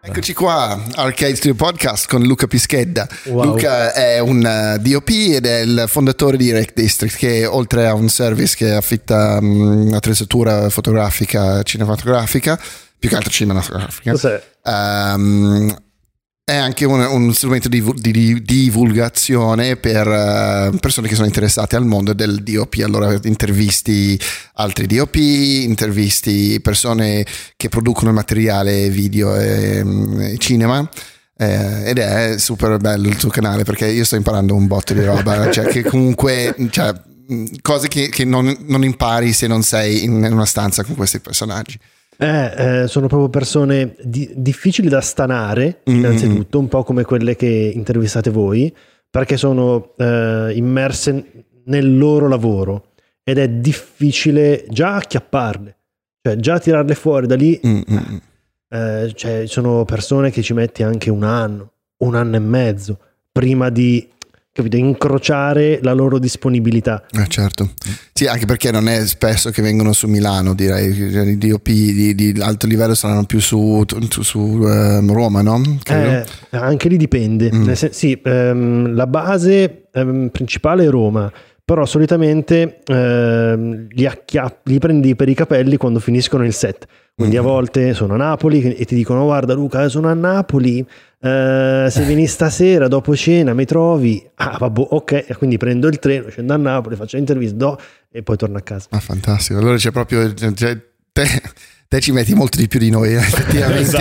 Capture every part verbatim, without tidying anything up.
Eccoci qua, Arcade Studio Podcast con Luca Pischedda. Wow. Luca è un uh, D O P ed è il fondatore di Rec District, che oltre a un service che affitta um, attrezzatura fotografica, cinematografica, più che altro cinematografica, um, è anche un, un strumento di, di, di divulgazione per uh, persone che sono interessate al mondo del D O P. Allora intervisti altri D O P, intervisti persone che producono materiale video e, e cinema, eh, ed è super bello il tuo canale, perché io sto imparando un botto di roba, cioè che comunque, cioè, cose che, che non, non impari se non sei in una stanza con questi personaggi. Eh, eh, sono proprio persone di, difficili da stanare, innanzitutto, mm-hmm. un po' come quelle che intervistate voi, perché sono eh, immerse nel loro lavoro ed è difficile già acchiapparle, cioè già tirarle fuori da lì. Mm-hmm. Eh, cioè, sono persone che ci metti anche un anno, un anno e mezzo prima di, capito, incrociare la loro disponibilità. Eh certo, sì, anche perché non è spesso che vengono su Milano, direi. I D O P di, di alto livello saranno più su, su, su um, Roma, no? Eh, anche lì dipende. Mm. Sen- sì, um, la base um, principale è Roma, però solitamente um, li, acchiapp- li prendi per i capelli quando finiscono il set. Quindi mm. a volte sono a Napoli e ti dicono: guarda Luca, sono a Napoli, Uh, se vieni stasera dopo cena mi trovi. Ah vabbè, ok, quindi prendo il treno, scendo a Napoli, faccio l'intervista do, e poi torno a casa. Ah, fantastico. Allora c'è proprio, cioè, te, te ci metti molto di più di noi, eh, effettivamente.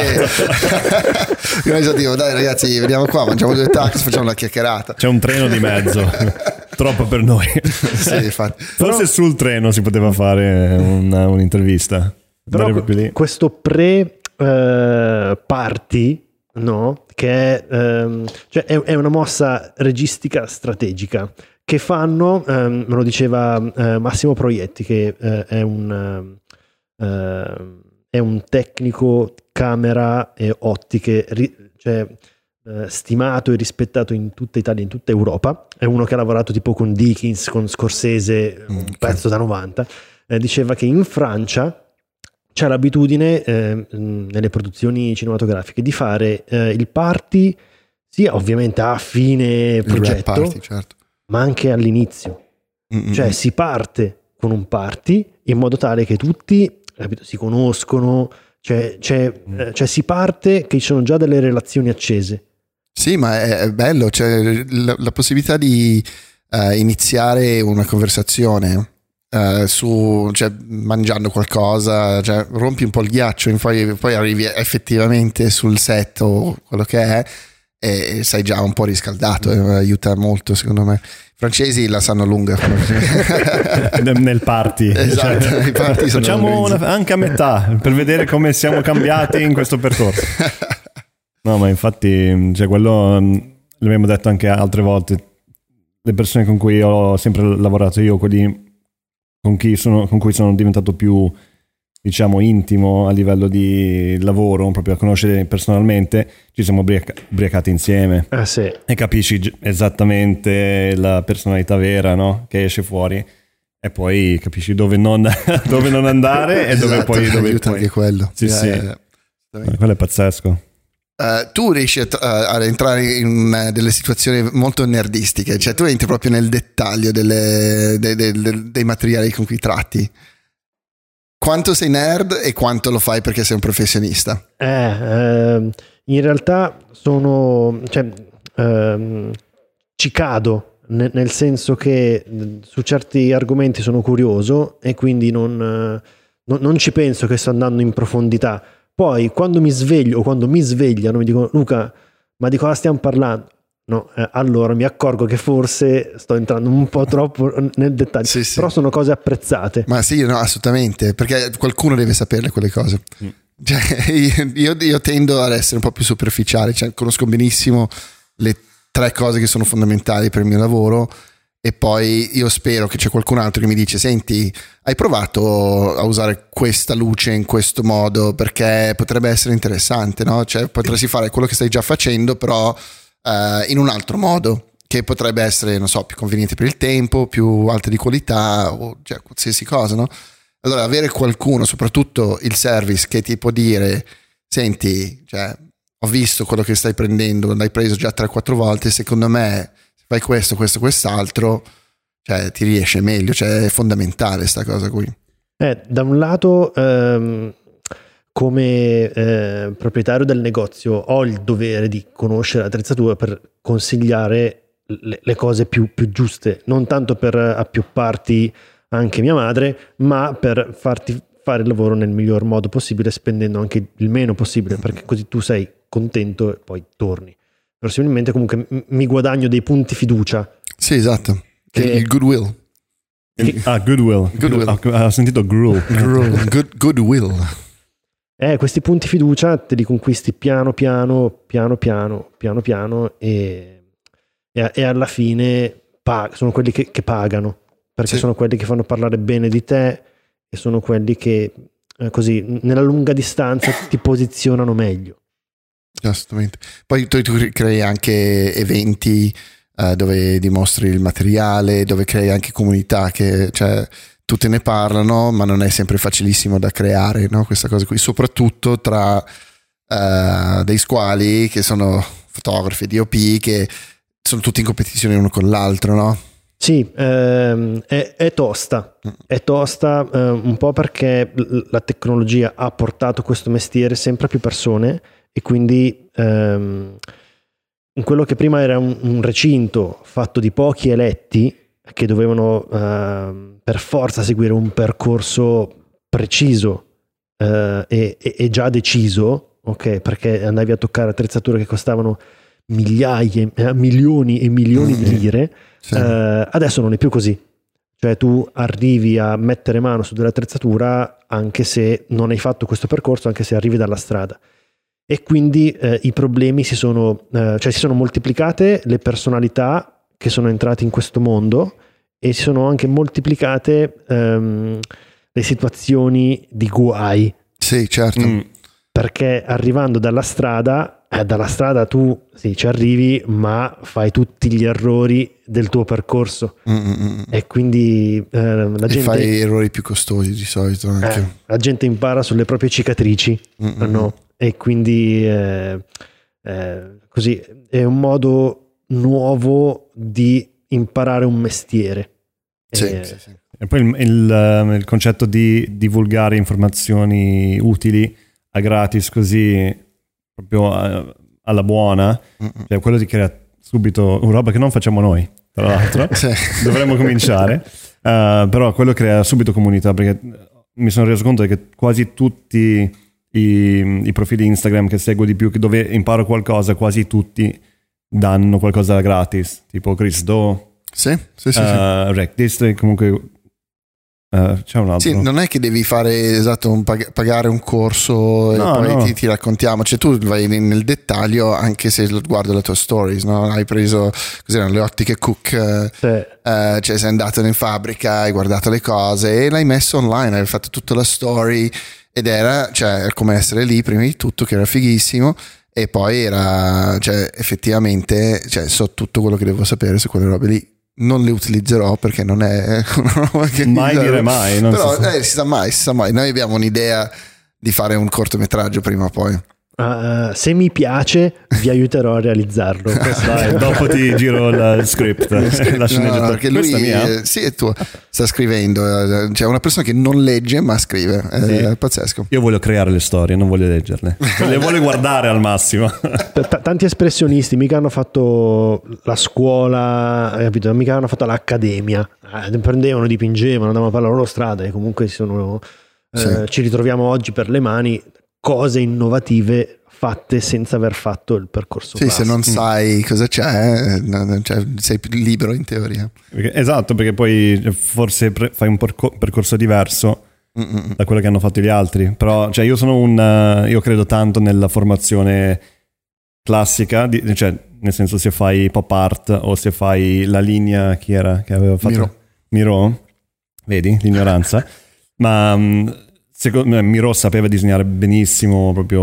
Esatto. Io dico, dai ragazzi, veniamo qua, mangiamo due taxi, facciamo una chiacchierata. C'è un treno di mezzo. Troppo per noi. Sì, infatti. Forse Però, sul treno si poteva fare una, un'intervista. Però questo pre uh, party, no, che è, um, cioè è, è una mossa registica strategica che fanno, um, me lo diceva uh, Massimo Proietti, che uh, è un uh, uh, è un tecnico camera e ottiche, ri, cioè uh, stimato e rispettato in tutta Italia, in tutta Europa. È uno che ha lavorato tipo con Dickens, con Scorsese, mm, un pezzo da novanta. Eh, diceva che in Francia c'è l'abitudine eh, nelle produzioni cinematografiche di fare eh, il party sia ovviamente a fine progetto, party, certo. ma anche all'inizio. Mm-hmm. Cioè si parte con un party in modo tale che tutti, capito, si conoscono, cioè, cioè, mm. eh, cioè si parte che ci sono già delle relazioni accese. Sì, ma è, è bello, cioè la, la possibilità di uh, iniziare una conversazione Uh, su, cioè, mangiando qualcosa, cioè, rompi un po' il ghiaccio, poi, poi arrivi effettivamente sul set o quello che è e sei già un po' riscaldato, eh, aiuta molto secondo me. I francesi la sanno lunga nel party, esatto, cioè, i party sono facciamo una, anche a metà per vedere come siamo cambiati in questo percorso. No, ma infatti, cioè, quello l'abbiamo detto anche altre volte, le persone con cui ho sempre lavorato io, quelli Con, chi sono, con cui sono diventato più, diciamo, intimo a livello di lavoro, proprio a conoscere personalmente, ci siamo ubriac- ubriacati insieme. Ah, sì. E capisci esattamente la personalità vera, no? Che esce fuori, e poi capisci dove non, dove non andare e esatto, dove poi dove aiuta poi. Anche quello. Sì, yeah, sì. Yeah, yeah. Quello è pazzesco. Uh, tu riesci a, a entrare in una, delle situazioni molto nerdistiche, cioè tu entri proprio nel dettaglio delle, de, de, de, dei materiali con cui tratti. Quanto sei nerd e quanto lo fai perché sei un professionista? Eh, eh, in realtà sono, cioè, ehm, ci cado, ne, nel senso che su certi argomenti sono curioso e quindi non, non, non ci penso che sto andando in profondità. Poi quando mi sveglio o quando mi svegliano mi dicono: Luca, ma di cosa stiamo parlando? No, eh, allora mi accorgo che forse sto entrando un po' troppo nel dettaglio, sì, sì. Però sono cose apprezzate. Ma sì, no, assolutamente, perché qualcuno deve saperle quelle cose. Mm. Cioè, io, io tendo ad essere un po' più superficiale, cioè, conosco benissimo le tre cose che sono fondamentali per il mio lavoro. E poi io spero che c'è qualcun altro che mi dice: senti, hai provato a usare questa luce in questo modo perché potrebbe essere interessante, no? Cioè potresti fare quello che stai già facendo però uh, in un altro modo che potrebbe essere, non so, più conveniente per il tempo, più alta di qualità o cioè, qualsiasi cosa, no? Allora avere qualcuno, soprattutto il service, che ti può dire: senti, cioè ho visto quello che stai prendendo, l'hai preso già tre quattro volte, secondo me se fai questo, questo, quest'altro, cioè ti riesce meglio, cioè è fondamentale sta cosa qui. Eh, da un lato ehm, come eh, proprietario del negozio ho il dovere di conoscere l'attrezzatura per consigliare le, le cose più, più giuste, non tanto per appiopparti anche mia madre, ma per farti fare il lavoro nel miglior modo possibile, spendendo anche il meno possibile, perché così tu sei contento e poi torni. Possibilmente comunque m- mi guadagno dei punti fiducia. Sì, esatto. Che... Il goodwill. Che... Ah, goodwill. Goodwill. Ah, ho sentito gruel. Good, goodwill. Eh, questi punti fiducia te li conquisti piano piano, piano piano, piano piano e, e, e alla fine pag- sono quelli che, che pagano, perché sì. sono quelli che fanno parlare bene di te e sono quelli che eh, così nella lunga distanza ti posizionano meglio. Assolutamente. Poi tu, tu crei anche eventi uh, dove dimostri il materiale, dove crei anche comunità che, cioè, tutte ne parlano, ma non è sempre facilissimo da creare, no? Questa cosa qui, soprattutto tra uh, dei squali che sono fotografi, D O P, che sono tutti in competizione uno con l'altro, no? Sì, ehm, è, è tosta, è tosta eh, un po' perché la tecnologia ha portato questo mestiere sempre a più persone e quindi ehm, in quello che prima era un, un recinto fatto di pochi eletti che dovevano eh, per forza seguire un percorso preciso eh, e, e già deciso, ok, perché andavi a toccare attrezzature che costavano migliaia, eh, milioni e milioni mm-hmm. di lire. Sì. Uh, adesso non è più così, cioè tu arrivi a mettere mano su dell'attrezzatura anche se non hai fatto questo percorso, anche se arrivi dalla strada, e quindi uh, i problemi si sono uh, cioè si sono moltiplicate le personalità che sono entrate in questo mondo e si sono anche moltiplicate um, le situazioni di guai. Sì, certo. Mm. Perché arrivando dalla strada Eh, dalla strada tu sì, ci arrivi, ma fai tutti gli errori del tuo percorso. Mm-mm. E quindi eh, la e gente fai errori più costosi di solito anche. Eh, la gente impara sulle proprie cicatrici, no? E quindi eh, eh, così è un modo nuovo di imparare un mestiere. Sì, e, sì, sì. E poi il, il, il concetto di divulgare informazioni utili a gratis così proprio alla buona, mm-hmm. cioè quello di creare subito una roba che non facciamo noi, tra l'altro. Sì. Dovremmo cominciare, uh, però quello crea subito comunità, perché mi sono reso conto che quasi tutti i, i profili Instagram che seguo di più, che dove imparo qualcosa, quasi tutti danno qualcosa gratis, tipo Chris Do, sì, sì, sì, uh, sì. Rec District, comunque. Uh, c'è un altro. Sì, non è che devi fare esatto un pag- pagare un corso e no, poi no. Ti, ti raccontiamo, cioè tu vai nel dettaglio anche se guardo le tue stories, no? Hai preso cos'erano le ottiche Cook, sì. uh, cioè sei andato in fabbrica, hai guardato le cose e l'hai messo online, hai fatto tutta la story ed era, cioè, come essere lì prima di tutto, che era fighissimo, e poi era, cioè, effettivamente, cioè, so tutto quello che devo sapere su quelle robe lì. Non le utilizzerò perché non è una roba che mai dire mai, non però si sa. Eh, si sa mai, si sa mai. Noi abbiamo un'idea di fare un cortometraggio prima o poi. Uh, se mi piace vi aiuterò a realizzarlo. Dai, dopo ti giro il script, la sceneggiatura. No, perché lui eh, sì, è tuo, sta scrivendo, c'è una persona che non legge ma scrive, è, sì. È pazzesco. Io voglio creare le storie, non voglio leggerle, le voglio guardare al massimo. T- tanti espressionisti mica hanno fatto la scuola, capito? Mica hanno fatto l'accademia, eh, prendevano, dipingevano, andavano a fare la loro strada e comunque sono, eh, sì. Ci ritroviamo oggi per le mani cose innovative fatte senza aver fatto il percorso sì, classico. Se non sai cosa c'è, cioè, sei più libero in teoria. Perché, esatto, perché poi forse pre- fai un percor- percorso diverso Mm-mm. da quello che hanno fatto gli altri. Però cioè, io sono un uh, io credo tanto nella formazione classica, di, cioè nel senso se fai pop art o se fai la linea, chi era che aveva fatto Miro, Miro? Vedi l'ignoranza. Ma um, secondo me Miro sapeva disegnare benissimo proprio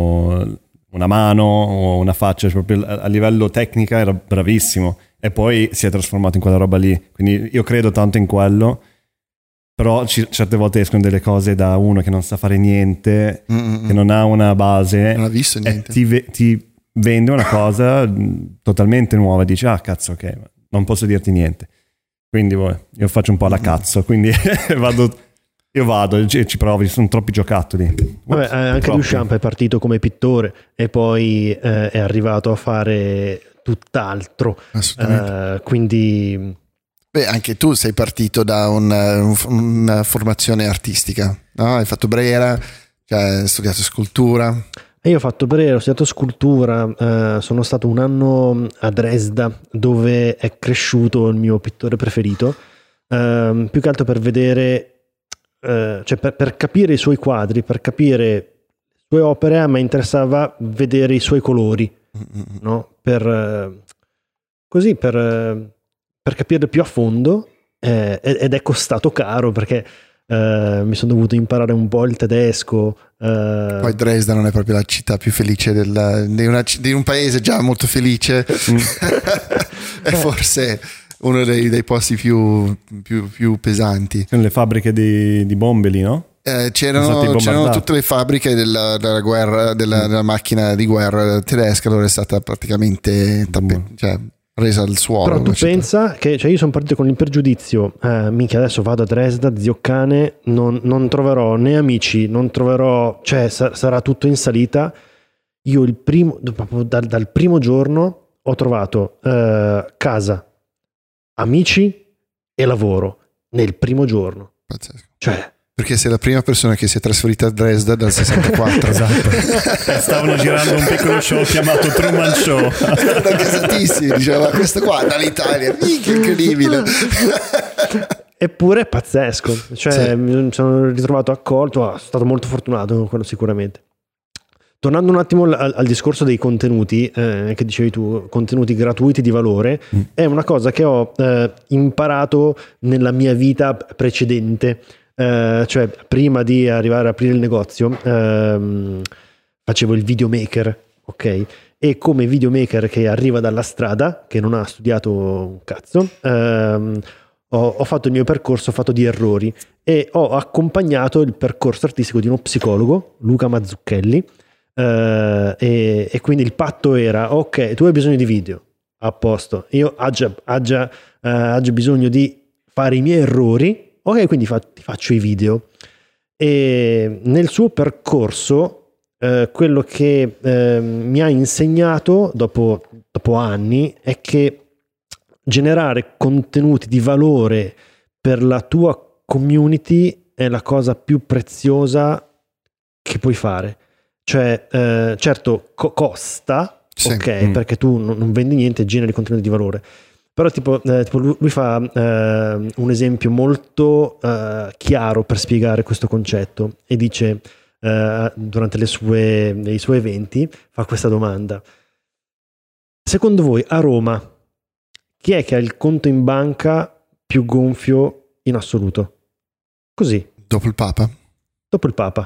una mano o una faccia, cioè proprio a livello tecnica era bravissimo e poi si è trasformato in quella roba lì, quindi io credo tanto in quello però ci, certe volte escono delle cose da uno che non sa fare niente, Mm-mm. che non ha una base, non ha visto niente, e ti, ti vende una cosa totalmente nuova e dici ah cazzo, ok, non posso dirti niente, quindi boh, io faccio un po' alla cazzo, quindi vado io vado e ci provo, ci sono troppi giocattoli. Vabbè, anche troppi. Duchamp è partito come pittore e poi eh, è arrivato a fare tutt'altro, assolutamente. Uh, quindi beh, anche tu sei partito da un, un, una formazione artistica, no? Hai fatto Brera, cioè hai studiato scultura. E io ho fatto Brera, ho studiato scultura, uh, sono stato un anno a Dresda dove è cresciuto il mio pittore preferito, uh, più che altro per vedere, uh, cioè per, per capire i suoi quadri, per capire le sue opere, a me interessava vedere i suoi colori, mm-hmm. no? Per uh, così per, uh, per capirle più a fondo, eh, ed è costato caro perché Uh, mi sono dovuto imparare un po' il tedesco. Uh... Poi Dresda non è proprio la città più felice del, di, una, di un paese già molto felice, è forse uno dei, dei posti più, più, più pesanti. Sono le fabbriche di, di bombe lì, no? Eh, c'erano, c'erano tutte le fabbriche della, della guerra, della, della macchina di guerra tedesca, allora è stata praticamente tappe, cioè, resa al suolo. Però tu pensa che, cioè, io sono partito con il pregiudizio, eh, minchia, adesso vado a Dresda, zio cane, non, non troverò né amici, non troverò, cioè sa, sarà tutto in salita. Io il primo, proprio dal, dal primo giorno ho trovato eh, casa, amici e lavoro nel primo giorno. Pazzesco. Cioè, perché sei la prima persona che si è trasferita a Dresda dal sessantaquattro. Esatto. Stavano girando un piccolo show chiamato Truman Show. Erano gasatissimi, diceva questo qua dall'Italia, minchia, incredibile. Eppure è pazzesco, cioè sì. Mi sono ritrovato accolto, sono stato molto fortunato, quello sicuramente. Tornando un attimo al, al discorso dei contenuti, eh, che dicevi tu, contenuti gratuiti di valore, mm. è una cosa che ho eh, imparato nella mia vita precedente. Uh, cioè prima di arrivare a aprire il negozio um, facevo il videomaker, ok? E come videomaker che arriva dalla strada, che non ha studiato un cazzo, um, ho, ho fatto il mio percorso fatto di errori e ho accompagnato il percorso artistico di uno psicologo, Luca Mazzucchelli, uh, e, e quindi il patto era ok, tu hai bisogno di video, a posto, io ho già, ho già, uh, ho già bisogno di fare i miei errori. Ok, quindi fa, ti faccio i video. E nel suo percorso, eh, quello che eh, mi ha insegnato dopo, dopo anni è che generare contenuti di valore per la tua community è la cosa più preziosa che puoi fare. Cioè, eh, certo, co- costa, sì. ok, mm. perché tu non, non vendi niente e generi contenuti di valore. Però tipo, eh, tipo lui, lui fa eh, un esempio molto eh, chiaro per spiegare questo concetto e dice eh, durante le sue, i suoi eventi fa questa domanda: secondo voi a Roma chi è che ha il conto in banca più gonfio in assoluto? Così. Dopo il Papa? Dopo il Papa.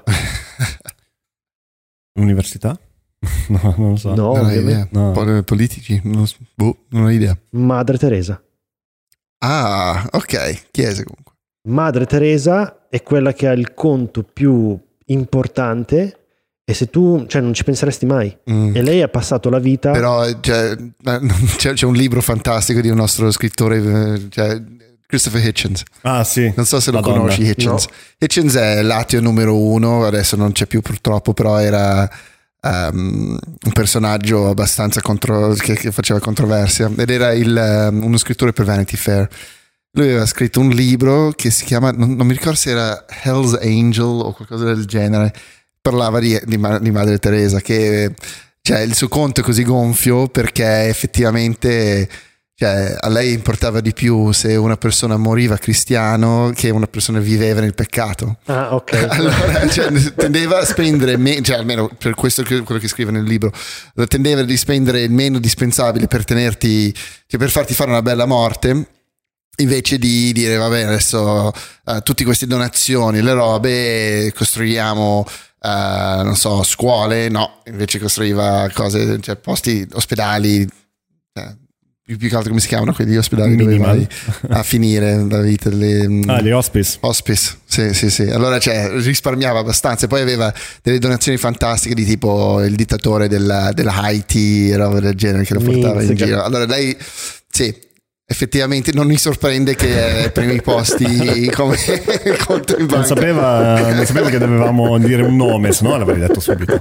Università? No, non lo so. No, non ovviamente. No. Politici? Non, boh, non ho idea. Madre Teresa. Ah, ok. Chiesa comunque. Madre Teresa è quella che ha il conto più importante e se tu, cioè, non ci penseresti mai. Mm. E lei ha passato la vita. Però cioè, c'è, c'è un libro fantastico di un nostro scrittore, cioè, Christopher Hitchens. Ah sì. Non so se lo Madonna. conosci Hitchens. No. Hitchens è l'ateo numero uno, adesso non c'è più purtroppo, però era um, un personaggio abbastanza contro, che, che faceva controversia ed era il, um, uno scrittore per Vanity Fair. Lui aveva scritto un libro che si chiama, non, non mi ricordo se era Hell's Angel o qualcosa del genere, parlava di, di, di Madre Teresa, che cioè, il suo conto è così gonfio perché effettivamente cioè, a lei importava di più se una persona moriva cristiano che una persona viveva nel peccato. Ah, ok. Allora cioè, tendeva a spendere, me- cioè almeno per questo che, quello che scrive nel libro, tendeva di spendere il meno dispensabile per tenerti, cioè per farti fare una bella morte, invece di dire vabbè adesso uh, tutte queste donazioni, le robe, costruiamo uh, non so, scuole, no, invece costruiva cose, cioè posti, ospedali, cioè, più che altro come si chiamano quegli ospedali Minimal. Dove vai a finire la vita delle, ah gli hospice hospice sì sì sì allora cioè risparmiava abbastanza e poi aveva delle donazioni fantastiche di tipo il dittatore della, della Haiti, roba del genere, che lo portava Minzica. in giro. Allora lei sì, effettivamente non mi sorprende che è ai primi posti come conto in banca. Non sapeva, non sapeva che dovevamo dire un nome, se no l'avrei detto subito.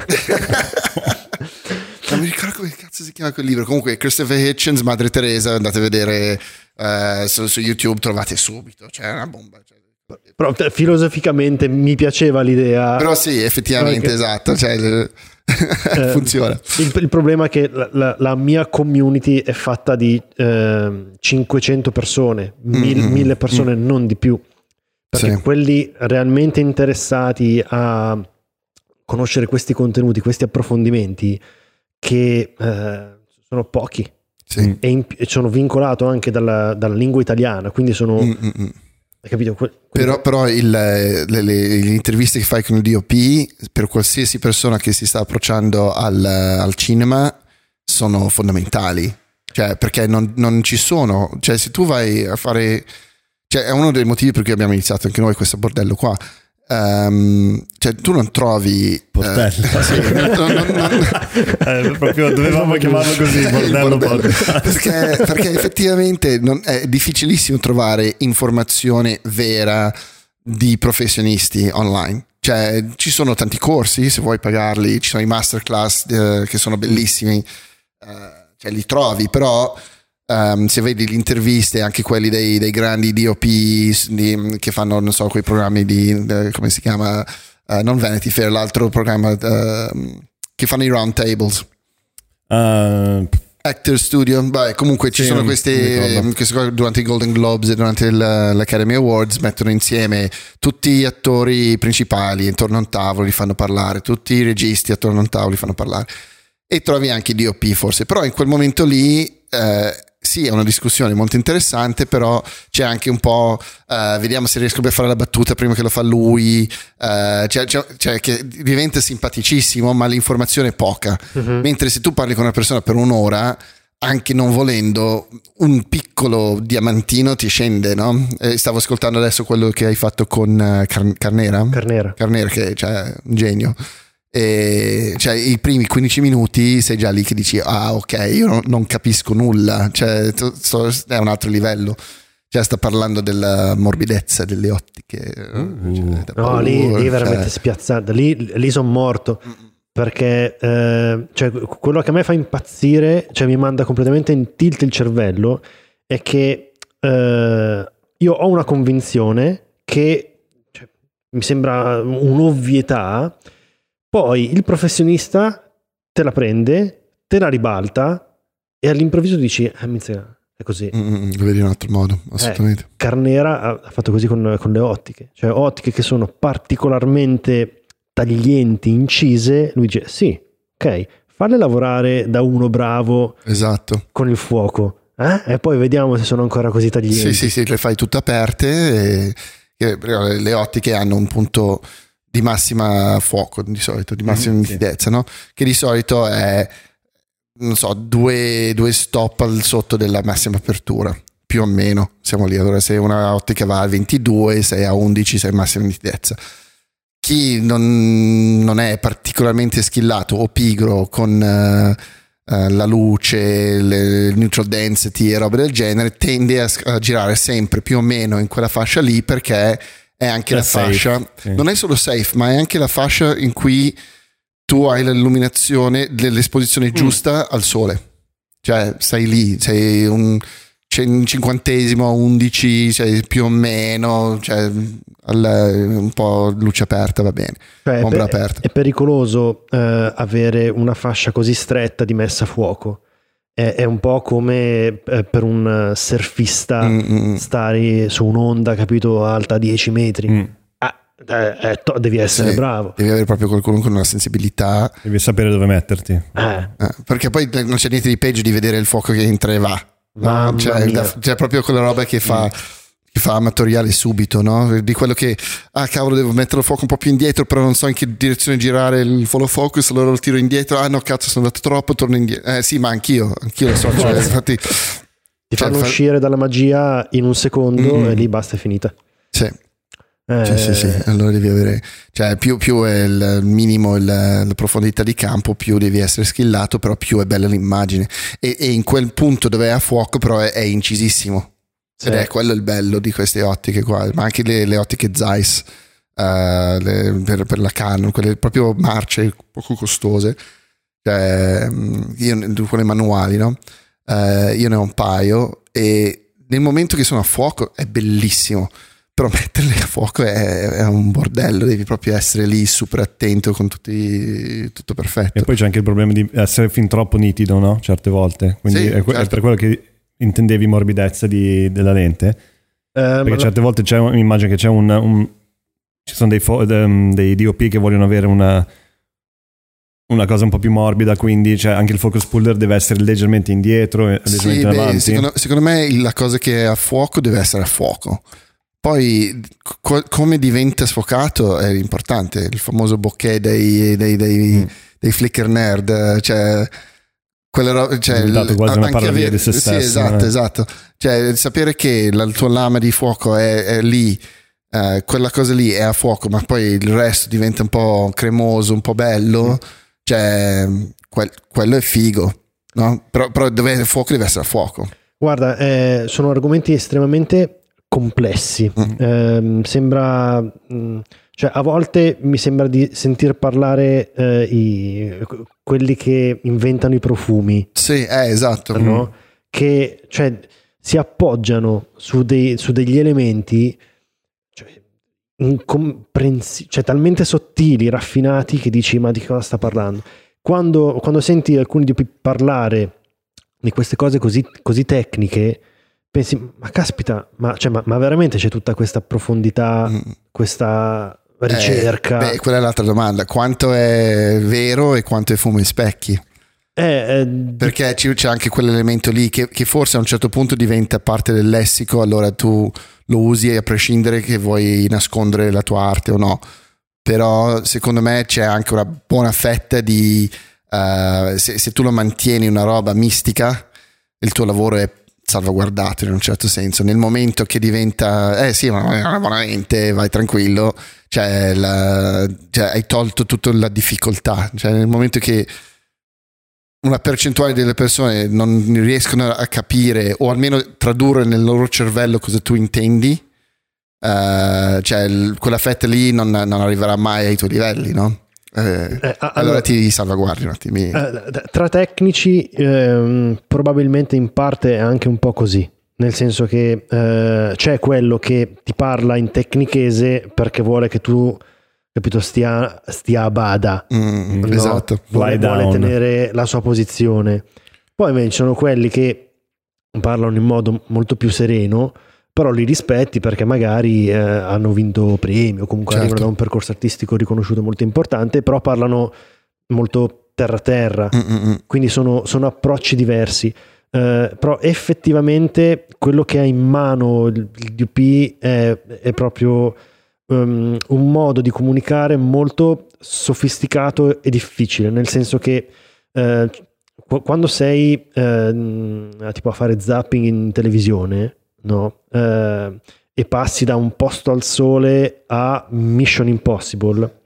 Non mi ricordo come cazzo si chiama quel libro. Comunque Christopher Hitchens, Madre Teresa, andate a vedere uh, su, su YouTube, trovate subito, cioè è una bomba, cioè. Però filosoficamente mi piaceva l'idea. Però sì, effettivamente perché... esatto, cioè, eh, funziona. Il, il problema è che la, la, la mia community è fatta di eh, cinquecento persone, mil, mm-hmm. mille persone, mm. non di più. Perché sì. quelli realmente interessati a conoscere questi contenuti, questi approfondimenti, che eh, sono pochi. Sì. E, in, e sono vincolato anche dalla, dalla lingua italiana, quindi sono... Mm-mm. Capito? Que- però, però il, le, le, le interviste che fai con il D O P per qualsiasi persona che si sta approcciando al, al cinema sono fondamentali, cioè perché non, non ci sono, cioè se tu vai a fare, cioè è uno dei motivi per cui abbiamo iniziato anche noi questo bordello qua. Um, cioè tu non trovi bordello eh, sì, non, non, non, eh, proprio dovevamo chiamarlo così bordello, bordello. Perché, perché effettivamente non, è difficilissimo trovare informazione vera di professionisti online. Cioè ci sono tanti corsi, se vuoi pagarli, ci sono i masterclass eh, che sono bellissimi, eh, cioè li trovi, però Um, se vedi le interviste, anche quelli dei, dei grandi D O P di, che fanno, non so, quei programmi di, uh, come si chiama, uh, non Vanity Fair, l'altro programma uh, che fanno i round tables, uh, Actor Studio, beh, comunque ci sì, sono queste, queste durante i Golden Globes e durante il, l'Academy Awards mettono insieme tutti gli attori principali intorno a un tavolo, li fanno parlare, tutti i registi attorno a un tavolo li fanno parlare, e trovi anche i D O P forse, però in quel momento lì eh, sì, è una discussione molto interessante, però c'è anche un po' uh, vediamo se riesco a fare la battuta prima che lo fa lui, uh, cioè, cioè, cioè che diventa simpaticissimo ma l'informazione è poca, uh-huh. mentre se tu parli con una persona per un'ora, anche non volendo, un piccolo diamantino ti scende, no? E stavo ascoltando adesso quello che hai fatto con uh, Car- Carnera Carnera Carnera che cioè, è un genio. E cioè i primi quindici minuti sei già lì che dici ah ok, io non, non capisco nulla, cioè sto, è un altro livello, cioè sta parlando della morbidezza delle ottiche, uh, cioè, no lì, lì veramente cioè... spiazzata, lì, lì sono morto perché eh, cioè, quello che a me fa impazzire, cioè mi manda completamente in tilt il cervello, è che eh, io ho una convinzione che cioè, mi sembra un'ovvietà. Poi il professionista te la prende, te la ribalta e all'improvviso dici ah, mizzica, è così. Mm, lo vedi in un altro modo, assolutamente. Eh, Carnera ha fatto così con, con le ottiche, cioè ottiche che sono particolarmente taglienti, incise, lui dice sì, ok, falle lavorare da uno bravo, esatto, con il fuoco, eh? E poi vediamo se sono ancora così taglienti. Sì, sì, sì, le fai tutte aperte e, e le ottiche hanno un punto di massima fuoco di solito, di massima mm, nitidezza, sì. no? Che di solito è, non so, due, due stop al sotto della massima apertura, più o meno, siamo lì. Allora se una ottica va a ventidue, sei a undici, sei a massima nitidezza. Chi non, non è particolarmente schillato o pigro con uh, uh, la luce, le neutral density e robe del genere, tende a, a girare sempre più o meno in quella fascia lì, perché è anche è la safe, fascia, sì. non è solo safe, ma è anche la fascia in cui tu hai l'illuminazione dell'esposizione giusta mm. al sole, cioè stai lì, sei un cinquantesimo, undici, cioè più o meno, cioè un po' luce aperta va bene, cioè, ombra è, aperta. È pericoloso eh, avere una fascia così stretta di messa a fuoco. È un po' come per un surfista mm-hmm. stare su un'onda, capito, alta dieci metri. Mm. Ah, eh, eh, to- devi essere sì, bravo. Devi avere proprio qualcuno con una sensibilità. Devi sapere dove metterti. Eh. Eh, perché poi non c'è niente di peggio di vedere il fuoco che entra e va. No? C'è, c'è proprio quella roba che fa... Mm. che fa amatoriale subito, no? Di quello che ah cavolo, devo mettere il fuoco un po' più indietro, però non so in che direzione girare il follow focus, allora lo tiro indietro, ah no cazzo sono andato troppo, torno indietro, eh sì ma anch'io anch'io lo so, cioè, infatti ti cioè, fanno fa... uscire dalla magia in un secondo mm. e lì basta, è finita. Sì. Eh... Sì, sì, sì, allora devi avere, cioè più, più è il minimo il, la profondità di campo, più devi essere schillato, però più è bella l'immagine, e, e in quel punto dove è a fuoco però è, è incisissimo, sì. Ed è quello il bello di queste ottiche qua, ma anche le, le ottiche Zeiss uh, le, per, per la Canon, quelle proprio marce poco costose, cioè, io, quelle manuali, no? Uh, io ne ho un paio e nel momento che sono a fuoco è bellissimo, però metterle a fuoco è, è un bordello, devi proprio essere lì super attento con tutti, tutto perfetto. E poi c'è anche il problema di essere fin troppo nitido, no? Certe volte, quindi sì, è, certo. È per quello che intendevi morbidezza di, della lente, eh, perché certe la... volte c'è un'immagine che c'è un, un ci sono dei, fo, dei D O P che vogliono avere una una cosa un po' più morbida, quindi cioè, anche il focus puller deve essere leggermente indietro e leggermente sì, in beh, avanti. Secondo, secondo me la cosa che è a fuoco deve essere a fuoco. Poi co- come diventa sfocato è importante, il famoso bokeh dei, dei, dei, mm. dei flicker nerd, cioè quella ro- cioè, è dato quasi una parodia avere, di se stesso. Sì, esatto, eh. esatto. Cioè sapere che la tua lama di fuoco è, è lì, eh, quella cosa lì è a fuoco, ma poi il resto diventa un po' cremoso, un po' bello, mm. cioè quel, quello è figo, no? Però, però dove è fuoco deve essere a fuoco. Guarda, eh, sono argomenti estremamente complessi. Mm. Eh, sembra, mh, cioè a volte mi sembra di sentir parlare eh, i, quelli che inventano i profumi. Sì, eh, esatto. No? Mm. Che cioè, si appoggiano su, dei, su degli elementi cioè, incomprensi- cioè talmente sottili, raffinati, che dici ma di cosa sta parlando? Quando, quando senti alcuni di più parlare di queste cose così, così tecniche, pensi, ma caspita, ma, cioè, ma, ma veramente c'è tutta questa profondità, mm. questa ricerca? Eh, beh, quella è l'altra domanda, quanto è vero e quanto è fumo e specchi? Eh, eh, Perché c'è anche quell'elemento lì che, che forse a un certo punto diventa parte del lessico, allora tu lo usi a prescindere che vuoi nascondere la tua arte o no, però secondo me c'è anche una buona fetta di uh, se, se tu lo mantieni una roba mistica, il tuo lavoro è salvaguardato in un certo senso. Nel momento che diventa eh sì, ma è una buona mente, vai tranquillo, cioè, la, cioè hai tolto tutta la difficoltà, cioè nel momento che una percentuale delle persone non riescono a capire o almeno tradurre nel loro cervello cosa tu intendi, uh, cioè il, quella fetta lì non, non arriverà mai ai tuoi livelli, no? Eh, eh, allora, allora ti salvaguardi un attimo. Eh, tra tecnici eh, probabilmente in parte è anche un po' così, nel senso che eh, c'è quello che ti parla in tecnichese perché vuole che tu, capito, stia, stia a bada, mm, no? Esatto, vuole, vuole tenere la sua posizione. Poi invece ci sono quelli che parlano in modo molto più sereno, però li rispetti perché magari eh, hanno vinto premi o comunque certo. arrivano da un percorso artistico riconosciuto molto importante, però parlano molto terra terra, Mm-mm. quindi sono, sono approcci diversi. Eh, però effettivamente quello che ha in mano il, il D O P è, è proprio um, un modo di comunicare molto sofisticato e difficile, nel senso che eh, quando sei eh, tipo a fare zapping in televisione, no? Eh, e passi da Un posto al sole a Mission Impossible,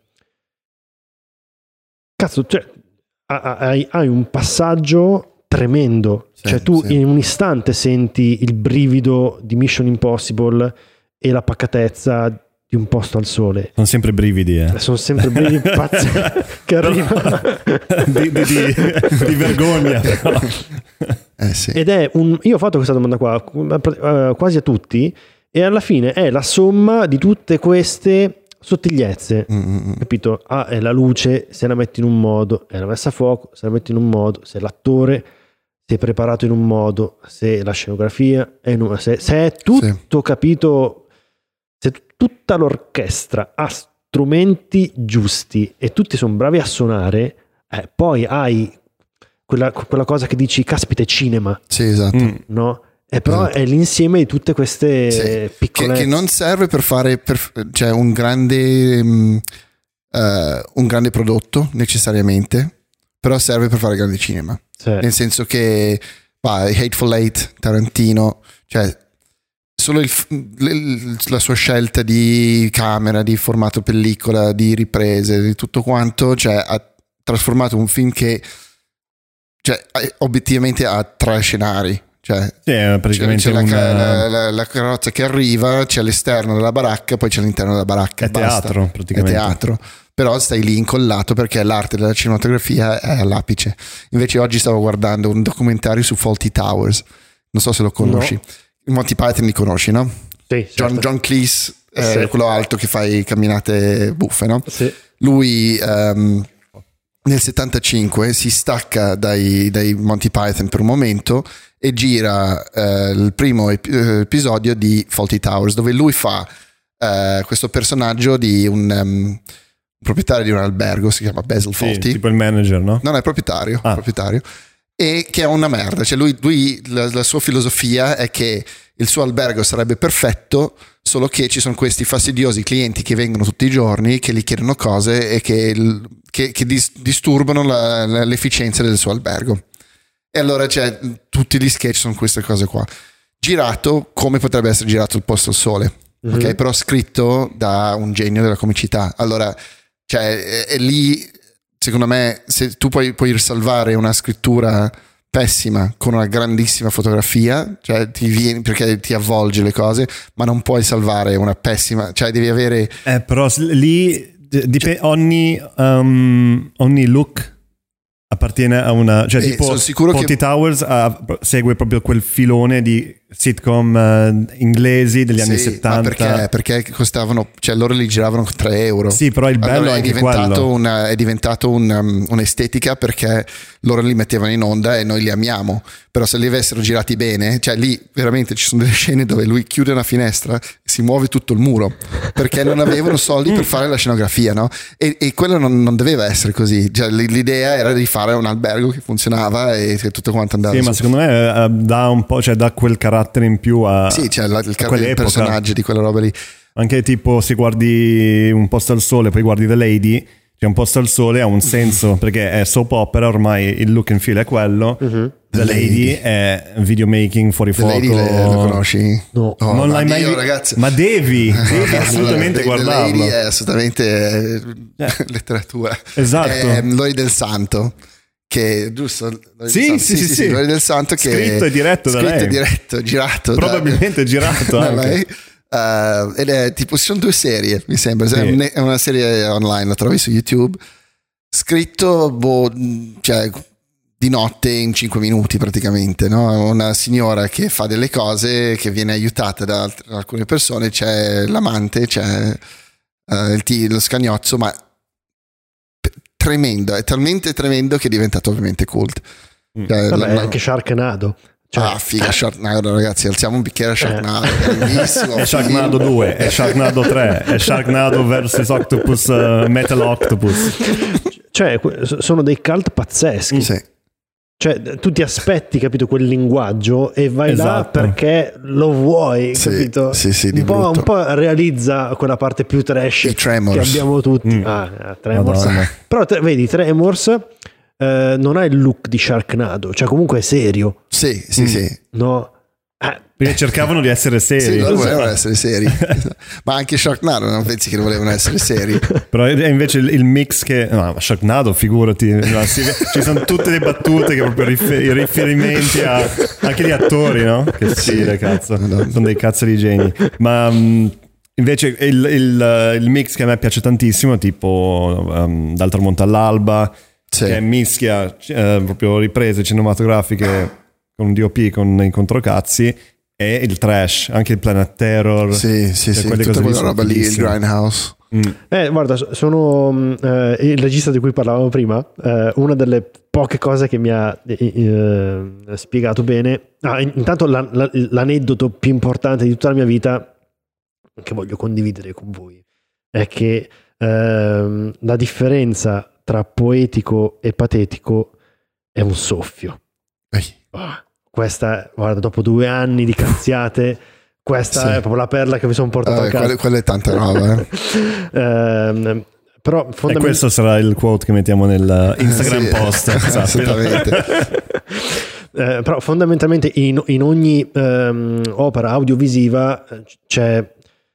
cazzo, cioè hai, hai un passaggio tremendo, sì, cioè tu sì. in un istante senti il brivido di Mission Impossible e la pacatezza di Un posto al sole. Sono sempre brividi, eh. Sono sempre brividi pazzi che arrivano di, di, di, di vergogna. Eh sì. Ed è un, io ho fatto questa domanda qua uh, quasi a tutti, e alla fine è la somma di tutte queste sottigliezze, mm-hmm. capito? Ah, è la luce, se la metti in un modo, è la messa a fuoco, se la metti in un modo, se l'attore si è preparato in un modo, se la scenografia è in un, se, se è tutto sì. capito, se tutta l'orchestra ha strumenti giusti e tutti sono bravi a suonare, eh, poi hai quella, quella cosa che dici caspita è cinema, sì, esatto. mm. no? E però esatto. è l'insieme di tutte queste sì. piccole che, che non serve per fare per, cioè un grande um, uh, un grande prodotto necessariamente, però serve per fare grande cinema, sì. nel senso che va, Hateful Eight, Tarantino, cioè solo il, il, la sua scelta di camera, di formato pellicola, di riprese, di tutto quanto, cioè ha trasformato un film che, cioè, obiettivamente ha tre scenari. Cioè, sì, è praticamente c'è, c'è una... la, la, la, la carrozza che arriva, c'è l'esterno della baracca, poi c'è l'interno della baracca. È basta. teatro, praticamente. È teatro. Però stai lì incollato perché l'arte della cinematografia è all'apice. Invece oggi stavo guardando un documentario su Fawlty Towers, non so se lo conosci. No. I Monty Python li conosci, no? Sì, John, certo. John Cleese, eh, sì. quello alto che fa camminate buffe, no? Sì. Lui um, nel settantacinque si stacca dai, dai Monty Python per un momento e gira eh, il primo ep- episodio di Fawlty Towers, dove lui fa eh, questo personaggio di un um, proprietario di un albergo, si chiama Basil Fawlty, sì, tipo il manager, no? Non è proprietario, ah. proprietario, e che è una merda. Cioè lui, lui la, la sua filosofia è che il suo albergo sarebbe perfetto, solo che ci sono questi fastidiosi clienti che vengono tutti i giorni, che gli chiedono cose e che, che, che dis, disturbano la, la, l'efficienza del suo albergo. E allora c'è, tutti gli sketch sono queste cose qua, girato come potrebbe essere girato Il posto al sole, mm-hmm. ok? Però scritto da un genio della comicità. Allora, cioè, è, è lì, secondo me, se tu puoi, puoi risalvare una scrittura pessima con una grandissima fotografia, cioè ti vieni perché ti avvolge le cose, ma non puoi salvare una pessima, cioè devi avere eh, però lì dip- cioè, ogni um, ogni look appartiene a una, cioè eh, tipo Fawlty che... Towers uh, segue proprio quel filone di sitcom uh, inglesi degli sì, anni settanta. Ma perché? Perché costavano, cioè loro li giravano tre euro. Sì, però il bello allora è anche diventato quello. Una, è diventato un, um, un'estetica perché loro li mettevano in onda e noi li amiamo. Però se li avessero girati bene, cioè lì veramente ci sono delle scene dove lui chiude una finestra e si muove tutto il muro perché non avevano soldi per fare la scenografia, no? E, e quello non, non doveva essere così. Cioè, l'idea era di fare un albergo che funzionava e che tutto quanto andava. Sì, su. ma secondo me uh, dà un po', cioè dà quel carattere in più a sì, c'è la, il, a il personaggio di quella roba lì. Anche tipo se guardi Un posto al sole, poi guardi The Lady, c'è Un posto al sole ha un senso perché è soap opera, ormai il look and feel è quello. Uh-huh. The, The Lady, Lady è videomaking fuori The fuoco. Lady le, lo conosci? No, oh, non l'hai mai visto, ragazzi. Ma devi, devi assolutamente The, guardarlo. The Lady è assolutamente eh. letteratura. Esatto. È Lori del Santo. Che giusto? Sì, sì, sì, sì. Lori del Santo che scritto e diretto da lei. Scritto e diretto, girato. Probabilmente da, girato da anche. lei. Uh, ed è tipo, ci sono due serie, mi sembra. Sì. È una serie online, la trovi su YouTube. Scritto, boh, cioè, di notte in cinque minuti praticamente, no? Una signora che fa delle cose, che viene aiutata da, altre, da alcune persone, c'è l'amante, c'è uh, il t- lo scagnozzo, ma tremendo, è talmente tremendo che è diventato ovviamente cult. Mm. Cioè, vabbè, la, anche Sharknado. Cioè, ah, figa, Sharknado, ragazzi, alziamo un bicchiere a Sharknado, eh. bellissimo. È Sharknado due, è Sharknado tre, è Sharknado versus Octopus, uh, Metal Octopus. Cioè, sono dei cult pazzeschi. Sì. Cioè, tu ti aspetti, capito, quel linguaggio e vai esatto. là perché lo vuoi, sì, capito? Sì, sì, un, po', un po' realizza quella parte più trash che abbiamo tutti. Mm. Ah, Tremors. Però te, vedi, Tremors eh, non ha il look di Sharknado, cioè comunque è serio. Sì, sì, mm. sì. No. Eh. Perché cercavano di essere seri. Sì, loro volevano essere seri. Ma anche Sharknado non pensi che volevano essere seri? Però è invece il, il mix che... No, ma Sharknado, figurati. No, si, ci sono tutte le battute che proprio rifer- i riferimenti a... Anche gli attori, no? Che stile, sì, cazzo. Madonna. Sono dei cazzo di geni. Ma... Um, invece il, il, il mix che a me piace tantissimo, tipo um, Dal tramonto all'alba, sì. Che mischia eh, proprio riprese cinematografiche con un D O P con i controcazzi e il trash, anche il Planet Terror. Sì, sì, sì, quelle tutta cose quella roba lì, il Grindhouse. Mm. Eh, guarda, sono eh, il regista di cui parlavamo prima, eh, una delle poche cose che mi ha eh, spiegato bene. Ah, intanto la, la, l'aneddoto più importante di tutta la mia vita che voglio condividere con voi è che ehm, la differenza tra poetico e patetico è un soffio. Oh, questa, guarda, dopo due anni di cazziate, questa sì. È proprio la perla che mi sono portato uh, a casa. Quella, quella è tanta roba. Eh. uh, però fondament- e questo sarà il quote che mettiamo nel Instagram sì, post. Assolutamente. eh, però fondamentalmente in, in ogni um, opera audiovisiva c'è,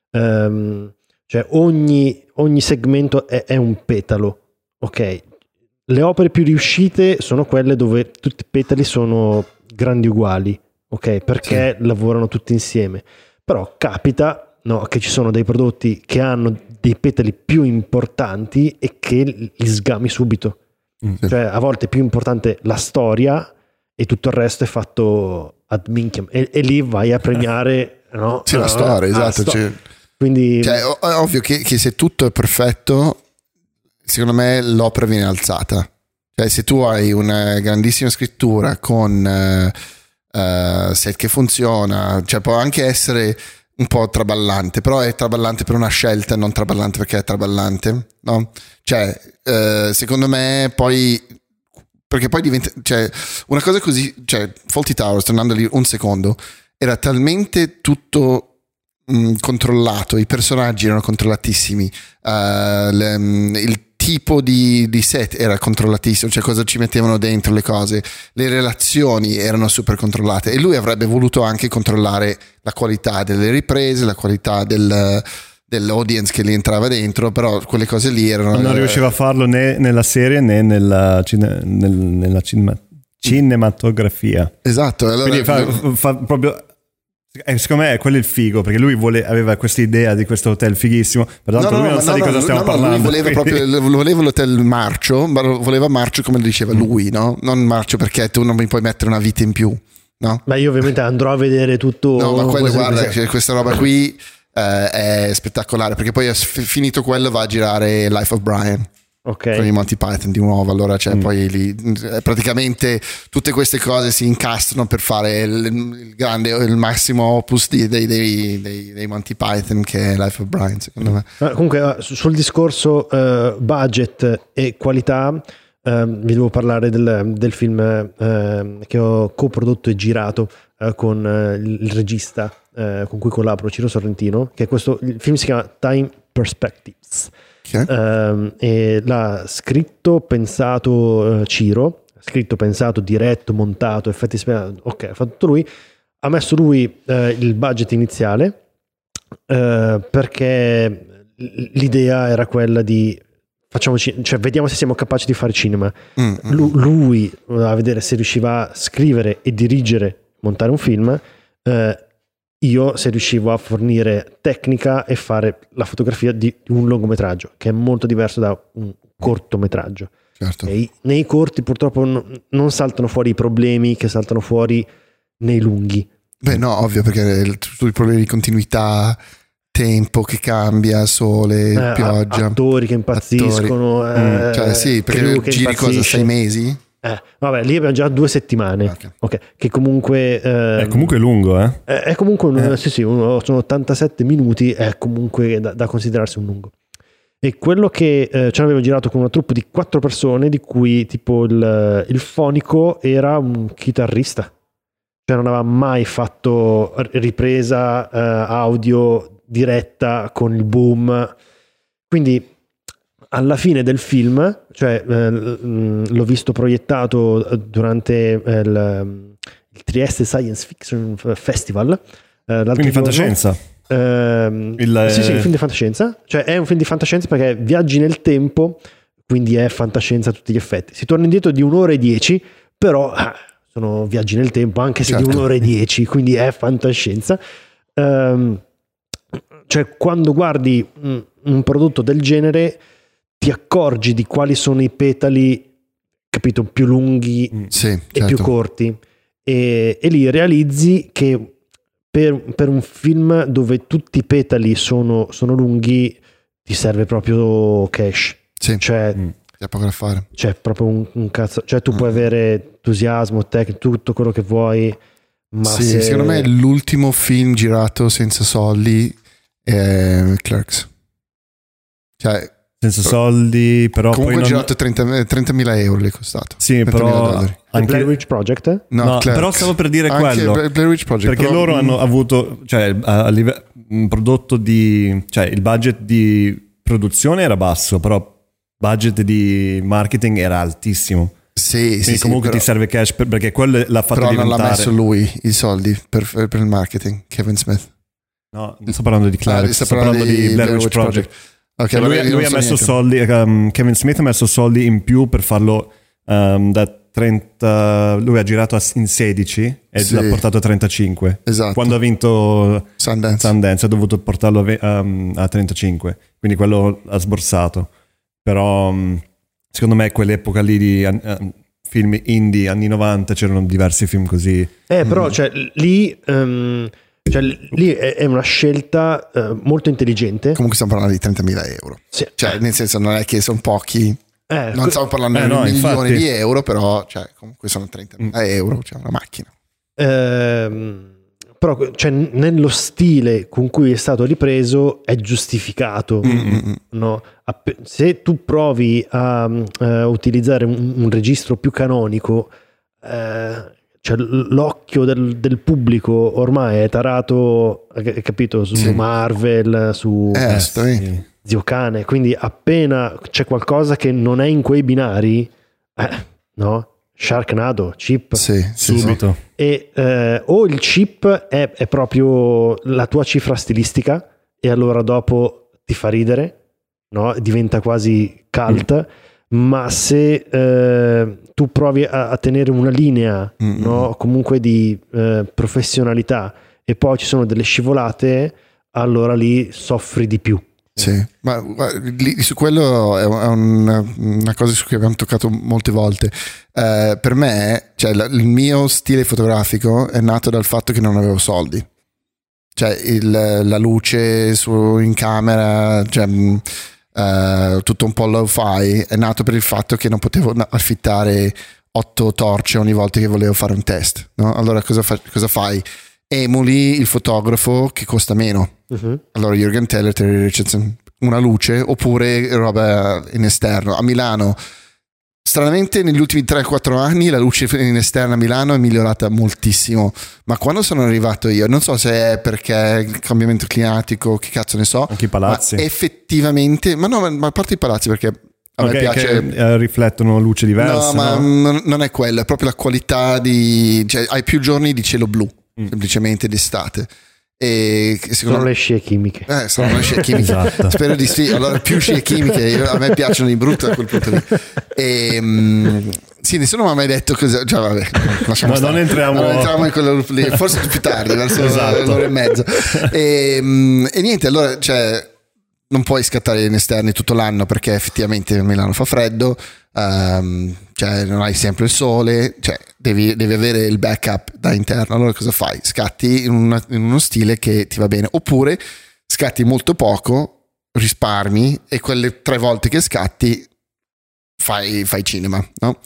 um, cioè ogni, ogni segmento è, è un petalo, ok? Le opere più riuscite sono quelle dove tutti i petali sono grandi uguali, ok? Perché sì. lavorano tutti insieme. Però capita, no, che ci sono dei prodotti che hanno dei petali più importanti e che li sgami subito. Mm. Cioè a volte è più importante la storia e tutto il resto è fatto ad minchiam. E, e lì vai a premiare no? Sì, la storia, esatto. Sto- cioè, Quindi... cioè, è ovvio che, che se tutto è perfetto, secondo me l'opera viene alzata. Cioè se tu hai una grandissima scrittura con uh, uh, set che funziona, cioè può anche essere un po' traballante, però è traballante per una scelta, non traballante perché è traballante, no? Cioè uh, secondo me poi, perché poi diventa, cioè una cosa così, cioè Fawlty Towers, tornando lì un secondo, era talmente tutto mh, controllato, i personaggi erano controllatissimi, uh, le, il tipo di, di set era controllatissimo, cioè cosa ci mettevano dentro le cose, le relazioni erano super controllate e lui avrebbe voluto anche controllare la qualità delle riprese, la qualità del, dell'audience che gli entrava dentro, però quelle cose lì erano... Non riusciva a farlo né nella serie né nella, cine, nel, nella cinema, cinematografia. Esatto. Allora, quindi fa, fa proprio... Secondo me è quello il figo, perché lui vuole, aveva questa idea di questo hotel fighissimo, pertanto no, no, lui non sa no, di cosa no, stiamo no, parlando. Lui voleva quindi... proprio voleva l'hotel marcio, ma voleva marcio come lo diceva mm. lui, no? Non marcio perché tu non mi puoi mettere una vita in più, no? Ma io ovviamente andrò a vedere tutto. No, ma quello, guarda, cioè, questa roba qui eh, è spettacolare, perché poi finito quello va a girare Life of Brian. Okay. Con i Monty Python di nuovo, allora cioè, mm. poi lì, praticamente tutte queste cose si incastrano per fare il, il grande, il massimo opus di, dei, dei, dei, dei Monty Python, che è Life of Brian, secondo me. Ah, comunque sul discorso uh, budget e qualità uh, vi devo parlare del, del film uh, che ho coprodotto e girato uh, con uh, il regista uh, con cui collaboro, Ciro Sorrentino, che è questo, il film si chiama Time Perspectives. Okay. Uh, e l'ha scritto, pensato uh, Ciro, scritto, pensato, diretto, montato, effetti speciali, ok, ha fatto tutto lui, ha messo lui uh, il budget iniziale uh, perché l'idea era quella di facciamoci, cioè vediamo se siamo capaci di fare cinema. Mm, mm. Lu- lui a vedere se riusciva a scrivere e dirigere, montare un film. Uh, io se riuscivo a fornire tecnica e fare la fotografia di un lungometraggio, che è molto diverso da un cortometraggio. Certo. E nei corti purtroppo non saltano fuori i problemi che saltano fuori nei lunghi. Beh no, ovvio, perché tutti i problemi di continuità, tempo che cambia, sole, eh, pioggia, attori che impazziscono, attori. Eh, mm, cioè sì, perché giri cosa, sei mesi? Eh, vabbè, lì abbiamo già due settimane, okay. Okay, che comunque eh, è comunque lungo, eh? È, è comunque un, eh. sì, sì, uno, sono ottantasette minuti, è comunque da, da considerarsi un lungo. E quello che eh, ci avevamo girato con una troupe di quattro persone, di cui tipo il, il fonico era un chitarrista, cioè non aveva mai fatto ripresa eh, audio diretta con il boom, quindi alla fine del film, cioè eh, l'ho visto proiettato durante eh, il, il Trieste Science Fiction Festival. Eh, Quindi fantascienza. Eh, il, sì, sì, un film di fantascienza. Cioè è un film di fantascienza perché viaggi nel tempo, quindi è fantascienza a tutti gli effetti. Si torna indietro di un'ora e dieci, però ah, sono viaggi nel tempo anche se certo. di un'ora e dieci, quindi è fantascienza. Eh, cioè quando guardi un, un prodotto del genere ti accorgi di quali sono i petali, capito, più lunghi mm, sì, e certo. più corti, e, e lì realizzi che per, per un film dove tutti i petali sono, sono lunghi ti serve proprio cash, sì. cioè mm, c'è poco da fare, c'è proprio un, un cazzo, cioè tu mm. puoi avere entusiasmo, tech, tutto quello che vuoi, ma sì, se... secondo me l'ultimo film girato senza soldi è Clerks, cioè senza soldi, però comunque poi ho non... girato trentamila euro l'è costato. Sì, però anche... Blair Witch Project? No, no però stavo per dire anche quello Blair Witch Project, perché però... loro hanno avuto, cioè a, a live... un prodotto di, cioè il budget di produzione era basso, però budget di marketing era altissimo. Sì, sì, comunque sì, ti serve cash per, perché quello l'ha fatto però diventare. non l'ha messo lui i soldi per, per il marketing, Kevin Smith. No, non sto parlando di Clerics, ah, sto, sto parlando di, di Blair Witch Project. Project. Okay, lui lui, lui ha messo niente. soldi, um, Kevin Smith ha messo soldi in più per farlo um, da trenta, lui ha girato in sedici e sì. l'ha portato a trentacinque. Esatto. Quando ha vinto Sundance, Sundance ha dovuto portarlo a, um, a trentacinque, quindi quello ha sborsato. Però um, secondo me quell'epoca lì di uh, film indie anni novanta c'erano diversi film così. Eh però mm. cioè lì um, cioè, lì è una scelta uh, molto intelligente. Comunque stiamo parlando di trentamila euro. Sì. Cioè nel senso non è che sono pochi. Eh, non stiamo parlando eh, di no, milioni infatti. di euro, però cioè, comunque sono trentamila mm. euro, cioè una macchina. Ehm, però cioè, nello stile con cui è stato ripreso è giustificato. Mm-hmm. No? Se tu provi a uh, utilizzare un, un registro più canonico, uh, cioè, l'occhio del, del pubblico ormai è tarato, hai capito, su sì. Marvel, su... Eh, sì. Zio cane, quindi appena c'è qualcosa che non è in quei binari, eh, no? Sharknado, chip, sì, subito. E eh, o il chip è, è proprio la tua cifra stilistica e allora dopo ti fa ridere, no? Diventa quasi cult, mm. ma se eh, tu provi a, a tenere una linea, mm. no? Comunque di eh, professionalità e poi ci sono delle scivolate, allora lì soffri di più. Sì, ma lì, su quello è una, una cosa su cui abbiamo toccato molte volte. Eh, per me, cioè, la, il mio stile fotografico è nato dal fatto che non avevo soldi. Cioè, il, la luce su, in camera, cioè, eh, tutto un po' low-fi, è nato per il fatto che non potevo affittare otto torce ogni volta che volevo fare un test. No? Allora, cosa, fa, cosa fai? Emuli il fotografo che costa meno. Uh-huh. Allora Jürgen Teller, Terry Richardson, una luce oppure roba in esterno. A Milano stranamente negli ultimi tre quattro anni la luce in esterno a Milano è migliorata moltissimo, ma quando sono arrivato io non so se è perché il cambiamento climatico, che cazzo ne so, anche i palazzi ma effettivamente, ma no, ma a parte i palazzi, perché a okay, me piace che uh, riflettono luce diverse. No, ma no? non è quello, è proprio la qualità di, cioè hai più giorni di cielo blu mm. semplicemente d'estate. E sono me... le scie chimiche eh, sono le scie chimiche esatto. Spero di sì, allora più scie chimiche a me piacciono di brutto da quel punto lì e, um, sì, nessuno mi ha mai detto cosa, cioè vabbè, lasciamo no, stare. non entriamo non entriamo in quello lì, forse più tardi verso esatto. l'ora e mezza e, um, e niente, allora cioè non puoi scattare in esterni tutto l'anno perché effettivamente a Milano fa freddo, um, cioè non hai sempre il sole, cioè devi, devi avere il backup da interno. Allora cosa fai? Scatti in, una, in uno stile che ti va bene, oppure scatti molto poco, risparmi e quelle tre volte che scatti fai, fai cinema, no?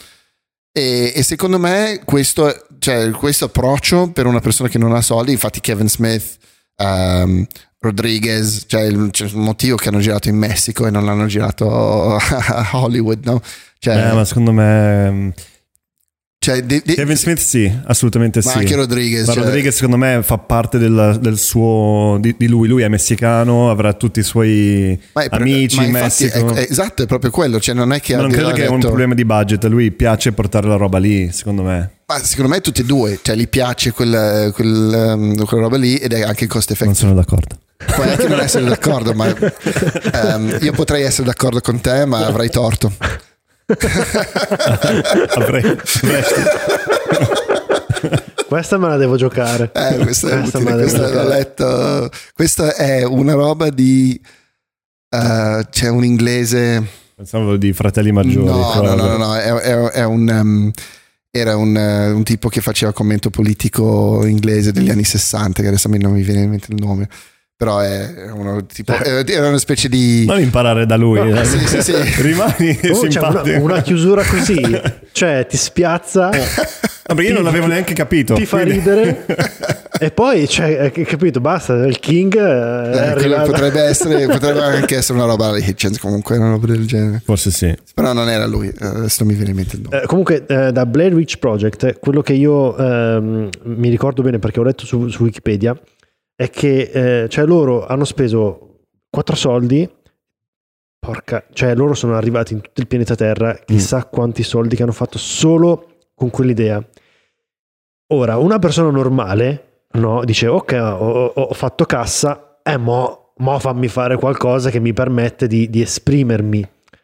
E, e secondo me questo, cioè, questo approccio per una persona che non ha soldi, infatti Kevin Smith, um, Rodriguez, cioè il, c'è un motivo che hanno girato in Messico e non l'hanno girato a Hollywood, no? Cioè, eh, ma secondo me cioè, de, de, Kevin Smith sì, assolutamente ma sì. Anche Rodriguez, ma cioè... Rodriguez secondo me fa parte del, del suo di, di lui, lui è messicano, avrà tutti i suoi ma per, amici ma in Messico. È, è, esatto, è proprio quello, cioè non è che ma non credo che detto... è un problema di budget, a lui piace portare la roba lì, secondo me. Ma secondo me tutti e due, cioè gli piace quel, quel, um, quella roba lì ed è anche cost effective. Non sono d'accordo. Puoi anche non essere d'accordo, ma um, io potrei essere d'accordo con te, ma avrai torto. Avrei, avresti. Questa me la devo giocare. Eh, questa è questa, questa l'ho letto. Questa è una roba di uh, c'è un inglese. Pensavo di Fratelli Maggiori. No, no, no, no, no, è, è, è un um, era un, uh, un tipo che faceva commento politico inglese degli anni sessanta, che adesso a me non mi viene in mente il nome. Però è uno tipo era una specie di non imparare da lui, no, eh. sì, sì, sì. Rimani oh, simpatico. Cioè una, una chiusura così, cioè ti spiazza. No, perché io non l'avevo neanche capito. Ti fa quindi... ridere e poi cioè, capito, basta, il King eh, potrebbe essere potrebbe anche essere una roba di Hitchens, comunque una roba del genere. Forse sì. Però non era lui, adesso non mi viene in mente il nome. Eh, comunque eh, da Blair Witch Project, quello che io ehm, mi ricordo bene perché ho letto su, su Wikipedia è che eh, cioè loro hanno speso quattro soldi porca, cioè loro sono arrivati in tutto il pianeta Terra, chissà mm. quanti soldi che hanno fatto solo con quell'idea. Ora, una persona normale, no, dice ok, ho, ho fatto cassa, eh mo, mo fammi fare qualcosa che mi permette di, di esprimermi.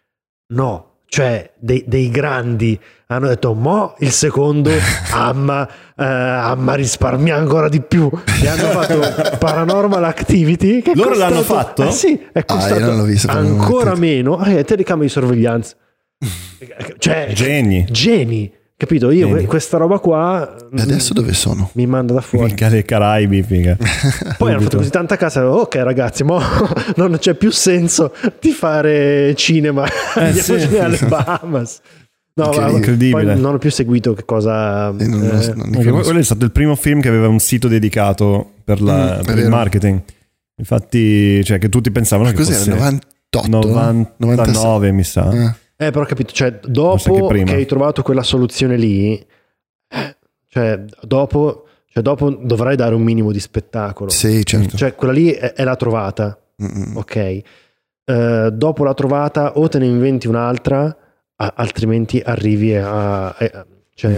No, cioè dei, dei grandi hanno detto mo il secondo amma, eh, amma risparmia ancora di più e hanno fatto Paranormal Activity che loro costato, l'hanno fatto? Eh sì, è costato ah, visto, ancora meno eh, telecamere di sorveglianza, cioè geni geni capito? Io geni. Questa roba qua e adesso dove sono? Mi manda da fuori mica dei Caraibi figa. Poi hanno fatto così tanta casa, ok ragazzi mo non c'è più senso di fare cinema eh, sì. alle Bahamas. No, incredibile. Poi non ho più seguito che cosa. Eh, non, eh, non quello è stato il primo film che aveva un sito dedicato per, la, mm, per il marketing. Infatti, cioè, che tutti pensavano ma che cos'era? fosse novantotto novantanove mi sa. Eh. eh, però ho capito, cioè, dopo che, che hai trovato quella soluzione lì, cioè, dopo, cioè, dopo dovrai dare un minimo di spettacolo. Sì, certo. Cioè, quella lì è, è la trovata. Mm-mm. Ok. Uh, dopo la trovata, o te ne inventi un'altra. Altrimenti arrivi a, a cioè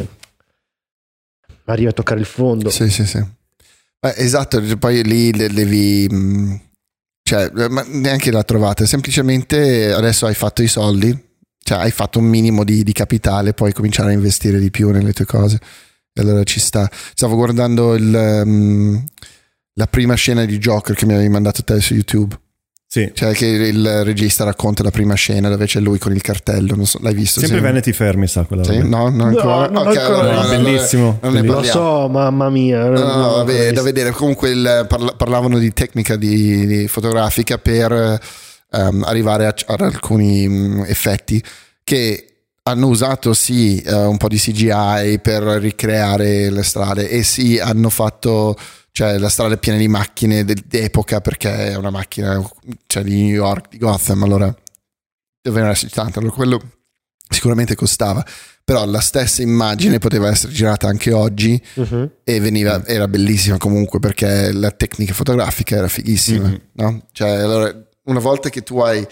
arrivi a toccare il fondo. Sì, sì, sì. Beh, esatto, poi lì devi, cioè, ma neanche la trovate, semplicemente adesso hai fatto i soldi, cioè hai fatto un minimo di, di capitale, puoi cominciare a investire di più nelle tue cose e allora ci sta. Stavo guardando il, um, la prima scena di Joker che mi avevi mandato te su YouTube. Sì. Cioè che il regista racconta la prima scena dove c'è lui con il cartello, non so, l'hai visto? Sempre sì? Vanity Fair mi sa quella sì? No, non ancora. No, non okay, ancora. Allora, no, bellissimo. Non ne lo so, mamma mia. No, no, vabbè, da vedere. Comunque il, parla, parlavano di tecnica di, di fotografica per um, arrivare a, a alcuni um, effetti che hanno usato sì uh, un po' di C G I per ricreare le strade e sì hanno fatto, cioè la strada è piena di macchine d'epoca perché è una macchina, cioè, di New York, di Gotham, allora doveva esserci tanto, allora quello sicuramente costava, però la stessa immagine poteva essere girata anche oggi uh-huh. e veniva, era bellissima comunque perché la tecnica fotografica era fighissima, uh-huh. no? Cioè allora una volta che tu hai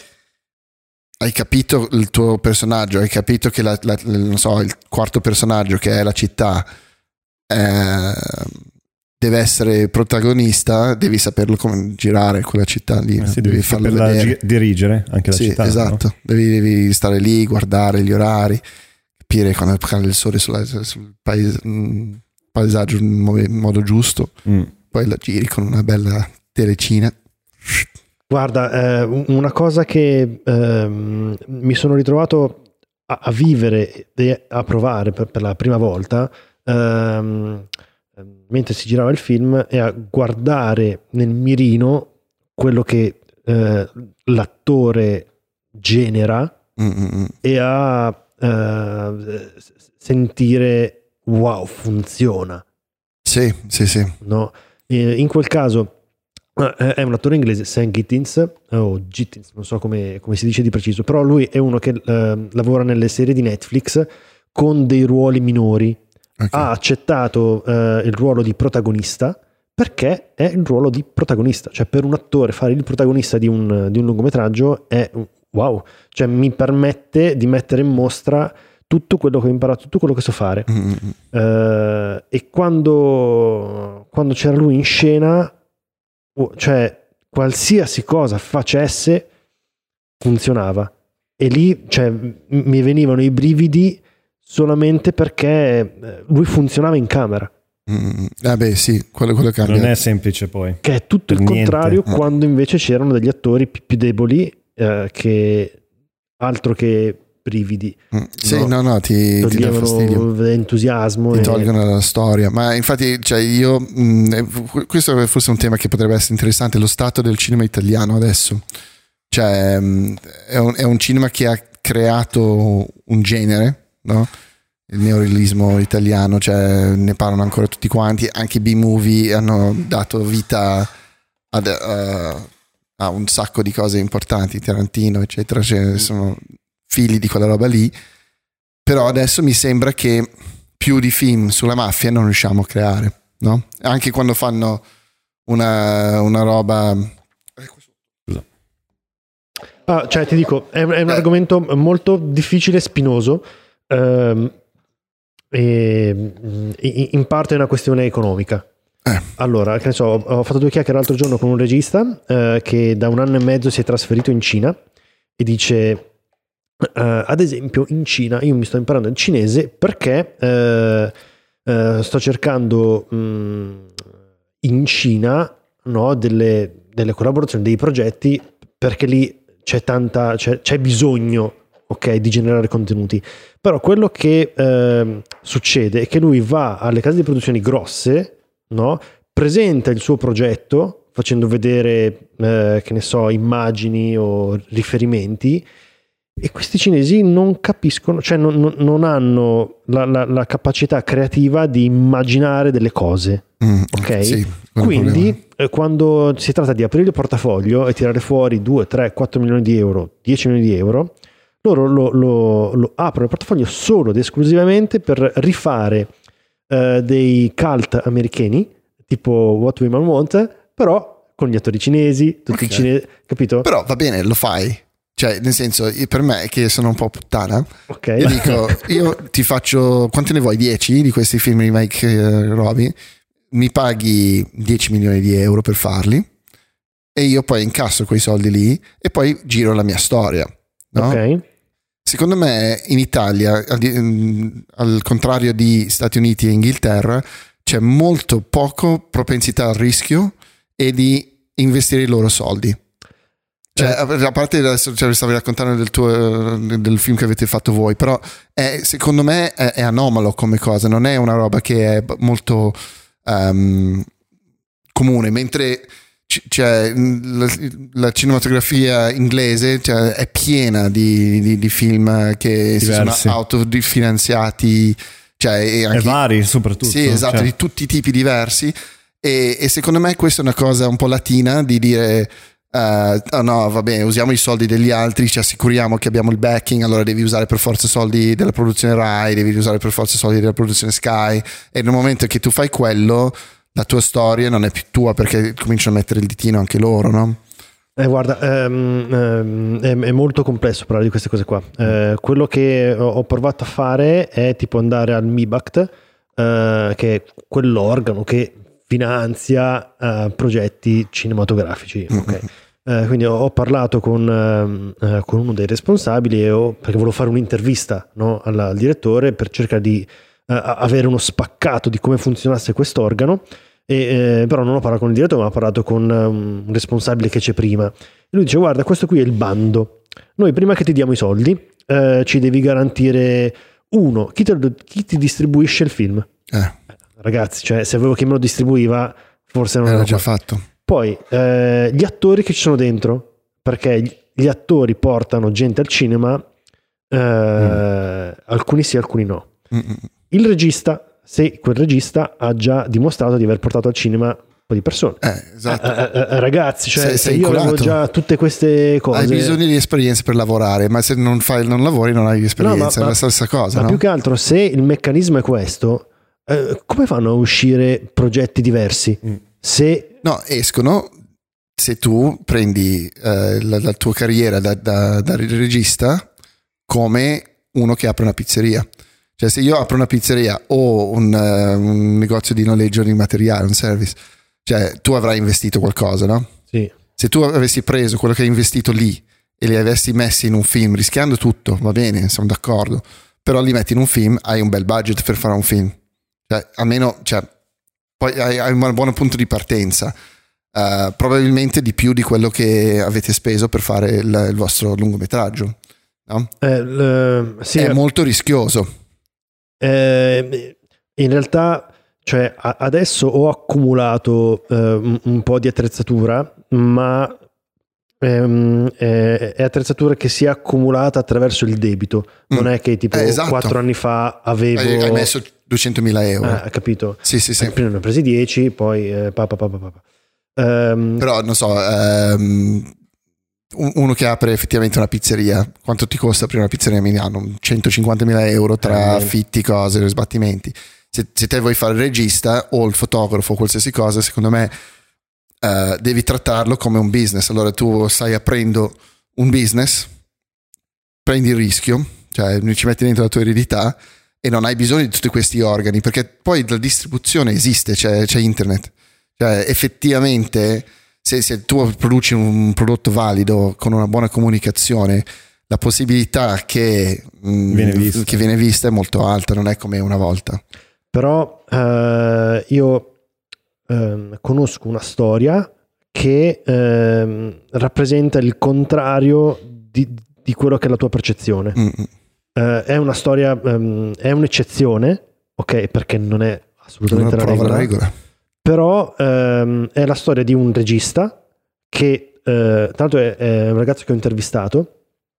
hai capito il tuo personaggio, hai capito che la, la, non so, il quarto personaggio che è la città eh, deve essere protagonista, devi saperlo come girare quella città lì, eh sì, devi, devi farlo vedere, gi- dirigere anche la sì, città, esatto, no? devi, devi stare lì, guardare gli orari, capire quando cade il sole sulla, sul paes- paesaggio in modo giusto, mm. poi la giri con una bella telecina. Guarda, eh, una cosa che eh, mi sono ritrovato a, a vivere e a provare per, per la prima volta ehm, mentre si girava il film è a guardare nel mirino quello che eh, l'attore genera Mm-mm. e a eh, sentire wow, funziona. Sì, sì, sì. No? E in quel caso è un attore inglese, Sam Gittins o Gittins, non so come, come si dice di preciso, però lui è uno che eh, lavora nelle serie di Netflix con dei ruoli minori. Okay. Ha accettato eh, il ruolo di protagonista perché è il ruolo di protagonista, cioè per un attore fare il protagonista di un, di un lungometraggio è wow, cioè mi permette di mettere in mostra tutto quello che ho imparato, tutto quello che so fare. Mm-hmm. Uh, e quando, quando c'era lui in scena, cioè qualsiasi cosa facesse funzionava, e lì cioè, mi venivano i brividi solamente perché lui funzionava in camera. Mm, eh beh sì, quello, quello cambia. Non è semplice poi. Che è tutto per il niente. contrario no. Quando invece c'erano degli attori più, più deboli eh, che altro che brividi. Mm, sì, no, no, no ti, ti dà fastidio. Entusiasmo. Ti e... tolgono la storia. Ma infatti, cioè io, mh, questo è forse un tema che potrebbe essere interessante, lo stato del cinema italiano adesso. Cioè, mh, è, un, è un cinema che ha creato un genere, no? Il neorealismo italiano, cioè ne parlano ancora tutti quanti, anche i B-movie hanno dato vita ad, uh, a un sacco di cose importanti, Tarantino eccetera, cioè, sono figli di quella roba lì, però adesso mi sembra che più di film sulla mafia non riusciamo a creare, no? Anche quando fanno una, una roba Ah, cioè ti dico, è, è un eh. argomento molto difficile e spinoso, ehm, e in parte è una questione economica. Eh. Allora, che ne so, ho fatto due chiacchiere l'altro giorno con un regista eh, che da un anno e mezzo si è trasferito in Cina e dice, eh, ad esempio in Cina io mi sto imparando il cinese perché eh, eh, sto cercando mh, in Cina, no, delle, delle collaborazioni, dei progetti, perché lì c'è tanta, c'è, c'è bisogno, ok, di generare contenuti. Però quello che eh, succede è che lui va alle case di produzioni grosse, no? Presenta il suo progetto facendo vedere eh, che ne so, immagini o riferimenti, e questi cinesi non capiscono, cioè non, non, non hanno la, la, la capacità creativa di immaginare delle cose, mm, ok? Sì, quindi eh, quando si tratta di aprire il portafoglio e tirare fuori due, tre, quattro milioni di euro, dieci milioni di euro, loro lo, lo, lo aprono il portafoglio solo ed esclusivamente per rifare Uh, dei cult americani tipo What Women Want, però con gli attori cinesi, tutti okay. cinesi, capito? Però va bene, lo fai, cioè nel senso, per me che sono un po' puttana, okay. io dico, io ti faccio, quanti ne vuoi? dieci di questi film di Mike uh, Robbie, mi paghi dieci milioni di euro per farli e io poi incasso quei soldi lì e poi giro la mia storia, no? Ok. Secondo me in Italia, al contrario di Stati Uniti e Inghilterra, c'è molto poco propensità al rischio e di investire i loro soldi. Cioè, eh. a parte adesso cioè, stavi raccontando del tuo del film che avete fatto voi, però è, secondo me è, è anomalo come cosa, non è una roba che è molto um, comune, mentre cioè, la, la cinematografia inglese cioè, è piena di, di, di film che Diversi. si sono autofinanziati, cioè, e, anche, e vari soprattutto. Sì, esatto, cioè. di tutti i tipi diversi, e, e secondo me questa è una cosa un po' latina di dire uh, oh no, va bene, usiamo i soldi degli altri, ci assicuriamo che abbiamo il backing, allora devi usare per forza soldi della produzione Rai, devi usare per forza soldi della produzione Sky, e nel momento che tu fai quello la tua storia non è più tua perché cominciano a mettere il ditino anche loro, no? Eh, guarda, ehm, ehm, è, è molto complesso parlare di queste cose qua. Eh, quello che ho provato a fare è tipo andare al MIBACT, eh, che è quell'organo che finanzia eh, progetti cinematografici. Okay? Mm-hmm. Eh, quindi ho, ho parlato con, eh, con uno dei responsabili e ho, perché volevo fare un'intervista, no, al, al direttore per cercare di eh, avere uno spaccato di come funzionasse quest'organo. E, eh, però non ho parlato con il direttore, ma ho parlato con um, un responsabile che c'è prima, e lui dice: guarda, questo qui è il bando, noi prima che ti diamo i soldi eh, ci devi garantire uno, chi, te, chi ti distribuisce il film, eh. ragazzi, cioè se avevo chi me lo distribuiva forse non era già qua. fatto poi eh, gli attori che ci sono dentro, perché gli, gli attori portano gente al cinema, eh, mm. alcuni sì, alcuni no. Mm-mm. Il regista, se quel regista ha già dimostrato di aver portato al cinema un po' di persone, eh, esatto. eh, eh, ragazzi, cioè sei, sei io curato. avevo già tutte queste cose, hai bisogno di esperienza per lavorare, ma se non fai, non lavori non hai esperienza, no, ma, è la stessa cosa, ma no? Più che altro, se il meccanismo è questo, eh, come fanno a uscire progetti diversi? Mm. Se no, escono se tu prendi eh, la, la tua carriera da, da, da regista come uno che apre una pizzeria. Cioè, se io apro una pizzeria o un, uh, un negozio di noleggio di materiale, un service, cioè tu avrai investito qualcosa, no? Sì. Se tu avessi preso quello che hai investito lì e li avessi messi in un film, rischiando tutto, va bene, sono d'accordo, però li metti in un film, hai un bel budget per fare un film, cioè almeno, cioè, poi hai, hai un buon punto di partenza, uh, probabilmente di più di quello che avete speso per fare il, il vostro lungometraggio, no? Eh, l- sì, è molto rischioso. Eh, in realtà, cioè, adesso ho accumulato eh, un po' di attrezzatura, ma ehm, è, è attrezzatura che si è accumulata attraverso il debito. Non mm. è che tipo eh, esatto. quattro anni fa avevo hai, hai messo duecentomila euro, ah, capito? Sì, sì, sì. Prima ne ho presi dieci, poi eh, pa, pa, pa, pa, pa. Um, però non so, um, uno che apre effettivamente una pizzeria, quanto ti costa aprire una pizzeria a Milano? centocinquantamila euro tra affitti, cose, sbattimenti. Se, se te vuoi fare il regista o il fotografo o qualsiasi cosa, secondo me uh, devi trattarlo come un business. Allora tu stai aprendo un business, prendi il rischio, cioè ci metti dentro la tua eredità e non hai bisogno di tutti questi organi, perché poi la distribuzione esiste, c'è, c'è internet, cioè effettivamente se, se tu produci un prodotto valido con una buona comunicazione, la possibilità che viene vista, che viene vista è molto alta, non è come una volta. Però eh, io eh, conosco una storia che eh, rappresenta il contrario di, di quello che è la tua percezione. Mm. Uh, è una storia, um, è un'eccezione, ok, perché non è assolutamente non la regola, la regola. Però um, è la storia di un regista che, uh, tra l'altro è, è un ragazzo che ho intervistato,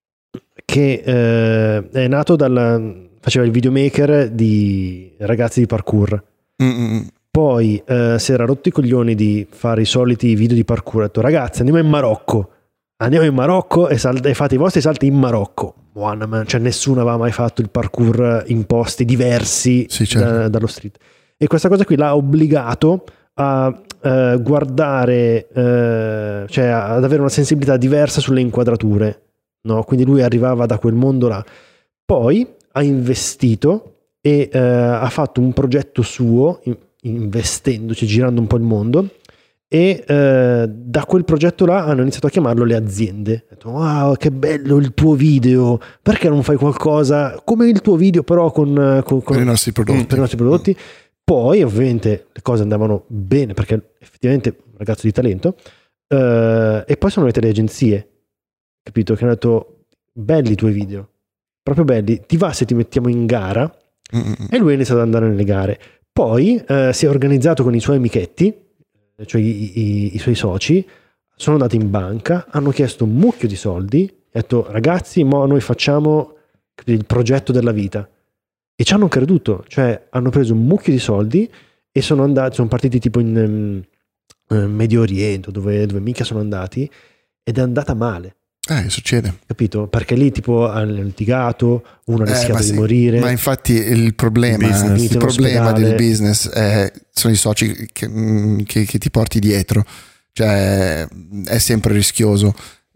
che uh, è nato dal, faceva il videomaker di ragazzi di parkour. Mm-mm. Poi uh, si era rotto i coglioni di fare i soliti video di parkour, ha detto ragazzi andiamo in Marocco, andiamo in Marocco e, sal- e fate i vostri salti in Marocco. One man, cioè nessuno aveva mai fatto il parkour in posti diversi sì, certo. da, dallo street, e questa cosa qui l'ha obbligato a uh, guardare uh, cioè ad avere una sensibilità diversa sulle inquadrature, no? Quindi lui arrivava da quel mondo là, poi ha investito e uh, ha fatto un progetto suo in, investendoci, girando un po' il mondo. E eh, da quel progetto là hanno iniziato a chiamarlo le aziende. Ho detto, wow, che bello il tuo video, perché non fai qualcosa come il tuo video però con, con, con per i nostri prodotti, per i nostri prodotti? Mm. Poi ovviamente le cose andavano bene perché effettivamente un ragazzo di talento, eh, e poi sono venute le agenzie, capito, che hanno detto belli i tuoi video, proprio belli, ti va se ti mettiamo in gara? Mm-hmm. E lui è iniziato ad andare nelle gare. Poi eh, si è organizzato con i suoi amichetti, cioè i, i, i suoi soci, sono andati in banca, hanno chiesto un mucchio di soldi e hanno detto ragazzi mo noi facciamo il progetto della vita, e ci hanno creduto, cioè hanno preso un mucchio di soldi e sono andati, sono partiti tipo in um, Medio Oriente dove, dove mica sono andati, ed è andata male. Eh, succede. Capito? Perché lì tipo hanno litigato, uno ha rischiato eh, di sì. morire. Ma infatti il problema, il il problema del business è, sono i soci che, che, che ti porti dietro. Cioè è sempre rischioso.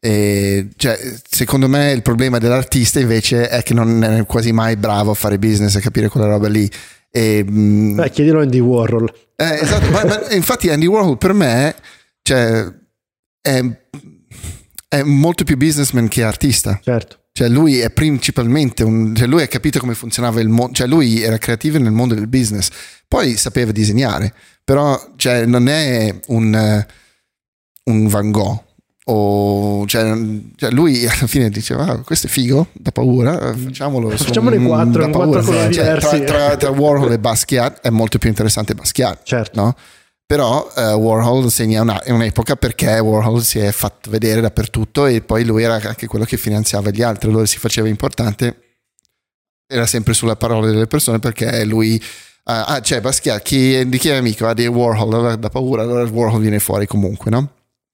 E, cioè, secondo me il problema dell'artista invece è che non è quasi mai bravo a fare business, a capire quella roba lì. E, Beh, chiedilo a Andy Warhol. Eh, esatto, ma, ma infatti Andy Warhol per me cioè, è... è molto più businessman che artista. Certo. Cioè lui è principalmente un, cioè lui ha capito come funzionava il mondo, cioè lui era creativo nel mondo del business, poi sapeva disegnare, però cioè non è un, un Van Gogh o cioè, cioè lui alla fine diceva ah, questo è figo, da paura, facciamolo, facciamone un, quattro, in quattro colori cioè, diversi. Tra, tra, tra Warhol e Basquiat è molto più interessante Basquiat, certo, no? Però uh, Warhol segna una, un'epoca perché Warhol si è fatto vedere dappertutto e poi lui era anche quello che finanziava gli altri, allora si faceva importante, era sempre sulla parola delle persone perché lui uh, ah c'è Basquiat, chi, di chi è amico? Ah, di Warhol, allora da paura, allora Warhol viene fuori comunque, no?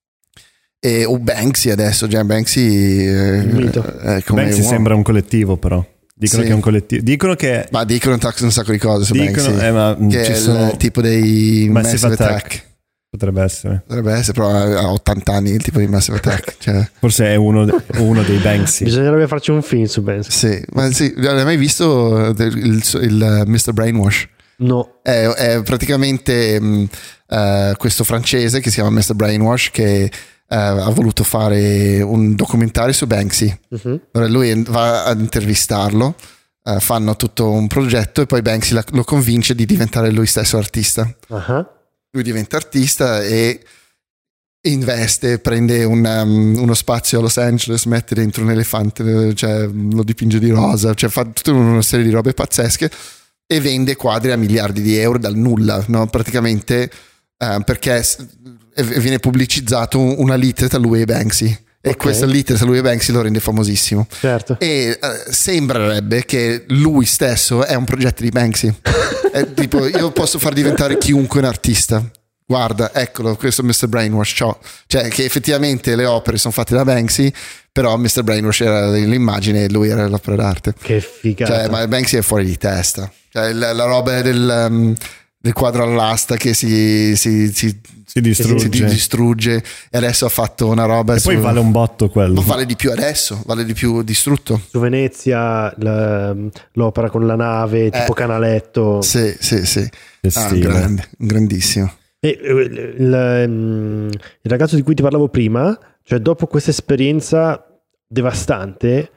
E, o Banksy adesso, già Banksy eh, è come Banksy Warhol. Sembra un collettivo però. Dicono sì. che è un collettivo. Dicono che. Ma dicono un sacco di cose su dicono, Banksy. Eh, ma che ci è sono... il tipo dei Massive, Massive Attack. Attack. Potrebbe essere. Potrebbe essere, però ha ottanta anni il tipo di Massive Attack. Cioè. Forse è uno, uno dei Banksy. Bisognerebbe farci un film su Banksy. Sì, ma sì, hai mai visto il, il, il mister Brainwash? No. È, è praticamente um, uh, questo francese che si chiama mister Brainwash che Uh, ha voluto fare un documentario su Banksy. Uh-huh. Allora lui va ad intervistarlo, uh, fanno tutto un progetto e poi Banksy la, lo convince di diventare lui stesso artista. Uh-huh. Lui diventa artista e investe, prende un, um, uno spazio a Los Angeles, mette dentro un elefante, cioè lo dipinge di rosa, cioè fa tutta una serie di robe pazzesche e vende quadri a miliardi di euro dal nulla, no? Praticamente uh, perché viene pubblicizzato una lite tra lui e Banksy e okay. questa lite tra lui e Banksy lo rende famosissimo, certo. E uh, sembrerebbe che lui stesso è un progetto di Banksy. È tipo io posso far diventare chiunque un artista, guarda eccolo questo mister Brainwash, ciao. Cioè che effettivamente le opere sono fatte da Banksy, però mister Brainwash era l'immagine e lui era l'opera d'arte. Che figata, cioè, ma Banksy è fuori di testa, cioè la, la roba del um, del quadro all'asta che si, si, si, si, distrugge. si distrugge e adesso ha fatto una roba e su, poi vale un botto quello, vale di più adesso, vale di più distrutto. Su Venezia la, l'opera con la nave tipo eh, canaletto, sì sì sì ah, grande, grandissimo. E il, il, il ragazzo di cui ti parlavo prima, cioè dopo questa esperienza devastante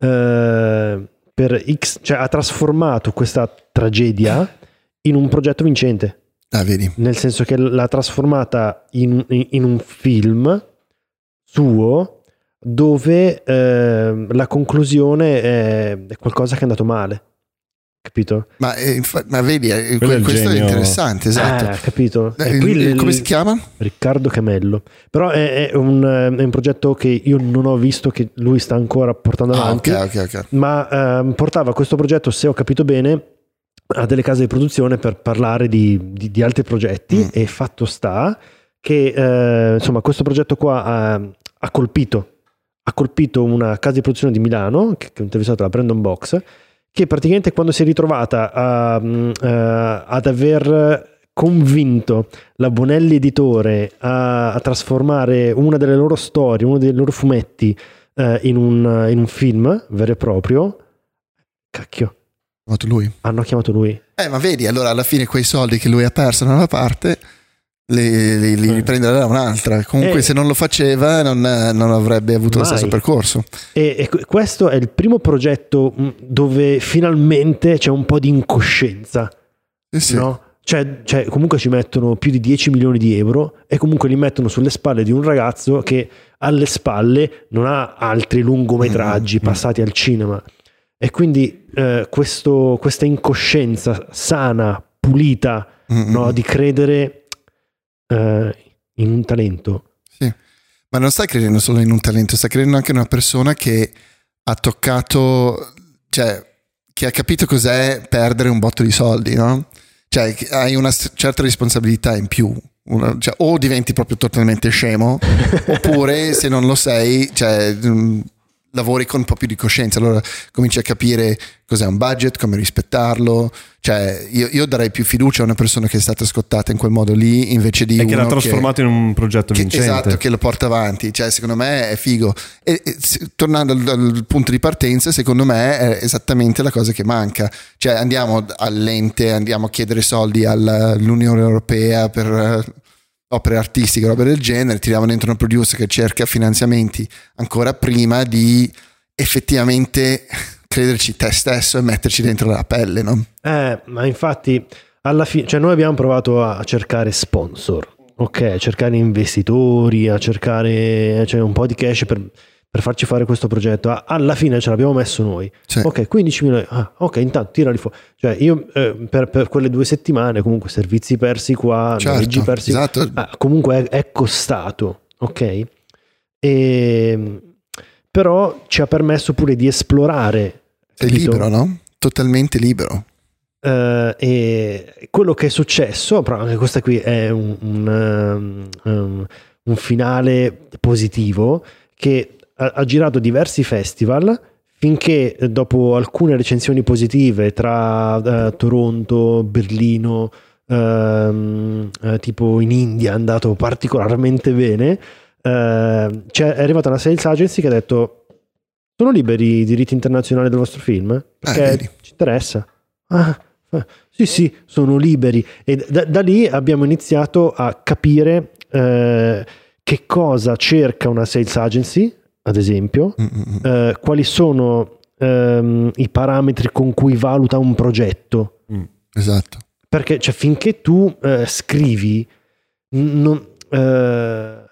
eh, per X, cioè ha trasformato questa tragedia in un progetto vincente. Ah, vedi. Nel senso che l'ha trasformata in, in, in un film suo dove eh, la conclusione è, è qualcosa che è andato male. Capito? Ma, eh, ma vedi, eh, questo è interessante, esatto. Ah, capito? Eh, il, il, come si chiama? Riccardo Camello. Però è, è, un, è un progetto che io non ho visto, che lui sta ancora portando avanti. Ah, okay, okay, okay. Ma eh, portava questo progetto, se ho capito bene, a delle case di produzione per parlare di, di, di altri progetti. Mm. E fatto sta che eh, insomma questo progetto qua ha, ha colpito ha colpito una casa di produzione di Milano, che, che ho intervistato, la Brandon Box, che praticamente quando si è ritrovata a, a, ad aver convinto la Bonelli Editore a, a trasformare una delle loro storie, uno dei loro fumetti eh, in, un, in un film vero e proprio, cacchio, chiamato lui. hanno chiamato lui. Eh, ma vedi, allora alla fine quei soldi che lui ha perso da una parte li, li, li riprenderà da un'altra. Comunque, eh, se non lo faceva, non, non avrebbe avuto mai lo stesso percorso. E, e questo è il primo progetto dove finalmente c'è un po' di incoscienza, eh sì. no? Cioè, cioè, comunque ci mettono più di dieci milioni di euro e comunque li mettono sulle spalle di un ragazzo che alle spalle non ha altri lungometraggi mm-hmm. passati al cinema. E quindi eh, questo, questa incoscienza sana, pulita, mm-hmm. no, di credere Uh, in un talento. Sì, ma non stai credendo solo in un talento, stai credendo anche in una persona che ha toccato, cioè che ha capito cos'è perdere un botto di soldi, no? Cioè hai una certa responsabilità in più, una, cioè, o diventi proprio totalmente scemo oppure se non lo sei, cioè lavori con un po' più di coscienza, allora cominci a capire cos'è un budget, come rispettarlo. Cioè io, io darei più fiducia a una persona che è stata scottata in quel modo lì invece di e uno che l'ha trasformato che, in un progetto che, vincente, esatto, che lo porta avanti. Cioè secondo me è figo e, e tornando al, al punto di partenza, secondo me è esattamente la cosa che manca. Cioè andiamo all'ente, andiamo a chiedere soldi all'Unione Europea per uh, opere artistiche, robe del genere, tiriamo dentro una producer che cerca finanziamenti ancora prima di effettivamente crederci te stesso e metterci dentro la pelle, no? Eh, ma infatti alla fine, cioè noi abbiamo provato a cercare sponsor, ok, a cercare investitori, a cercare cioè, un po' di cash per, per farci fare questo progetto. Alla fine ce l'abbiamo messo noi, sì. Ok, quindici milioni, ah, ok, intanto tirali fuori. Cioè io eh, per, per quelle due settimane comunque servizi persi qua, certo, noleggi persi, esatto. ah, comunque è, è costato, ok? E, però ci ha permesso pure di esplorare. Sei capito? Libero, no? Totalmente libero. Uh, e quello che è successo, però anche questa qui è un, un, um, un finale positivo, che ha, ha girato diversi festival finché dopo alcune recensioni positive tra uh, Toronto, Berlino, uh, uh, tipo in India è andato particolarmente bene, uh, c'è, è arrivata una sales agency che ha detto: sono liberi i diritti internazionali del vostro film? Perché eh, ci interessa. Ah, sì sì, sono liberi. E da, da lì abbiamo iniziato a capire eh, che cosa cerca una sales agency, ad esempio, eh, quali sono ehm, i parametri con cui valuta un progetto. Mm, esatto. Perché cioè, finché tu eh, scrivi non, eh,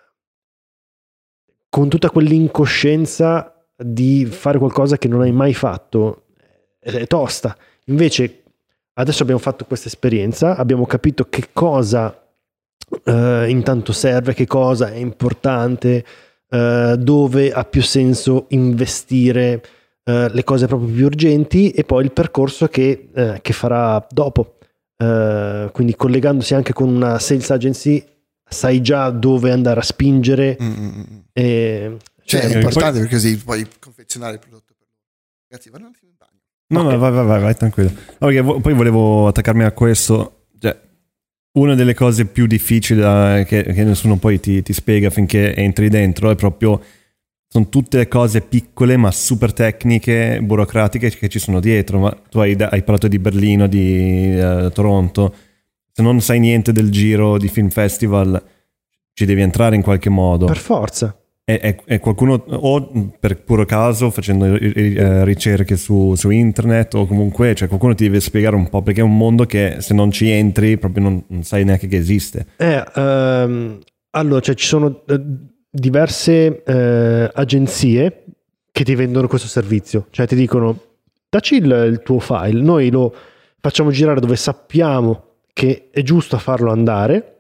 con tutta quell'incoscienza di fare qualcosa che non hai mai fatto, è tosta. Invece adesso abbiamo fatto questa esperienza, abbiamo capito che cosa eh, intanto serve, che cosa è importante, eh, dove ha più senso investire eh, le cose proprio più urgenti, e poi il percorso che, eh, che farà dopo. Eh, quindi collegandosi anche con una sales agency sai già dove andare a spingere. Mm-hmm. E, cioè, cioè è importante poi, perché così puoi confezionare il prodotto per loro. Ragazzi, vanno un bagno. No, okay. no, vai, vai, vai, vai, tranquillo. No, perché poi volevo attaccarmi a questo. Cioè, una delle cose più difficili da, che, che nessuno poi ti, ti spiega finché entri dentro è proprio, sono tutte le cose piccole ma super tecniche, burocratiche che ci sono dietro. Ma tu hai, hai parlato di Berlino, di uh, Toronto, se non sai niente del giro di film festival ci devi entrare in qualche modo. Per forza. E, e, e qualcuno, o per puro caso facendo eh, ricerche su, su internet, o comunque cioè qualcuno ti deve spiegare un po', perché è un mondo che se non ci entri proprio non, non sai neanche che esiste. Eh, um, allora cioè, ci sono uh, diverse uh, agenzie che ti vendono questo servizio, cioè ti dicono dacci il, il tuo file, noi lo facciamo girare dove sappiamo che è giusto farlo andare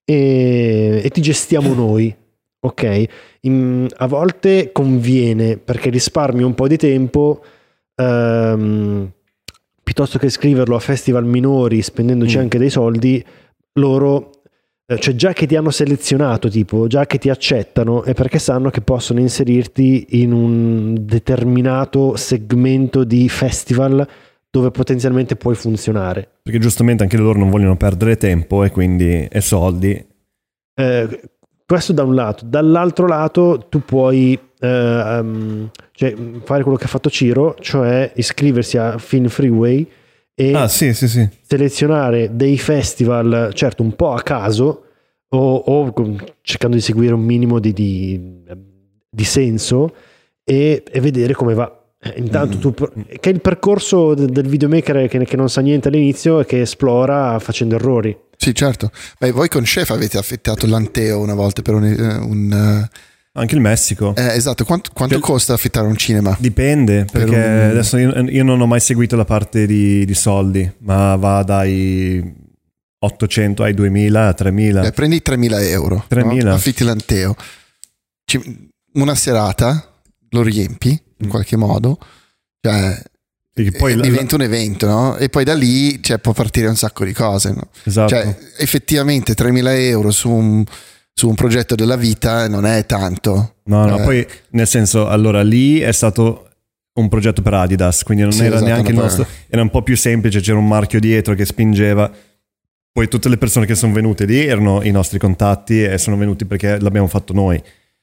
e, e ti gestiamo noi. Ok, in, a volte conviene perché risparmi un po' di tempo, ehm, piuttosto che scriverlo a festival minori spendendoci mm. anche dei soldi. Loro, eh, cioè già che ti hanno selezionato, tipo già che ti accettano, è perché sanno che possono inserirti in un determinato segmento di festival dove potenzialmente puoi funzionare. Perché giustamente anche loro non vogliono perdere tempo e quindi e soldi. Eh, Questo da un lato, dall'altro lato tu puoi eh, um, cioè, fare quello che ha fatto Ciro, cioè iscriversi a Film Freeway e ah, sì, sì, sì. selezionare dei festival, certo un po' a caso o, o cercando di seguire un minimo di, di, di senso e, e vedere come va. Intanto tu, che è il percorso del videomaker che, che non sa niente all'inizio e che esplora facendo errori. Sì, certo. Beh, voi con Chef avete affittato l'Anteo una volta per un... un anche il Messico. Eh, esatto. Quanto, quanto per... costa affittare un cinema? Dipende, perché per un... adesso io, io non ho mai seguito la parte di, di soldi, ma va dai ottocento ai duemila a tremila. Eh, prendi tremila euro. tremila. No? Affitti l'Anteo. Ci... Una serata lo riempi in qualche modo, cioè... Poi diventa la... un evento, no? E poi da lì cioè, può partire un sacco di cose, no? Esatto. Cioè, effettivamente tremila euro su un, su un progetto della vita non è tanto. No, no, eh. poi nel senso, allora lì è stato un progetto per Adidas, quindi non sì, era esatto, neanche il nostro, era un po' più semplice, c'era un marchio dietro che spingeva. Poi tutte le persone che sono venute lì erano i nostri contatti e sono venuti perché l'abbiamo fatto noi.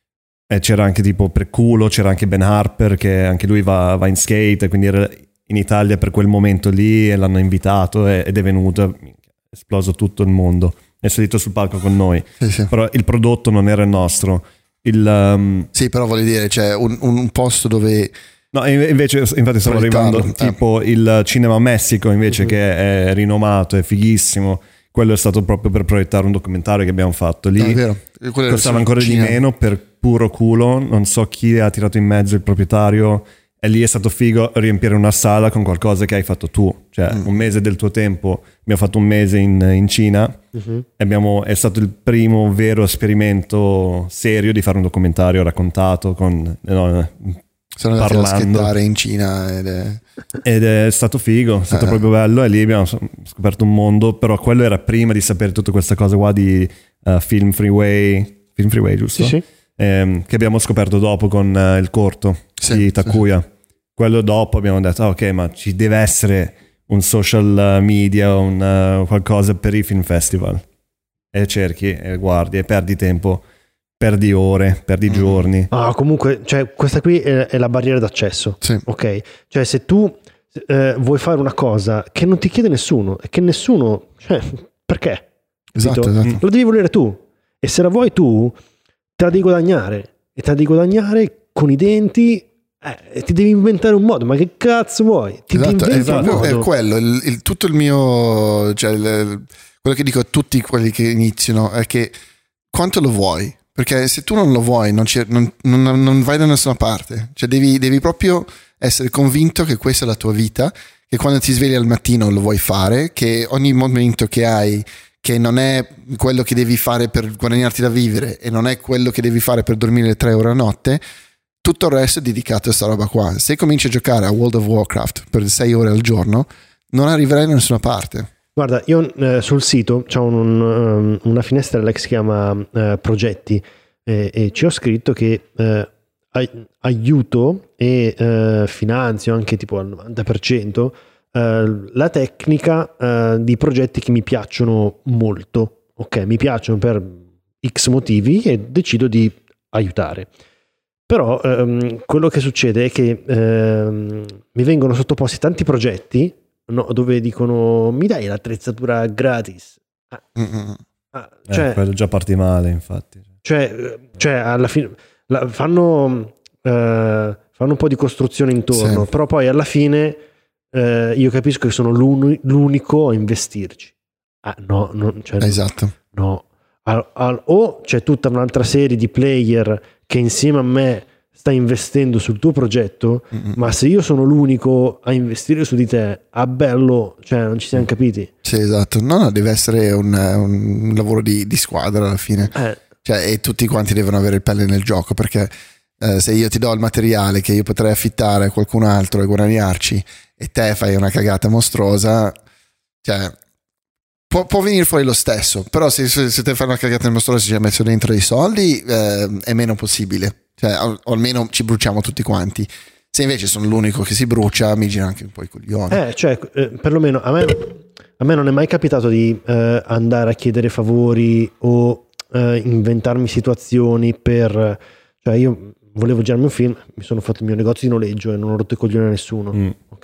E c'era anche tipo per culo, c'era anche Ben Harper che anche lui va, va in skate, quindi era in Italia per quel momento lì e l'hanno invitato ed è venuto, è esploso tutto il mondo, è salito sul palco con noi, sì, sì. Però il prodotto non era il nostro. Il, um... Sì, però voglio dire, c'è un, un posto dove... No, invece infatti stavo arrivando, eh. tipo il Cinema Messico invece, uh-huh. che è rinomato, è fighissimo, quello è stato proprio per proiettare un documentario che abbiamo fatto lì, è vero. Costava ancora di meno per puro culo, non so chi ha tirato in mezzo il proprietario. E lì è stato figo riempire una sala con qualcosa che hai fatto tu, cioè mm. un mese del tuo tempo. Abbiamo fatto un mese in, in Cina, mm-hmm. e abbiamo, è stato il primo vero esperimento serio di fare un documentario raccontato con no, sono parlando. Andati a schettare in Cina ed è... ed è stato figo, è stato eh. proprio bello, e lì abbiamo scoperto un mondo. Però quello era prima di sapere tutta questa cosa qua di uh, Film Freeway, Film Freeway giusto? Sì, sì. Eh, che abbiamo scoperto dopo con uh, il corto sì, di Takuya. Sì. Quello dopo abbiamo detto, ah, ok, ma ci deve essere un social media, un, uh, qualcosa per i film festival. E cerchi, e guardi, e perdi tempo, perdi ore, perdi mm. giorni. Ah, comunque, cioè, questa qui è, è la barriera d'accesso. Sì. Ok? Cioè, se tu eh, vuoi fare una cosa che non ti chiede nessuno, e che nessuno... Cioè, perché? Esatto, esatto. Lo devi volere tu. E se la vuoi tu... te la devi guadagnare e te la devi guadagnare con i denti eh, e ti devi inventare un modo. Ma che cazzo vuoi? Ti esatto, inventi è, un modo. È quello il, il, tutto il mio cioè il, quello che dico a tutti quelli che iniziano è che quanto lo vuoi, perché se tu non lo vuoi non, non, non, non vai da nessuna parte, cioè devi, devi proprio essere convinto che questa è la tua vita, che quando ti svegli al mattino lo vuoi fare, che ogni momento che hai, che non è quello che devi fare per guadagnarti da vivere e non è quello che devi fare per dormire tre ore a notte, tutto il resto è dedicato a sta roba qua. Se cominci a giocare a World of Warcraft per sei ore al giorno non arriverai da nessuna parte. Guarda, io eh, sul sito c'ho un, um, una finestra che si chiama uh, progetti eh, e ci ho scritto che uh, ai- aiuto e uh, finanzio anche tipo al novanta per cento uh, la tecnica uh, di progetti che mi piacciono molto, ok, mi piacciono per X motivi e decido di aiutare. Però um, quello che succede è che um, mi vengono sottoposti tanti progetti, no, dove dicono mi dai l'attrezzatura gratis. Ah, ah, cioè, eh, quello già parti male, infatti. Cioè, cioè alla fine la, fanno, uh, fanno un po' di costruzione intorno, sì. Però poi alla fine uh, io capisco che sono l'uni, l'unico a investirci. Ah, no, no, cioè, esatto. No. Al, al, o c'è tutta un'altra serie di player che insieme a me sta investendo sul tuo progetto, mm-hmm. ma se io sono l'unico a investire su di te, a bello, cioè non ci siamo capiti. Sì, esatto. No, no, deve essere un, un lavoro di, di squadra alla fine. Eh. Cioè, e tutti quanti devono avere il pelle nel gioco, perché eh, se io ti do il materiale che io potrei affittare a qualcun altro e guadagnarci e te fai una cagata mostruosa, cioè può, può venire fuori lo stesso, però se, se te fai una cagata mostruosa e ci hai messo dentro dei soldi eh, è meno possibile, cioè, o, o almeno ci bruciamo tutti quanti. Se invece sono l'unico che si brucia, mi gira anche un po' i coglioni. Eh, cioè, eh, perlomeno a me, a me non è mai capitato di eh, andare a chiedere favori o Uh, inventarmi situazioni per, cioè io volevo girarmi un film, mi sono fatto il mio negozio di noleggio e non ho rotto i coglioni a nessuno, mm. ok,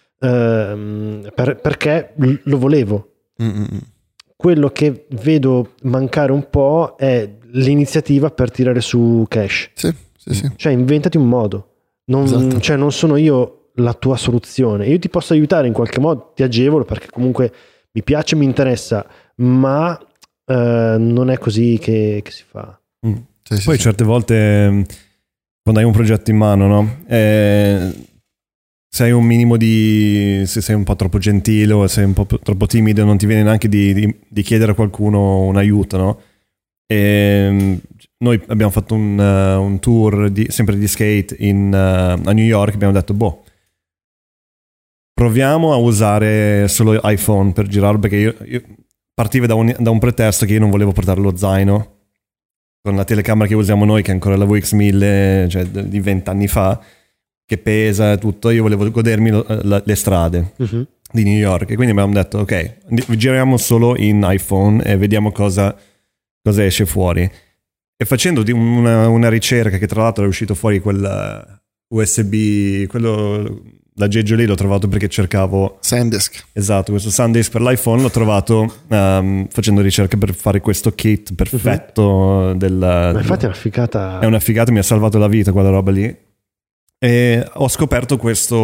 uh, per, perché lo volevo. Mm-mm. Quello che vedo mancare un po' è l'iniziativa per tirare su cash. Sì, sì, sì. Cioè inventati un modo, non, esatto. Cioè non sono io la tua soluzione, io ti posso aiutare in qualche modo, ti agevolo perché comunque mi piace, mi interessa, ma Uh, non è così che, che si fa. Mm. Sì, sì, poi sì. Certe volte quando hai un progetto in mano, no? Eh, se hai un minimo di, se sei un po' troppo gentile o sei un po' troppo timido, non ti viene neanche di, di, di chiedere a qualcuno un aiuto, no? E noi abbiamo fatto un, uh, un tour di, sempre di skate in, uh, a New York. Abbiamo detto boh, proviamo a usare solo iPhone per girare, perché io, io partiva da un, da un pretesto che io non volevo portare lo zaino con la telecamera che usiamo noi, che è ancora la V X mille, cioè di vent'anni fa, che pesa e tutto. Io volevo godermi lo, la, le strade uh-huh. di New York, e quindi abbiamo detto ok, giriamo solo in iPhone e vediamo cosa, cosa esce fuori. E facendo di una, una ricerca, che tra l'altro è uscito fuori quel U S B, quello l'aggeggio lì l'ho trovato perché cercavo SanDisk. Esatto, questo SanDisk per l'iPhone l'ho trovato um, facendo ricerche per fare questo kit perfetto uh-huh. del, ma infatti è una figata, è una figata, mi ha salvato la vita quella roba lì. E ho scoperto questo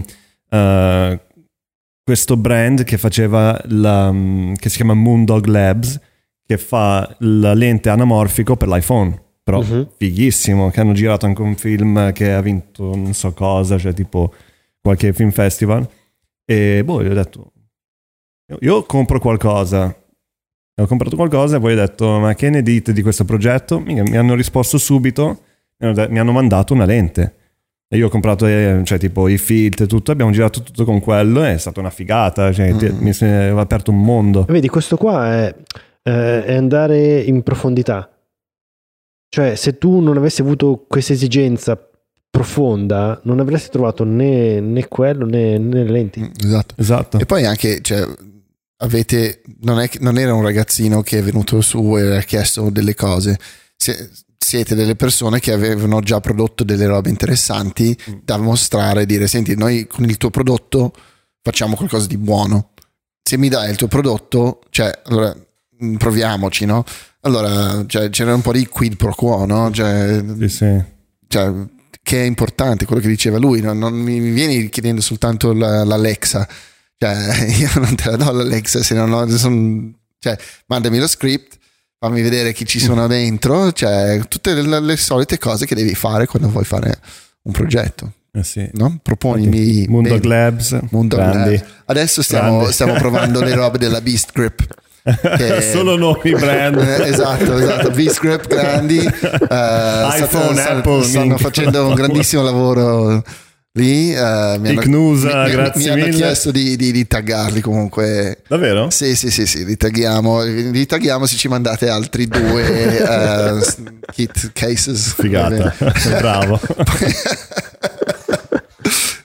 uh, questo brand che faceva la, che si chiama Moondog Labs, che fa la lente anamorfico per l'iPhone, però uh-huh. fighissimo, che hanno girato anche un film che ha vinto non so cosa, cioè tipo qualche film festival. E boh, io ho detto io, io compro qualcosa, ho comprato qualcosa e poi ho detto ma che ne dite di questo progetto? Mi, mi hanno risposto subito, mi hanno, mi hanno mandato una lente e io ho comprato eh, cioè tipo i filtri e tutto, abbiamo girato tutto con quello e è stata una figata, cioè, mm. ti, mi si è aperto un mondo. Vedi, questo qua è, eh, è andare in profondità, cioè se tu non avessi avuto questa esigenza profonda non avresti trovato né, né quello né, né le lenti. Esatto. Esatto. E poi anche, cioè, avete, non, è, non era un ragazzino che è venuto su e ha chiesto delle cose, Se, siete delle persone che avevano già prodotto delle robe interessanti mm. da mostrare e dire senti, noi con il tuo prodotto facciamo qualcosa di buono, se mi dai il tuo prodotto, cioè allora proviamoci, no? Allora cioè, c'era un po' di quid pro quo, no? Cioè, sì, sì. Cioè, che è importante quello che diceva lui, no? Non mi vieni chiedendo soltanto la, l'Alexa, cioè io non te la do l'Alexa se non ho, son, cioè mandami lo script, fammi vedere chi ci sono dentro, cioè tutte le, le solite cose che devi fare quando vuoi fare un progetto. Eh sì. No? Proponimi Moondog Labs, Moondog Labs. Adesso stiamo, stiamo provando le robe della Beast Grip. Che solo noi brand esatto esatto Beast Grip grandi, uh, iPhone, state, Apple, stanno minchia. facendo un grandissimo lavoro lì, uh, mi, hanno, Icnusa, mi, grazie mi mille. hanno chiesto di, di, di taggarli comunque. Davvero? Sì sì sì sì, li tagghiamo, li tagghiamo se ci mandate altri due uh, kit cases. Figata. Bravo.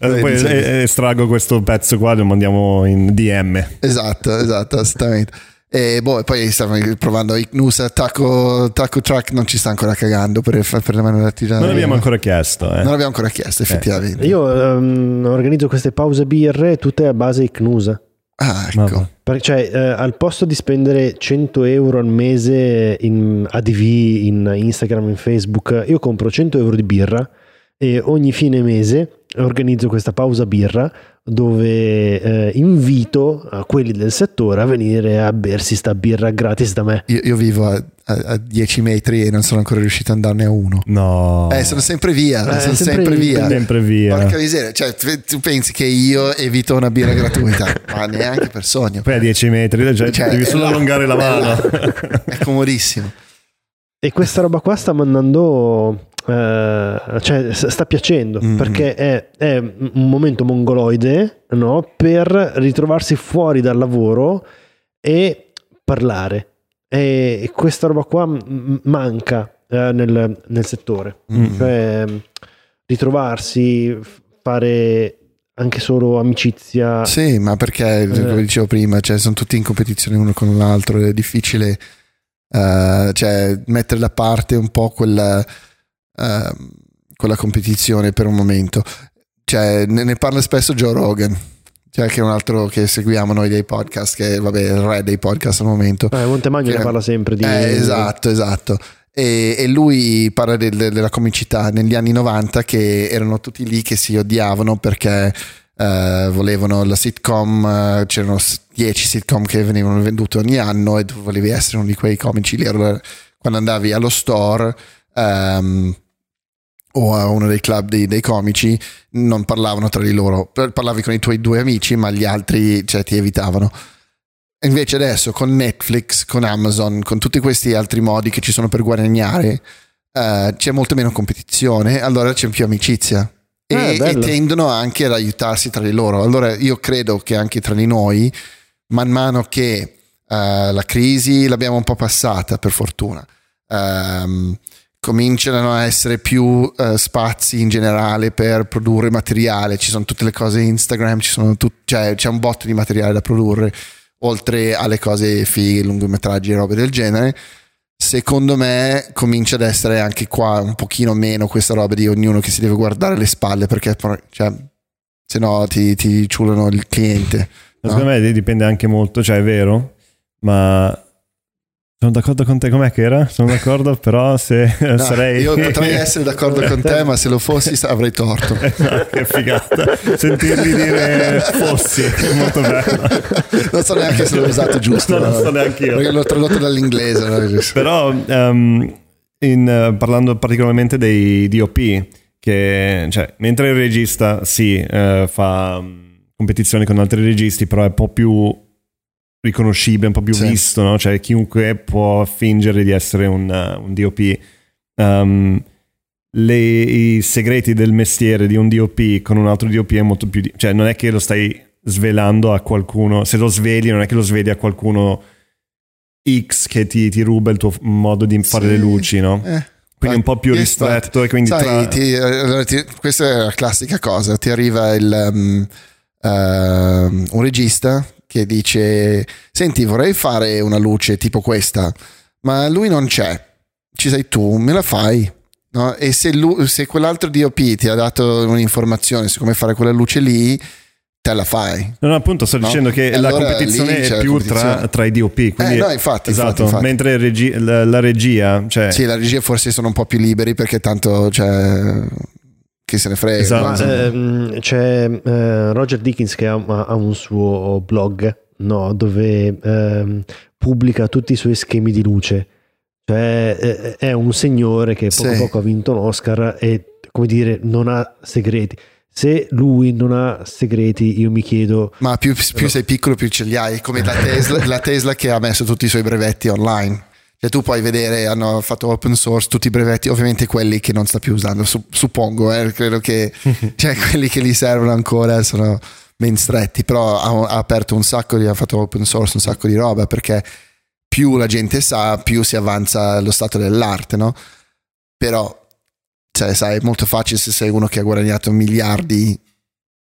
Poi estraggo questo pezzo qua e lo mandiamo in D M. Esatto, esatto, assolutamente. E boh, poi stiamo provando Icnusa, Taco, Taco Truck non ci sta ancora cagando per, per le mani artigianali. Non l'abbiamo ancora chiesto. Eh. Non l'abbiamo ancora chiesto, effettivamente. Eh. Io um, organizzo queste pause birre tutte a base Icnusa. Ah, ecco. Perché, cioè, eh, al posto di spendere cento euro al mese in A D V, in Instagram, in Facebook, io compro cento euro di birra e ogni fine mese organizzo questa pausa birra dove eh, invito a quelli del settore a venire a bersi sta birra gratis da me. Io, io vivo a, a, a dieci metri e non sono ancora riuscito ad andarne a uno. No. Eh, sono sempre via, eh, sono sempre, sempre via. Sempre via. Porca miseria, cioè tu pensi che io evito una birra gratuita, ma neanche per sogno. Poi a dieci metri, cioè, cioè devi solo là, allungare la mano. È, è comodissimo. E questa roba qua sta mandando... Uh, cioè sta piacendo mm-hmm. perché è, è un momento mongoloide, no? Per ritrovarsi fuori dal lavoro e parlare, e questa roba qua m- manca uh, nel, nel settore, mm-hmm. cioè ritrovarsi, fare anche solo amicizia. Sì, ma perché come dicevo prima, cioè sono tutti in competizione uno con l'altro, è difficile uh, cioè mettere da parte un po' quella Uh, quella competizione per un momento. Cioè ne, ne parla spesso Joe Rogan, cioè che è un altro che seguiamo noi dei podcast, che è vabbè il re dei podcast al momento. eh, Montemagno che, ne parla sempre di eh, esatto esatto e, e lui parla del, della comicità negli anni novanta, che erano tutti lì che si odiavano perché uh, volevano la sitcom, uh, c'erano dieci sitcom che venivano vendute ogni anno e tu volevi essere uno di quei comici lì. Allora, quando andavi allo store um, o a uno dei club dei, dei comici, non parlavano tra di loro, parlavi con i tuoi due amici ma gli altri, cioè, ti evitavano. E invece adesso con Netflix, con Amazon, con tutti questi altri modi che ci sono per guadagnare, uh, c'è molto meno competizione, allora c'è più amicizia e, eh, e tendono anche ad aiutarsi tra di loro. Allora io credo che anche tra di noi, man mano che uh, la crisi l'abbiamo un po' passata, per fortuna, um, cominciano a essere più uh, spazi in generale per produrre materiale, ci sono tutte le cose Instagram, ci sono tut- cioè, c'è un botto di materiale da produrre, oltre alle cose fighe, lungometraggi e robe del genere. Secondo me comincia ad essere anche qua un pochino meno questa roba di ognuno che si deve guardare le spalle, perché cioè, se no ti, ti ciulano il cliente, no? Secondo me dipende anche molto, cioè è vero, ma sono d'accordo con te. Com'è che era? Sono d'accordo, però se no, sarei... Io potrei essere d'accordo con te, ma se lo fossi avrei torto. No, che figata. Sentirmi dire fossi, è molto bello. Non so neanche se l'ho usato giusto. No, non so neanche io. Perché l'ho tradotto dall'inglese. No? Però um, in, parlando particolarmente dei D O P, che cioè, mentre il regista sì, uh, fa competizioni con altri registi, però è un po' più riconoscibile, un po' più sì. visto, no? Cioè chiunque può fingere di essere un, uh, un D O P. Um, le, i segreti del mestiere di un D O P con un altro D O P è molto più di- cioè non è che lo stai svelando a qualcuno, se lo sveli non è che lo sveli a qualcuno X che ti, ti ruba il tuo modo di fare sì. le luci, no? Eh. Quindi un po' più ristretto e quindi sai, tra... ti, allora, ti, questa è la classica cosa, ti arriva il um, uh, un regista che dice: senti, vorrei fare una luce tipo questa, ma lui non c'è, ci sei tu, me la fai, no? E se, lui, se quell'altro D O P ti ha dato un'informazione su come fare quella luce lì, te la fai. No, no, appunto sto no? dicendo che e la allora competizione è più competizione. Tra, tra i D O P, quindi eh, no, infatti, esatto, infatti, infatti. Mentre regi- la, la regia, cioè... sì, la regia forse sono un po' più liberi perché tanto cioè, chi se ne frega, esatto. Ma, ehm, c'è eh, Roger Dickens che ha, ha un suo blog, no, dove ehm, pubblica tutti i suoi schemi di luce, cioè eh, è un signore che poco a sì. poco ha vinto un Oscar e, come dire, non ha segreti. Se lui non ha segreti, io mi chiedo, ma più, più sei piccolo più ce li hai, come la Tesla, la Tesla che ha messo tutti i suoi brevetti online. Cioè tu puoi vedere, hanno fatto open source tutti i brevetti, ovviamente quelli che non sta più usando, suppongo, eh, credo che cioè quelli che gli servono ancora sono ben stretti, però ha, ha aperto un sacco di, ha fatto open source un sacco di roba, perché più la gente sa, più si avanza lo stato dell'arte, no? Però cioè sai, è molto facile se sei uno che ha guadagnato miliardi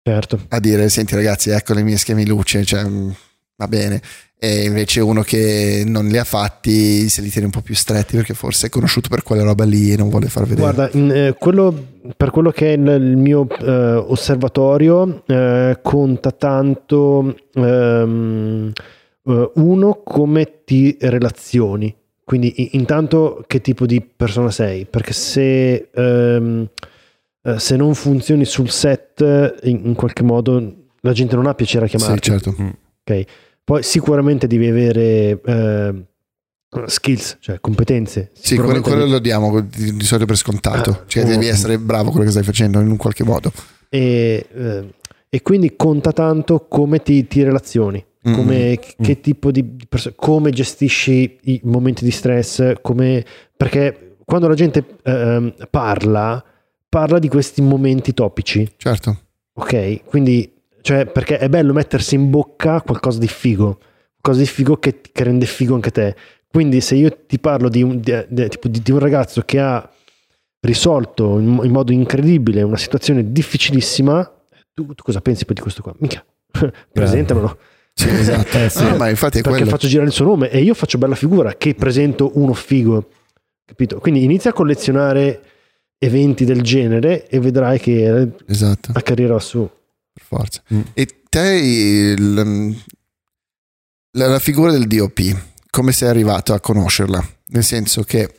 certo. a dire senti ragazzi, ecco le mie schemi luce, cioè, va bene. E invece uno che non li ha fatti se li tiene un po' più stretti perché forse è conosciuto per quella roba lì e non vuole far vedere. Guarda, in, eh, quello, per quello che è il, il mio eh, osservatorio, eh, conta tanto ehm, eh, uno come ti relazioni, quindi in, intanto che tipo di persona sei, perché se, ehm, eh, se non funzioni sul set in, in qualche modo la gente non ha piacere a chiamarti. Sì, certo. Ok. Poi sicuramente devi avere eh, skills, cioè competenze. Sì, quello, quello lo diamo di, di solito per scontato, ah, cioè oh, devi essere bravo quello che stai facendo in un qualche modo. E, eh, e quindi conta tanto come ti, ti relazioni, come, mm. che tipo di perso- come gestisci i momenti di stress, come, perché quando la gente eh, parla, parla di questi momenti topici. Certo. Ok, quindi... Cioè, perché è bello mettersi in bocca qualcosa di figo, qualcosa di figo che, che rende figo anche te. Quindi se io ti parlo di un, di, di, tipo di, di un ragazzo che ha risolto in, in modo incredibile una situazione difficilissima, tu, tu cosa pensi poi di questo qua? Minchia, presentamelo. Sì, esatto. Eh, sì. Ah, ma infatti è perché quello. Faccio girare il suo nome e io faccio bella figura che presento uno figo, capito? Quindi inizia a collezionare eventi del genere e vedrai che esatto. la carriera va su. Per forza. Mm. E te il, la, la figura del D O P, come sei arrivato a conoscerla? Nel senso che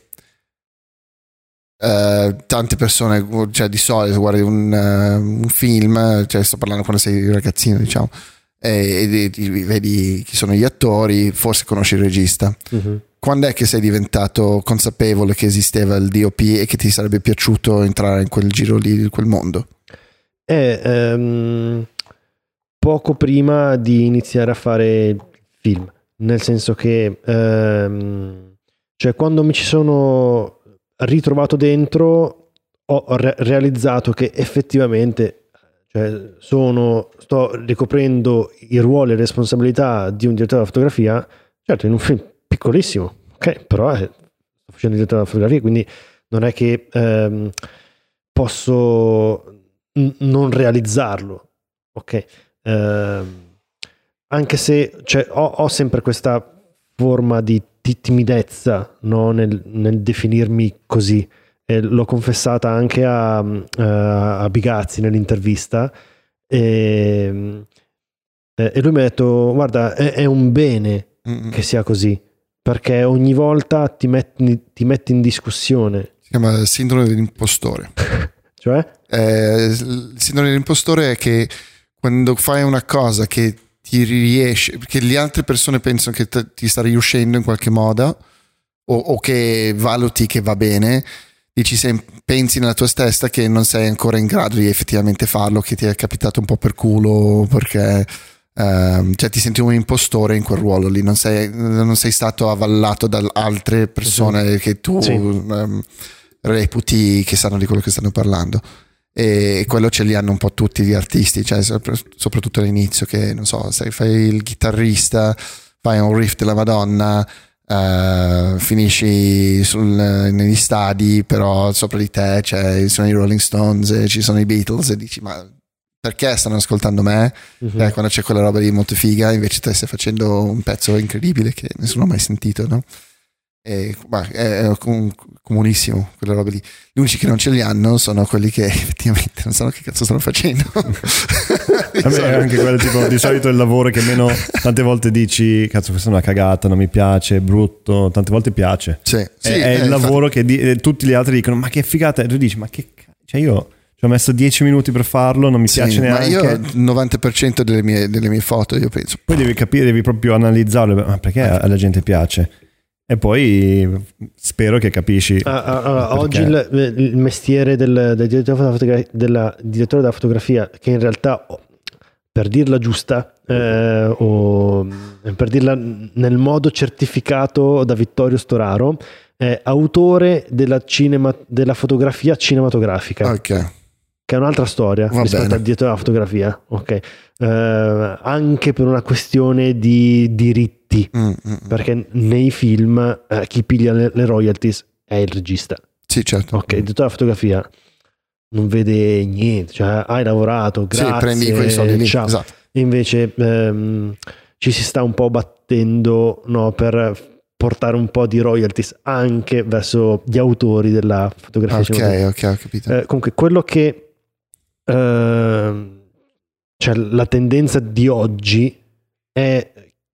uh, tante persone, cioè di solito guardi un, uh, un film, cioè sto parlando quando sei ragazzino, diciamo, e, e, e vedi chi sono gli attori, forse conosci il regista. Mm-hmm. Quando è che sei diventato consapevole che esisteva il D O P e che ti sarebbe piaciuto entrare in quel giro lì, in quel mondo? È ehm, poco prima di iniziare a fare film, nel senso che ehm, cioè quando mi ci sono ritrovato dentro ho re- realizzato che effettivamente cioè, sono, sto ricoprendo i ruoli e responsabilità di un direttore della fotografia, certo in un film piccolissimo, ok, però è, sto facendo il direttore della fotografia, quindi non è che ehm, posso non realizzarlo, ok, eh, anche se cioè, ho, ho sempre questa forma di, di timidezza, no? nel, nel definirmi così, e l'ho confessata anche a, a, a Bigazzi nell'intervista e, e lui mi ha detto guarda è, è un bene Mm-mm. che sia così, perché ogni volta ti metti, ti metti in discussione. Si chiama sindrome dell'impostore. Cioè? Eh, il sindrome dell'impostore è che quando fai una cosa che ti riesce, che le altre persone pensano che t- ti sta riuscendo in qualche modo o, o che valuti che va bene, dici sem- pensi nella tua testa che non sei ancora in grado di effettivamente farlo, che ti è capitato un po' per culo perché ehm, cioè ti senti un impostore in quel ruolo lì, non sei, non sei stato avallato da altre persone uh-huh. che tu sì. ehm, reputi che sanno di quello che stanno parlando, e quello ce li hanno un po' tutti gli artisti, cioè soprattutto all'inizio che non so, sai, fai il chitarrista, fai un riff della Madonna, uh, finisci sul, negli stadi, però sopra di te cioè, ci sono i Rolling Stones, ci sono i Beatles e dici ma perché stanno ascoltando me? Uh-huh. Eh, quando c'è quella roba lì molto figa, invece te stai facendo un pezzo incredibile che nessuno ha mai sentito, no? E, bah, è comunissimo quella roba lì. Gli unici che non ce li hanno sono quelli che effettivamente non sanno che cazzo stanno facendo. Vabbè, è anche quello tipo di solito il lavoro che meno tante volte dici cazzo questa è una cagata, non mi piace, è brutto, tante volte piace. Sì, sì, è, è eh, il lavoro infatti. che di, tutti gli altri dicono ma che figata, e tu dici ma che cioè io ci ho messo dieci minuti per farlo, non mi sì, piace neanche. Ma io il novanta per cento delle mie, delle mie foto io penso. Poi devi capire, devi proprio analizzarlo, ma perché alla gente piace? E poi spero che capisci. Ah, ah, oggi il, il mestiere del, del, direttore della fotografia, della, direttore della fotografia, che in realtà, per dirla giusta, eh, o per dirla nel modo certificato da Vittorio Storaro, è autore della, cinema, della fotografia cinematografica. Ok. Che è un'altra storia Va rispetto bene. al direttore della fotografia, ok? Eh, anche per una questione di diritti, mm, mm, perché nei film eh, chi piglia le, le royalties è il regista. Sì, certo. Ok, il direttore della fotografia non vede niente, cioè hai lavorato, grazie, sì, prendi quei soldi lì, ciao. Esatto. Invece ehm, ci si sta un po' battendo, no, per portare un po' di royalties anche verso gli autori della fotografia. Ok, ok, ho capito. Eh, comunque quello che eh, cioè la tendenza di oggi è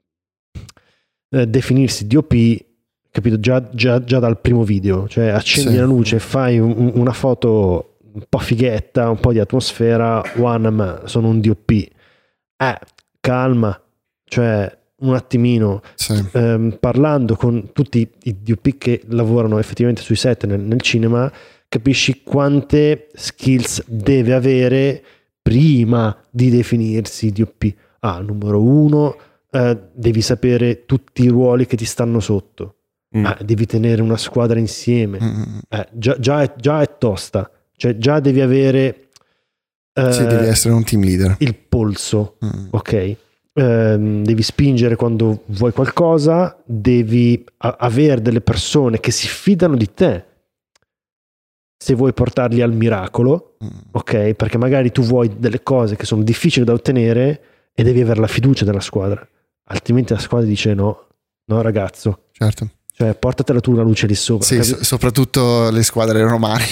eh, definirsi D O P, capito, già, già, già dal primo video, cioè accendi Sì. la luce, fai un, una foto un po' fighetta, un po' di atmosfera, one, ma sono un D O P. Eh, calma, cioè un attimino, Sì. ehm, parlando con tutti i D O P che lavorano effettivamente sui set nel, nel cinema, capisci quante skills deve avere prima di definirsi D O P. Ah, numero uno, eh, devi sapere tutti i ruoli che ti stanno sotto. Mm. Ah, devi tenere una squadra insieme. Mm. Eh, già, già, è, già è tosta, cioè già devi avere eh, Sì, devi essere un team leader. il polso, Mm. ok? Ehm, devi spingere quando vuoi qualcosa, devi a- avere delle persone che si fidano di te se vuoi portarli al miracolo, Mm. ok? Perché magari tu vuoi delle cose che sono difficili da ottenere e devi avere la fiducia della squadra, altrimenti la squadra dice no, no ragazzo, Certo. cioè portatela tu la luce lì sopra. Sì, capi- so- soprattutto le squadre romane.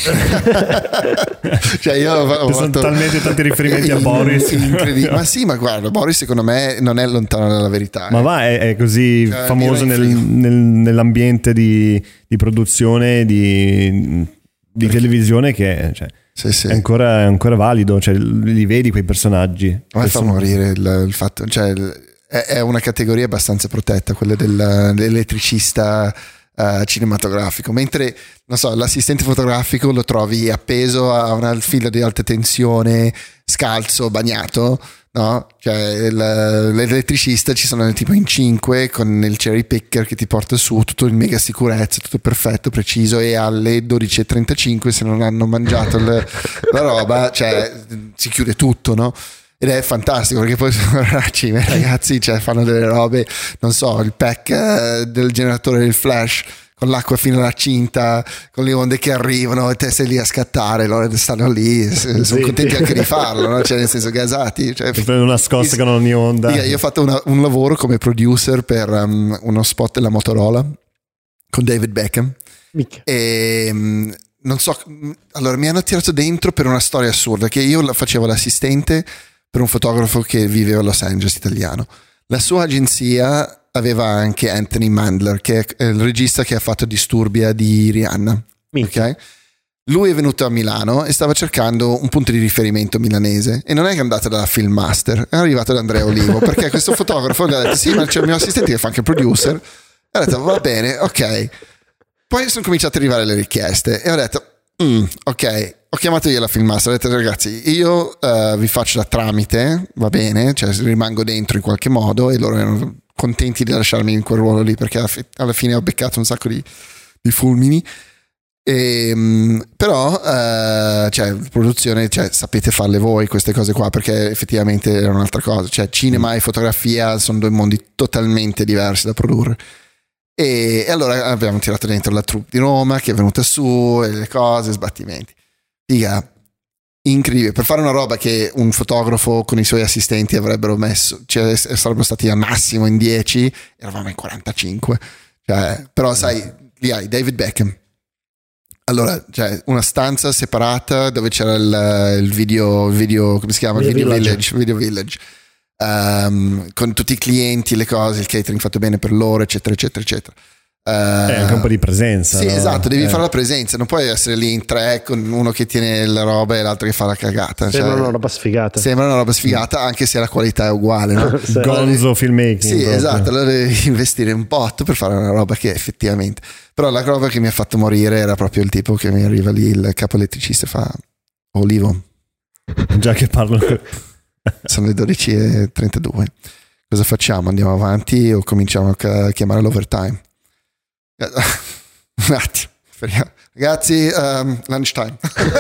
Cioè io ho Ci sono fatto talmente tanti riferimenti a Boris. Incredibile. Ma sì, ma guarda, Boris secondo me non è lontano dalla verità. Ma eh. va, è, è così Cioè, famoso Mirren nel- Free. nel- nell'ambiente di, di produzione di, di televisione che cioè, Sì, sì. è, ancora, è ancora valido, cioè, li vedi quei personaggi. A me Che fa sono- morire il, il fatto, cioè il- è, è una categoria abbastanza protetta, quella del- dell'elettricista eh, cinematografico, mentre non so, l'assistente fotografico lo trovi appeso a una fila di alta tensione, scalzo, bagnato, no? Cioè il- l'elettricista ci sono tipo in cinque con il cherry picker che ti porta su tutto in mega sicurezza, tutto perfetto, preciso, e alle dodici e trentacinque se non hanno mangiato il- la roba, cioè si chiude tutto, no? Ed è fantastico perché poi sono ragazzi, i miei ragazzi cioè, fanno delle robe, non so, il pack eh, del generatore del flash con l'acqua fino alla cinta, con le onde che arrivano e te sei lì a scattare, loro stanno lì, sono Sì. contenti anche di farlo, no? Cioè nel senso gasati. Cioè, Ti prende una scossa con ogni onda. io ho fatto una- un lavoro come producer per um, uno spot della Motorola con David Beckham Mica. e um, non so, allora mi hanno tirato dentro per una storia assurda che io la facevo l'assistente per un fotografo che viveva a Los Angeles, italiano. La sua agenzia aveva anche Anthony Mandler, che è il regista che ha fatto Disturbia di Rihanna. Minchia. Ok? Lui è venuto a Milano e stava cercando un punto di riferimento milanese e non è che è andato dalla Filmmaster, è arrivato da Andrea Olivo perché questo fotografo gli ha detto sì, ma c'è il mio assistente che fa anche il producer, e ho detto va bene, ok. Poi sono cominciate ad arrivare le richieste e ho detto mm, ok, ho chiamato io la Filmmaster, ho detto ragazzi io uh, vi faccio da tramite, va bene, cioè rimango dentro in qualche modo, e loro erano contenti di lasciarmi in quel ruolo lì perché alla, fi- alla fine ho beccato un sacco di, di fulmini. E, però uh, cioè produzione, cioè, sapete farle voi queste cose qua, perché effettivamente era un'altra cosa, cioè cinema e fotografia sono due mondi totalmente diversi da produrre. E, e allora abbiamo tirato dentro la troupe di Roma che è venuta su e le cose, sbattimenti, figa, incredibile, per fare una roba che un fotografo con i suoi assistenti avrebbero messo, cioè sarebbero stati al massimo in dieci, eravamo in quarantacinque, cioè, però sai, lì hai David Beckham. Allora, cioè, una stanza separata dove c'era il, il video, video, come si chiama? Video Video Village. Village, Video Village. Um, con tutti i clienti, le cose, il catering fatto bene per loro, eccetera, eccetera, eccetera. Uh, È anche un po' di presenza. sì, no? esatto, devi Eh. fare la presenza, non puoi essere lì in tre con uno che tiene la roba e l'altro che fa la cagata. Sembra cioè, una roba sfigata. sembra una roba sfigata, anche se la qualità è uguale, no? Sì. Gonzo filmmaking. Sì, proprio. esatto, allora devi investire un botto per fare una roba che effettivamente. Però la roba che mi ha fatto morire era proprio il tipo che mi arriva lì, il capo elettricista, e fa Olivo, Già che parlo. sono le dodici e trentadue, cosa facciamo? Andiamo avanti o cominciamo a chiamare l'overtime? Un attimo, fermiamo. Ragazzi, um, lunch time.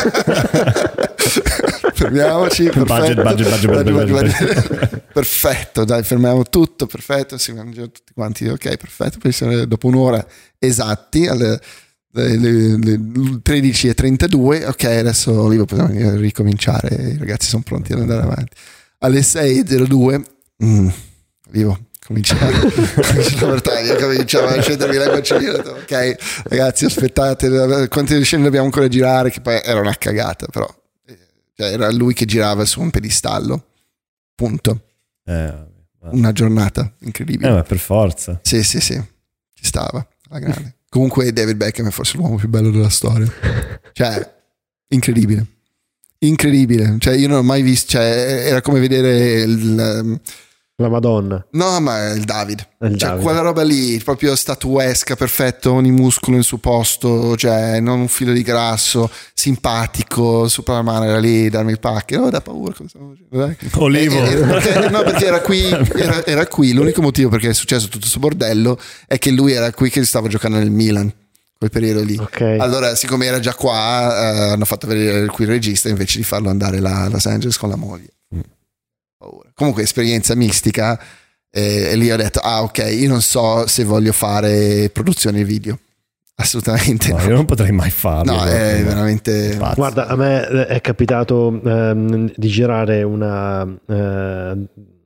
Fermiamoci, perfetto. Budget, budget, budget, budget, budget, budget. Perfetto, dai, fermiamo tutto, perfetto, si mangiano tutti quanti, ok, perfetto. Poi siamo dopo un'ora esatti, alle le, le, le tredici e trentadue, ok, adesso lì possiamo ricominciare, i ragazzi sono pronti ad andare avanti. Alle sei e zero due mm, vivo cominciare la battaglia, cominciava a scendermi la gocciolina, ok ragazzi aspettate, quante scene dobbiamo ancora girare, che poi era una cagata, però cioè, era lui che girava su un pedistallo, punto. Eh, una giornata incredibile, eh, ma per forza, sì sì sì, ci stava alla grande. Comunque David Beckham è forse l'uomo più bello della storia, cioè incredibile incredibile, cioè io non ho mai visto, cioè era come vedere il, la Madonna. No, ma il David. Il cioè, David. Quella roba lì, proprio statuesca, perfetto, ogni muscolo in suo posto, cioè non un filo di grasso, simpatico, sopra la mano era lì, darmi il pacco, oh, da paura. Olivo. E, e, perché, no, perché era qui, era, era qui, l'unico motivo perché è successo tutto questo bordello è che lui era qui che stava giocando nel Milan, quel periodo lì. Okay. Allora, siccome era già qua, eh, hanno fatto vedere qui il regista invece di farlo andare là a Los Angeles con la moglie. Mm. Comunque esperienza mistica, eh, e lì ho detto ah ok, io non so se voglio fare produzioni video, assolutamente no, no, io non potrei mai farlo, no, è veramente pazzo. Guarda, a me è capitato ehm, di girare una eh,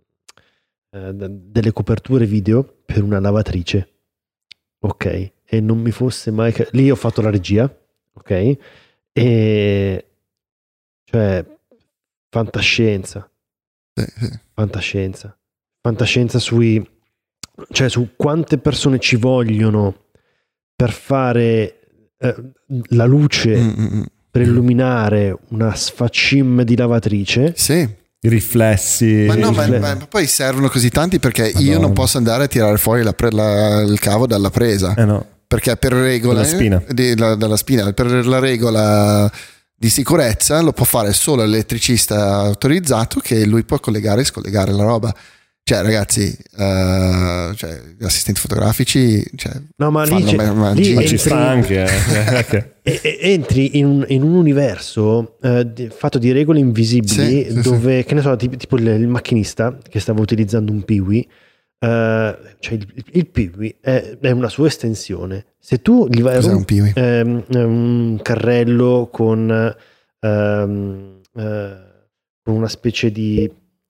eh, delle coperture video per una lavatrice, ok, e non mi fosse mai lì ho fatto la regia, ok, e cioè fantascienza. Sì, sì. Fantascienza, fantascienza sui, cioè su quante persone ci vogliono per fare eh, la luce mm-hmm. per illuminare una sfacim di lavatrice. Sì. I riflessi. Ma no, riflessi. Ma, ma poi servono così tanti perché Madonna. Io non posso andare a tirare fuori la pre- la, il cavo dalla presa. Eh no. Perché per regola dalla spina. Di, la, dalla spina, per la regola di sicurezza lo può fare solo l'elettricista autorizzato, che lui può collegare e scollegare la roba. Cioè ragazzi, uh, cioè, gli assistenti fotografici, cioè, no, ma lì, lì ma ci sta anche eh. e, e, entri in un, in un universo uh, di, fatto di regole invisibili, sì, dove sì. che ne so, tipo, tipo il, il macchinista che stava utilizzando un Piwi. Uh, cioè il, il Piwi è, è una sua estensione. Se tu gli vai a un, Piwi? Um, un carrello con, um, uh, con una specie di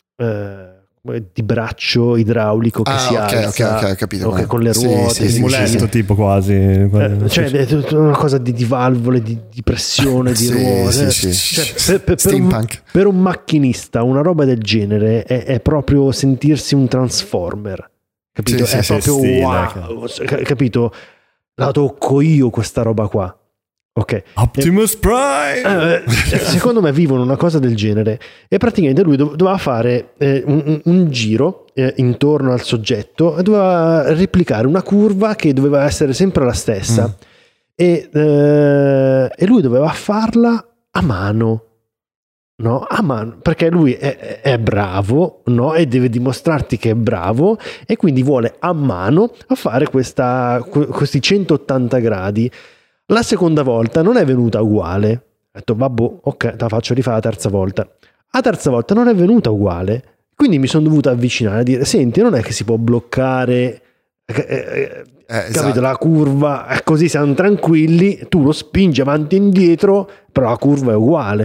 uh, di braccio idraulico che ah, si okay, alza, okay, okay, capito, okay, con le sì, ruote, sì, sì, il muletto sì, sì. tipo quasi, eh, cioè è tutta una cosa di, di valvole, di, di pressione, di sì, ruote. Sì, sì. Cioè, per, per, per, un, per un macchinista una roba del genere è, è proprio sentirsi un Transformer, capito? Sì, è sì, proprio sì, wow, sì, capito? La tocco io questa roba qua. Ok. Optimus Prime. Eh, secondo me vivono una cosa del genere e praticamente lui dov- doveva fare eh, un, un giro eh, intorno al soggetto e doveva replicare una curva che doveva essere sempre la stessa mm. e, eh, e lui doveva farla a mano. No, a mano, perché lui è, è bravo, no? E deve dimostrarti che è bravo e quindi vuole a mano a fare questa, questi centottanta gradi. La seconda volta non è venuta uguale. Ho detto, vabbè, ok, la faccio rifare la terza volta. La terza volta non è venuta uguale. Quindi mi sono dovuto avvicinare a dire, senti, non è che si può bloccare eh, eh, eh, capito, esatto. La curva, è così siamo tranquilli, tu lo spingi avanti e indietro, però la curva è uguale.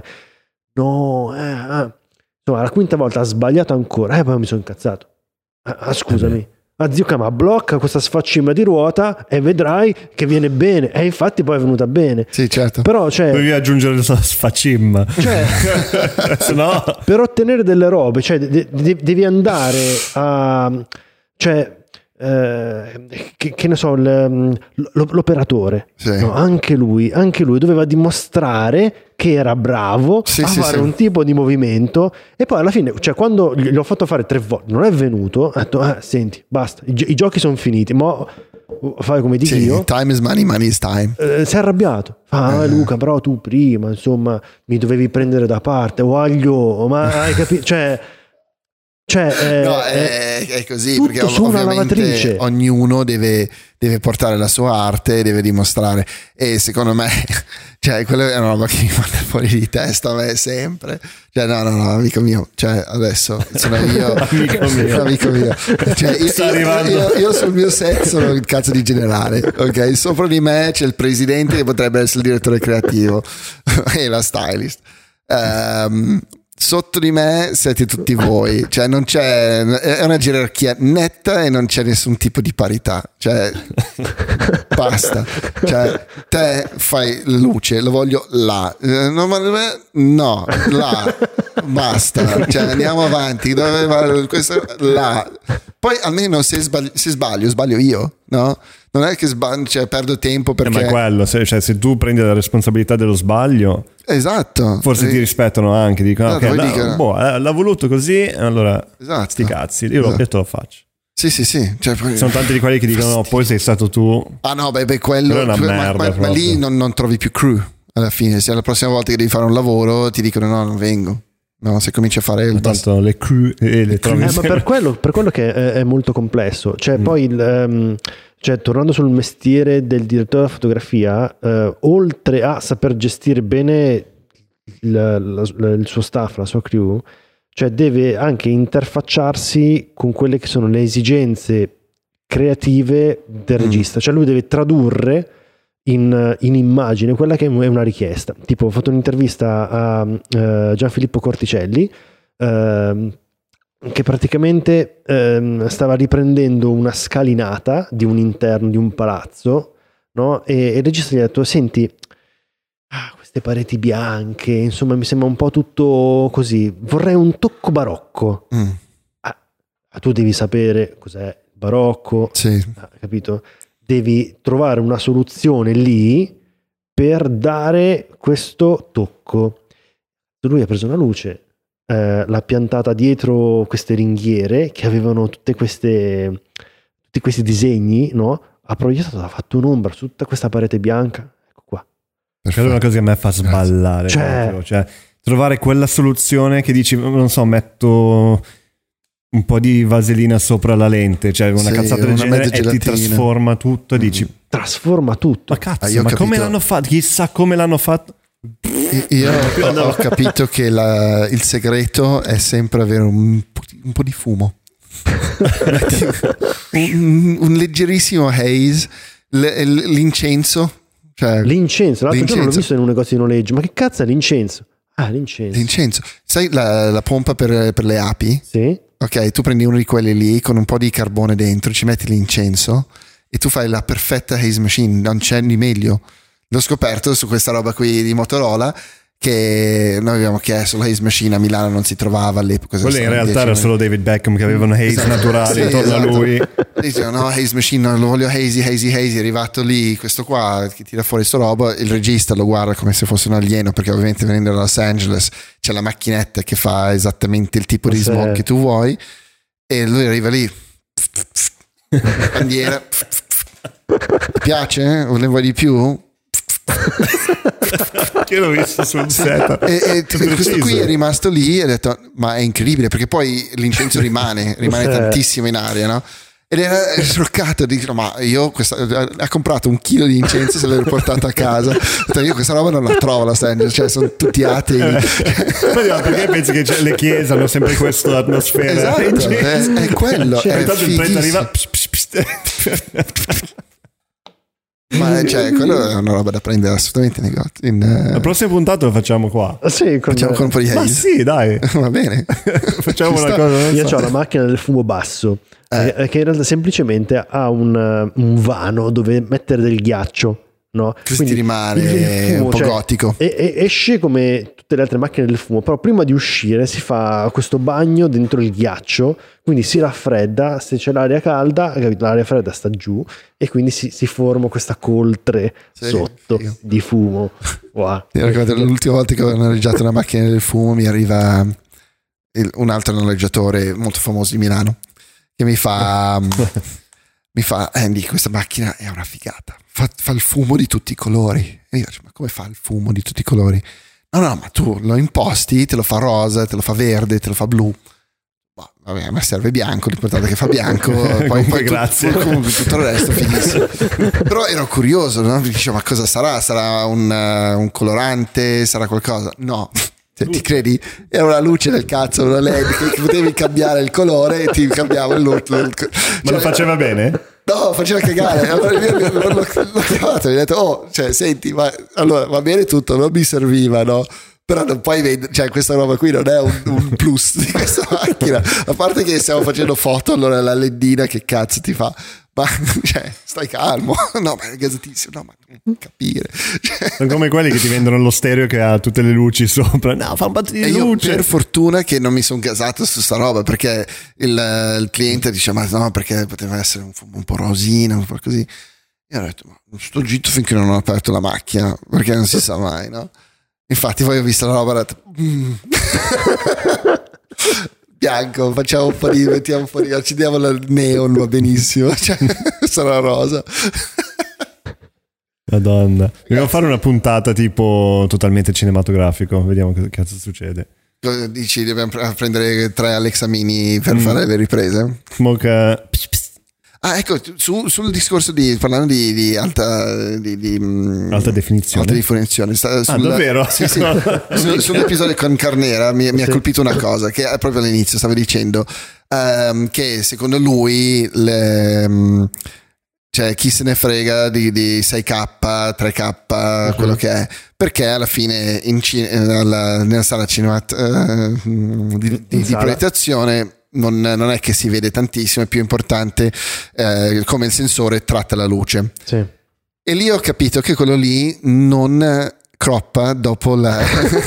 No, eh, eh. Insomma, la quinta volta ha sbagliato ancora, e eh, poi mi sono incazzato. Ah, ah, scusami. Ah, zio Cama, blocca questa sfaccima di ruota e vedrai che viene bene. E infatti poi è venuta bene. Sì, certo. Però cioè, devi aggiungere la sfaccimma. Cioè, no. Per ottenere delle robe, cioè, de- de- devi andare a... Cioè, eh, che, che ne so, l- l'operatore. Sì. No, anche lui, anche lui doveva dimostrare che era bravo sì, a sì, fare sì. un tipo di movimento e poi alla fine, cioè quando gli ho fatto fare tre volte non è venuto, ho detto eh, senti basta, i, gi- i giochi sono finiti, mo fai come dico sì, io. Time is money, money is time. Eh, si è arrabbiato, ah eh. Luca però tu prima insomma mi dovevi prendere da parte, voglio, ma hai capito, cioè Cioè, è, no, è, è così, perché su una lavatrice. Ognuno deve, deve portare la sua arte, deve dimostrare, e secondo me, cioè, quella è una roba che mi manda fuori di testa a me sempre. Cioè, no, no, no, amico mio, cioè, adesso sono io, amico mio, amico mio. Cioè, io, sta arrivando. Io, io, io sul mio set sono il cazzo di generale, ok? Sopra di me c'è il presidente che potrebbe essere il direttore creativo e la stylist. Um, Sotto di me siete tutti voi, cioè non c'è, è una gerarchia netta e non c'è nessun tipo di parità, cioè basta, cioè te fai luce, lo voglio là, no, no là, basta, cioè andiamo avanti, dove va questo là, poi almeno se sbaglio, se sbaglio, sbaglio io, no? Non è che sbaglio, cioè perdo tempo perché... Eh, ma è quello, se, cioè, se tu prendi la responsabilità dello sbaglio, esatto, forse sì. Ti rispettano anche, dicono Esatto, ok, no, dicono... boh, eh, l'ha voluto così, allora esatto. sti cazzi, io, esatto. io te lo faccio. Sì, sì, sì. Cioè, poi... sono tanti di quelli che dicono no, poi sei stato tu. Ah no, beh, beh quello, è una ma, merda, ma, ma lì non, non trovi più crew alla fine. Se la prossima volta che devi fare un lavoro ti dicono no, non vengo. No, se cominci a fare il tanto le crew e le trovi eh, ma per quello, per quello che è, è molto complesso. Cioè, mm. poi il, um, cioè, tornando sul mestiere del direttore della fotografia, uh, oltre a saper gestire bene il, la, il suo staff, la sua crew, cioè deve anche interfacciarsi con quelle che sono le esigenze creative del regista. Mm. Cioè lui deve tradurre in, in immagine quella che è una richiesta. Tipo, ho fatto un'intervista a uh, Gianfilippo Corticelli, uh, che praticamente uh, stava riprendendo una scalinata di un interno di un palazzo, no? E, e il regista gli ha detto: senti, ah, queste pareti bianche, insomma, mi sembra un po' tutto così, vorrei un tocco barocco. Mm. Ah, tu devi sapere cos'è il barocco, sì. Ah, capito? Devi trovare una soluzione lì per dare questo tocco. Lui ha preso una luce, eh, l'ha piantata dietro queste ringhiere che avevano tutte queste, tutti questi disegni, no? Ha proiettato, ha fatto un'ombra su tutta questa parete bianca. Ecco qua. Perché è una cosa che a me fa sballare. Cioè, cioè, trovare quella soluzione che dici, non so, metto un po' di vaselina sopra la lente, cioè una sì, cazzata del genere e ti trasforma tutto e dici trasforma tutto. Ma cazzo, ah, ma capito... come l'hanno fatto? Chissà come l'hanno fatto. Io ho, ho capito che la, il segreto è sempre avere un, un po' di fumo. un, un leggerissimo haze, l'incenso, cioè, l'incenso, l'altro l'incenso. giorno l'ho visto in un negozio di noleggio. Ma che cazzo è l'incenso? Ah, l'incenso. L'incenso. Sai la, la pompa per, per le api? Sì. Ok, tu prendi uno di quelli lì con un po' di carbone dentro, ci metti l'incenso e tu fai la perfetta haze machine, non c'è di meglio. L'ho scoperto su questa roba qui di Motorola, che noi abbiamo chiesto la haze machine a Milano, non si trovava all'epoca. Quello in realtà era solo David Beckham che aveva una haze esatto. naturale sì, intorno esatto. a lui. Dicevano no, haze machine, no, lo voglio hazy, hazy, hazy. È arrivato lì questo qua che tira fuori sto roba, il regista lo guarda come se fosse un alieno, perché ovviamente venendo da Los Angeles c'è la macchinetta che fa esattamente il tipo di smog che tu vuoi, e lui arriva lì, bandiera, ti piace? Ne vuoi di più? Io l'ho visto sul set e, e questo qui è rimasto lì e ha detto ma è incredibile, perché poi l'incenso rimane rimane sì. tantissimo in aria, no? Ed era scioccato, dico ma io questa, ha comprato un chilo di incenso, se l'ha portato a casa. Io questa roba non la trovo a Los Angeles, cioè sono tutti atei. Perché pensi che le chiese hanno sempre questa atmosfera? Esatto, è, è quello, cioè, è fighissimo. Arriva ma cioè quello è una roba da prendere assolutamente in negozio. In, uh... la prossima puntata lo facciamo qua. Sì, con facciamo con un po' di haze. Ma sì, dai, va bene. Facciamo una cosa. Io so. ho la macchina del fumo basso, eh. che in realtà semplicemente ha un, un vano dove mettere del ghiaccio. No? Quindi rimane il, il fumo, un po' cioè, gotico e, e esce come tutte le altre macchine del fumo, però prima di uscire si fa questo bagno dentro il ghiaccio, quindi si raffredda, se c'è l'aria calda, l'aria fredda sta giù e quindi si, si forma questa coltre sì, sotto figo. Di fumo. Wow. L'ultima volta che ho noleggiato una macchina del fumo mi arriva il, un altro noleggiatore molto famoso di Milano che mi fa mi fa Andy, questa macchina è una figata, fa, fa il fumo di tutti i colori. E io dico, ma come fa il fumo di tutti i colori? No no, ma tu lo imposti, te lo fa rosa, te lo fa verde, te lo fa blu. boh, vabbè, ma serve bianco, l'importante è che fa bianco, poi, poi grazie. Tu, comunque tutto il resto finissimo. Però ero curioso, no? Dicevo, ma cosa sarà? Sarà un, uh, un colorante? Sarà qualcosa? No. Cioè, ti credi? Era una luce del cazzo, una L E D che potevi cambiare il colore e ti cambiava il look. Cioè, ma lo faceva bene? No, faceva cagare. Allora io l'ho, l'ho chiamato e gli ho detto, oh, cioè, senti, ma allora va bene tutto, non mi serviva, no? Però non puoi vendere, cioè questa roba qui non è un, un plus di questa macchina, a parte che stiamo facendo foto, allora la ledina che cazzo ti fa? Ma cioè, stai calmo, no, ma è gasatissimo, no, ma capire. Cioè, sono come quelli che ti vendono lo stereo che ha tutte le luci sopra, no, fa un po' di luce. Io per fortuna che non mi sono gasato su sta roba, perché il, il cliente dice, ma no, perché poteva essere un, un po' rosina, un po' così. Io ho detto, ma non sto zitto finché non ho aperto la macchina, perché non si sa mai, no? Infatti poi ho visto la roba e ho detto mm. bianco, facciamo un po' di, mettiamo un po' di, accendiamo il neon, va benissimo, cioè, sarà rosa. Madonna, dobbiamo fare una puntata tipo totalmente cinematografico, vediamo che cazzo succede. Dici dobbiamo prendere tre Alexa Mini per mm. fare le riprese? Smoke. Ah, ecco, su, sul discorso di parlando di, di alta di, di, alta definizione, alta definizione sta, sul, ah, davvero? Sì, sì. Su, sull'episodio con Carnera mi, mi ha colpito una cosa che proprio all'inizio stava dicendo um, che secondo lui le, um, cioè chi se ne frega di, di sei K, tre K, uh-huh. quello che è, perché alla fine in cine, nella, nella sala cinemat uh, di, di, di proiettazione Non, non è che si vede tantissimo, è più importante eh, come il sensore tratta la luce. Sì. E lì ho capito che quello lì non croppa dopo la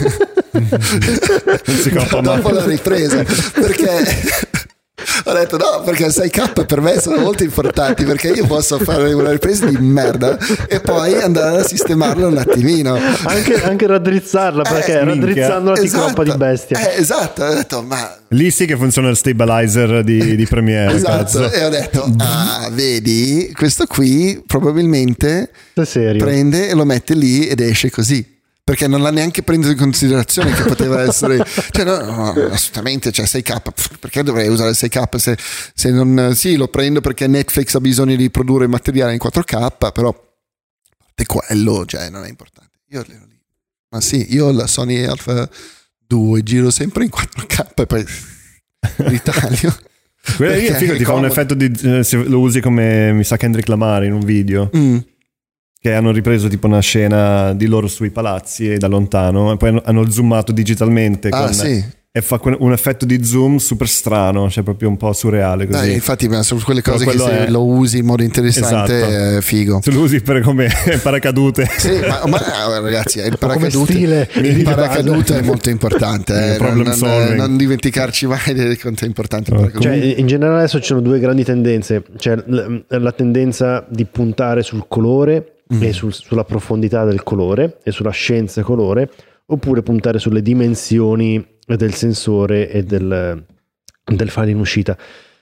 non si croppa dopo la ripresa, perché ho detto no, perché sei K per me sono molto importanti, perché io posso fare una ripresa di merda e poi andare a sistemarla un attimino, anche, anche raddrizzarla, perché eh, raddrizzandola ti esatto, croppa di bestia. eh, esatto, ho detto ma lì sì che funziona il stabilizer di, di Premiere. Esatto, cazzo. e ho detto ah vedi, questo qui probabilmente serio? Prende e lo mette lì ed esce così, perché non l'ha neanche preso in considerazione che poteva essere, cioè no, no, assolutamente, cioè sei K, perché dovrei usare sei K se, se non, sì lo prendo perché Netflix ha bisogno di produrre materiale in quattro K, però a parte quello, cioè non è importante. Io ero lì, ma sì, io la Sony Alpha due giro sempre in quattro K e poi ritaglio. Quella lì è figo, ti fa un effetto di, eh, se lo usi come mi sa Kendrick Lamar in un video. Mm. Che hanno ripreso tipo una scena di loro sui palazzi e da lontano e poi hanno zoomato digitalmente ah, con, sì. e fa un effetto di zoom super strano, cioè proprio un po' surreale così. Dai, infatti sono quelle cose che se è... lo usi in modo interessante esatto. È figo. Se lo usi per come paracadute. Sì, ma, ma ragazzi il paracadute, il paracadute è molto importante, eh. non, non, non dimenticarci mai quanto è importante il cioè, in generale adesso ci sono due grandi tendenze, cioè la tendenza di puntare sul colore mm. e sul, sulla profondità del colore e sulla scienza colore, oppure puntare sulle dimensioni del sensore e del, del file in uscita.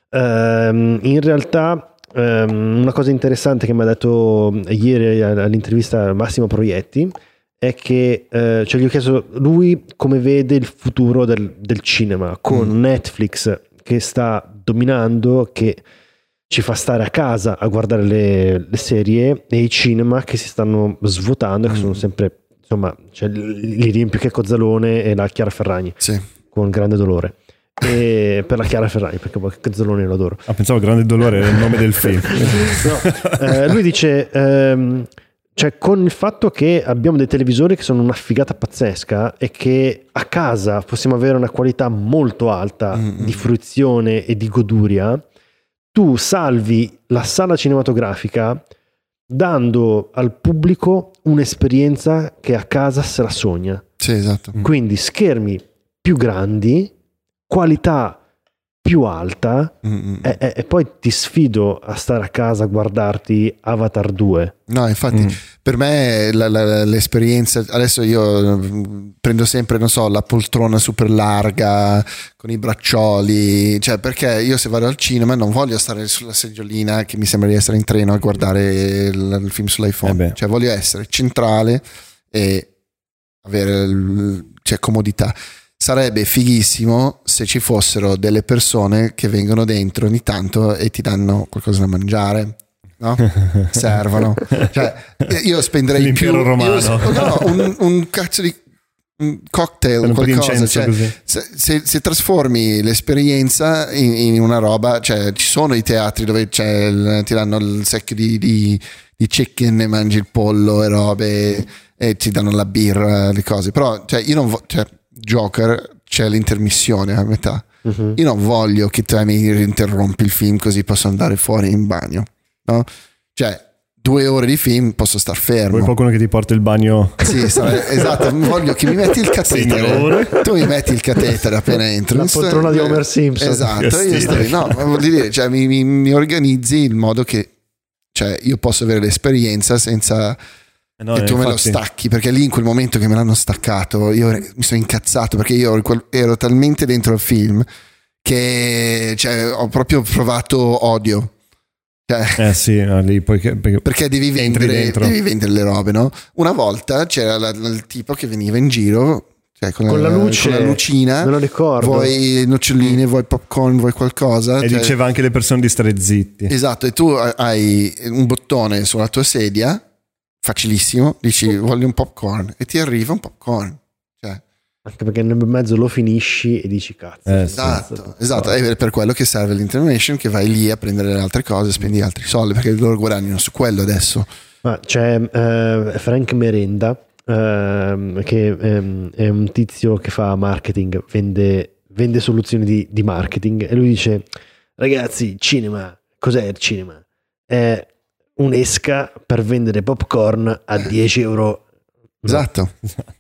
Um, in realtà um, una cosa interessante che mi ha detto ieri all'intervista Massimo Proietti è che uh, cioè gli ho chiesto lui come vede il futuro del, del cinema con mm. Netflix che sta dominando, che ci fa stare a casa a guardare le, le serie, e i cinema che si stanno svuotando, mm. che sono sempre, insomma, cioè, li riempio che Cozzalone e la Chiara Ferragni, sì. con grande dolore. E per la Chiara Ferragni, perché poi Cozzalone lo adoro. Ah, pensavo Grande Dolore era il nome del film. No, eh, lui dice ehm, cioè con il fatto che abbiamo dei televisori che sono una figata pazzesca e che a casa possiamo avere una qualità molto alta mm-hmm. di fruizione e di goduria, tu salvi la sala cinematografica dando al pubblico un'esperienza che a casa se la sogna. Sì, esatto. Quindi schermi più grandi, qualità più alta e, e, e poi ti sfido a stare a casa a guardarti Avatar due. No, infatti mm. per me la, la, l'esperienza, adesso io prendo sempre, non so, la poltrona super larga con i braccioli, cioè perché io se vado al cinema non voglio stare sulla seggiolina che mi sembra di essere in treno a guardare il, il film sull'iPhone, eh cioè voglio essere centrale e avere il, cioè comodità. sarebbe fighissimo se ci fossero delle persone che vengono dentro ogni tanto e ti danno qualcosa da mangiare, no? Servono, cioè io spenderei l'impero più romano. io, no, un, un cazzo di un cocktail, un qualcosa, cioè, se, se, se trasformi l'esperienza in, in una roba, cioè ci sono i teatri dove c'è il, ti danno il secchio di, di, di chicken e mangi il pollo e robe e ti danno la birra, le cose, però cioè, io non vo- cioè, Joker c'è l'intermissione a metà, uh-huh. Io non voglio che tu mi interrompi il film così posso andare fuori in bagno, no? Cioè due ore di film posso star fermo. Vuoi qualcuno che ti porta il bagno? Sì, sarà, esatto. Voglio che mi metti il catetere. Signore. Tu mi metti il catetere appena entro. La poltrona di Homer Simpson. Esatto. Io sto, no, ma voglio dire, cioè, mi, mi, mi organizzi in modo che, cioè, io posso avere l'esperienza senza no, che tu infatti. me lo stacchi. Perché lì in quel momento che me l'hanno staccato, io mi sono incazzato perché io ero talmente dentro il film che, cioè, ho proprio provato odio. Eh sì, lì poi che, perché, perché devi vendere, devi vendere le robe, no? Una volta c'era la, il tipo che veniva in giro, cioè con, con la, la luce, con la lucina, me lo ricordo. Vuoi noccioline, vuoi popcorn, vuoi qualcosa. E cioè, diceva anche alle persone di stare zitti. Esatto, e tu hai un bottone sulla tua sedia, facilissimo, dici voglio un popcorn e ti arriva un popcorn. Cioè, anche perché nel mezzo lo finisci e dici cazzo. Eh, esatto, sì. esatto, è per quello che serve l'intermission, che vai lì a prendere le altre cose, spendi altri soldi, perché loro guadagnano su quello adesso. Ma c'è uh, Frank Merenda, uh, che um, è un tizio che fa marketing, vende, vende soluzioni di, di marketing, e lui dice: ragazzi, cinema, cos'è il cinema? È un'esca per vendere popcorn a dieci euro. Esatto. No.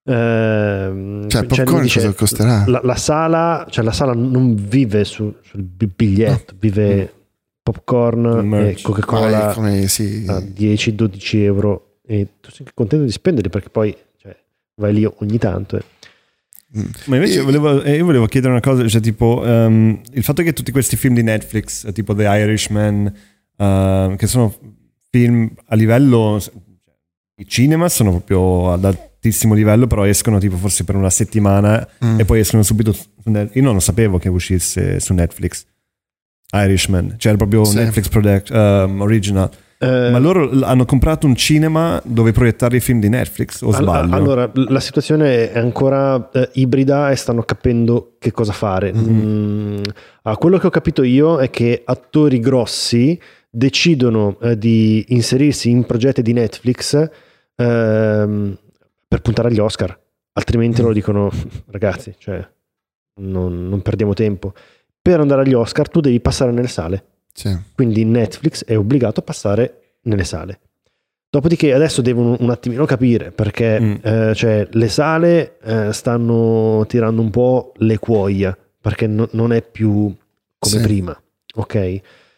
Uh, cioè popcorn dice, cosa costerà? La, la sala, cioè la sala non vive su, sul biglietto, no. Vive mm. popcorn e Coca-Cola ah, come, sì. a dieci dodici euro e tu sei contento di spenderli perché poi cioè, vai lì ogni tanto. Eh. Mm. Ma invece io volevo, io volevo chiedere una cosa, cioè tipo um, il fatto che tutti questi film di Netflix, tipo The Irishman, uh, che sono film a livello di cinema, sono proprio ad altissimo livello, però escono tipo forse per una settimana mm. e poi escono subito su Netflix. Io non lo sapevo che uscisse su Netflix Irishman, cioè era proprio sì. Netflix product, um, original. Uh, ma loro hanno comprato un cinema dove proiettare i film di Netflix o sbaglio? Allora la situazione è ancora uh, ibrida e stanno capendo che cosa fare. Mm-hmm. Mm, ah, quello che ho capito io è che attori grossi decidono uh, di inserirsi in progetti di Netflix uh, per puntare agli Oscar, altrimenti mm. loro dicono ragazzi, cioè non, non perdiamo tempo. Per andare agli Oscar tu devi passare nelle sale. Sì. Quindi Netflix è obbligato a passare nelle sale. Dopodiché adesso devono un attimino capire perché mm. eh, cioè, le sale eh, stanno tirando un po' le cuoia perché no, non è più come sì. prima, ok? E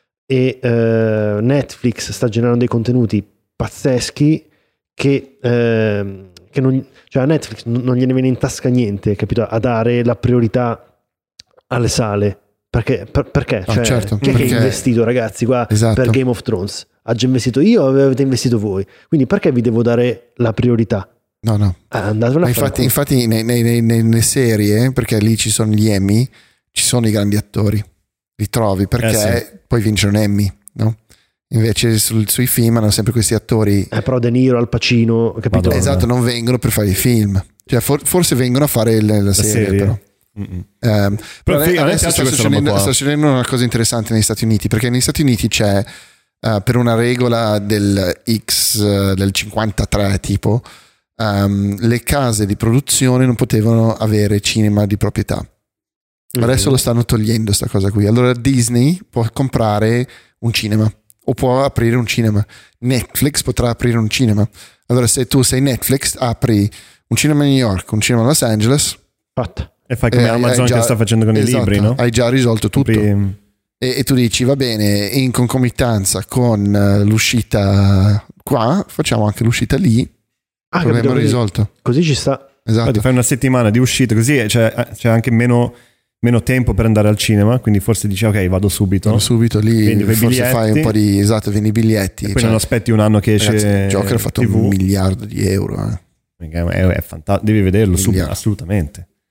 eh, Netflix sta generando dei contenuti pazzeschi che, eh, che non, cioè a Netflix non gliene viene in tasca niente, capito? A dare la priorità alle sale. Perché? Per, perché? Ah, cioè, certo, chi è perché... che ha investito, ragazzi, qua esatto. per Game of Thrones? Ha già investito io o avete investito voi? Quindi perché vi devo dare la priorità? No, no. Ah, andatevela a infatti, infatti nei, nei, nei, nelle serie, perché lì ci sono gli Emmy, ci sono i grandi attori. Li trovi perché eh sì. poi vincono Emmy, no? Invece sul, sui film hanno sempre questi attori. Eh, però De Niro, Al Pacino, capito? Madonna. Esatto, non vengono per fare i film. Cioè, for, forse vengono a fare la, la serie, serie, però. Um, però, però adesso, adesso sta, succedendo, sta succedendo una cosa interessante negli Stati Uniti, perché negli Stati Uniti c'è uh, per una regola del X uh, del cinquantatré tipo um, le case di produzione non potevano avere cinema di proprietà. Mm-hmm. Adesso lo stanno togliendo sta cosa qui. Allora Disney può comprare un cinema o può aprire un cinema, Netflix potrà aprire un cinema. Allora se tu sei Netflix apri un cinema a New York, un cinema a Los Angeles, fatta. E fai come eh, Amazon già, che sta facendo con esatto, i libri, no? Hai già risolto tutto. E, e tu dici, va bene, in concomitanza con l'uscita qua, facciamo anche l'uscita lì. Ah, problema così, risolto. Così ci sta. Esatto. Infatti fai una settimana di uscita, così c'è, c'è anche meno, meno tempo per andare al cinema, quindi forse dici, ok, vado subito. Vado subito lì, forse biglietti, fai un po' di... Esatto, vendi i biglietti. E poi cioè, non aspetti un anno che esce ragazzi, Joker ha fatto tivù. Un miliardo di euro. Eh. È, è fantastico, devi vederlo subito, assolutamente.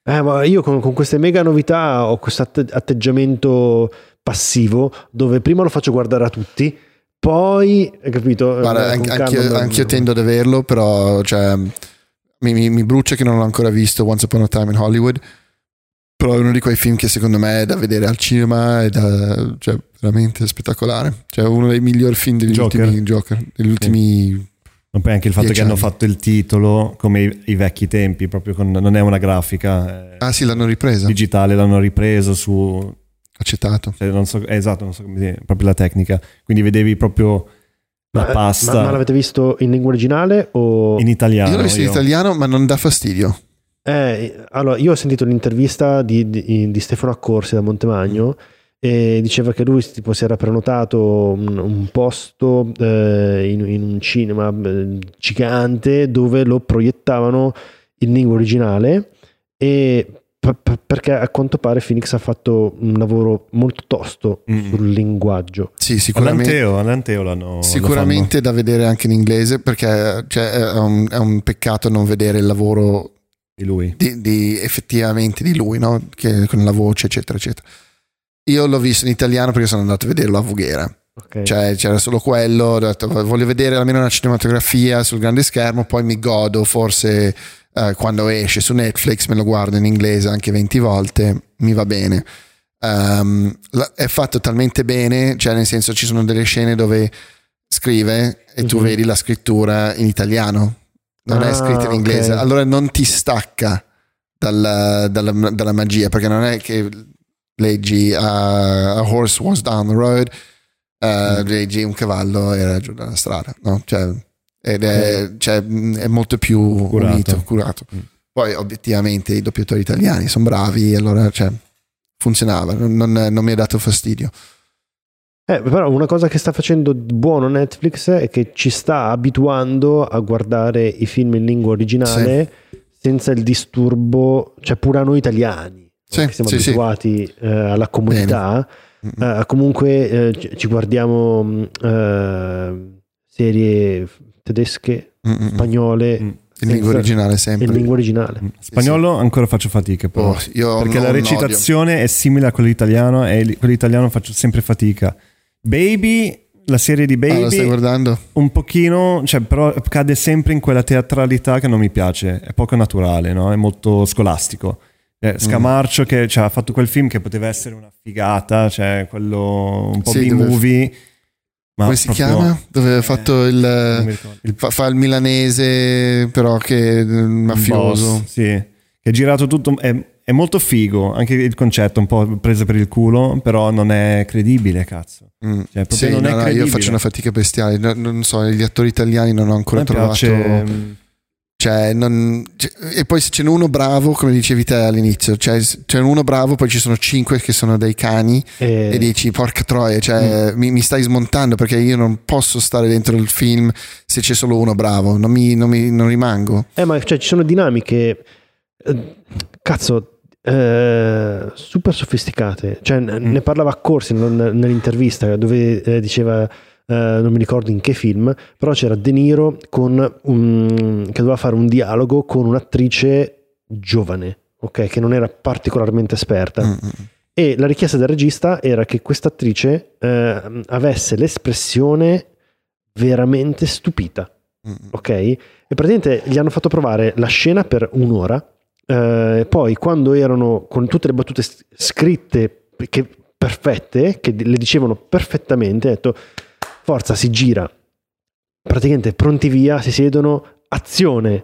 Eh, ma io con, con queste mega novità ho questo atte- atteggiamento passivo dove prima lo faccio guardare a tutti, poi, hai capito? Guarda, anche, anch'io, anch'io tendo ad averlo, però cioè, mi, mi, mi brucia che non l'ho ancora visto Once Upon a Time in Hollywood, però è uno di quei film che secondo me è da vedere al cinema, è da, cioè, veramente spettacolare, cioè uno dei migliori film degli Joker. ultimi Joker, degli ultimi sì. Ma poi anche il fatto che anni. hanno fatto il titolo come i, i vecchi tempi, proprio con, non è una grafica. È ah sì, l'hanno ripresa. Digitale, l'hanno ripreso su... Accettato. Cioè, non so, eh, esatto, non so come dire, proprio la tecnica. Quindi vedevi proprio la ma, pasta. Ma, ma l'avete visto in lingua originale o... In italiano. Io l'ho visto io. in italiano, ma non dà fastidio. Eh, allora, io ho sentito l'intervista di, di, di Stefano Accorsi da Montemagno e diceva che lui tipo, si era prenotato un, un posto eh, in, in un cinema eh, gigante dove lo proiettavano in lingua originale e p- p- perché a quanto pare Phoenix ha fatto un lavoro molto tosto mm. sul linguaggio. Sì, sicuramente. All'Anteo, all'Anteo l'hanno, sicuramente da vedere anche in inglese, perché cioè, è, un, è un peccato non vedere il lavoro di lui, di, di, effettivamente di lui, no? Che, con la voce eccetera eccetera. Io l'ho visto in italiano perché sono andato a vedere a Voghera, okay. Cioè c'era solo quello, ho detto voglio vedere almeno una cinematografia sul grande schermo, poi mi godo forse eh, quando esce su Netflix, me lo guardo in inglese anche venti volte, mi va bene. Um, è fatto talmente bene, cioè nel senso ci sono delle scene dove scrive e mm-hmm. tu vedi la scrittura in italiano, non ah, è scritta in inglese, okay. Allora non ti stacca dalla, dalla, dalla magia, perché non è che leggi uh, A Horse Was Down the Road, uh, mm. leggi un cavallo era giù dalla strada, no? Cioè, ed è, okay. Cioè, è molto più curato. unito, curato. Mm. Poi obiettivamente i doppiatori italiani sono bravi, allora cioè, funzionava, non, non, non mi ha dato fastidio. Eh, però una cosa che sta facendo buono Netflix è che ci sta abituando a guardare i film in lingua originale sì. senza il disturbo, cioè pure a noi italiani. Sì, che siamo sì, abituati sì. eh, alla comodità, eh, comunque eh, ci guardiamo eh, serie tedesche, Mm-mm. spagnole mm. in lingua originale sempre in lingua originale. Mm. Spagnolo sì. ancora faccio fatica però, oh, io perché la recitazione odio. È simile a quella italiano e quello italiano faccio sempre fatica. Baby, la serie di Baby, ah, la stai guardando? Un pochino, cioè, però cade sempre in quella teatralità che non mi piace, è poco naturale, no? È molto scolastico. Eh, Scamarcio mm. che cioè, ha fatto quel film che poteva essere una figata, cioè quello un po' sì, B-movie. Ma come si proprio, chiama? Dove ha fatto il, il fa, fa il milanese, però che è mafioso. Boss, sì, che è girato tutto, è, è molto figo, anche il concetto un po' preso per il culo, però non è credibile, cazzo. Mm. Cioè, sì, non no, è no, credibile. Io faccio una fatica bestiale, no, non so, gli attori italiani non ho ancora trovato... Piace, Cioè, non, cioè, e poi se c'è uno bravo, come dicevi te all'inizio, cioè c'è uno bravo, poi ci sono cinque che sono dei cani e, e dici porca troia, cioè mm. mi, mi stai smontando, perché io non posso stare dentro il film se c'è solo uno bravo, non mi, non mi non rimango. Eh, ma cioè, ci sono dinamiche eh, cazzo eh, super sofisticate, cioè mm. ne parlava Accorsi nell'intervista dove eh, diceva Uh, non mi ricordo in che film, però c'era De Niro con un, che doveva fare un dialogo con un'attrice giovane, ok, che non era particolarmente esperta mm-hmm. e la richiesta del regista era che questa attrice uh, avesse l'espressione veramente stupita, mm-hmm. ok, e praticamente gli hanno fatto provare la scena per un'ora, uh, poi quando erano con tutte le battute scritte che, perfette, che le dicevano perfettamente, ha detto forza, si gira, praticamente pronti via, si siedono, azione.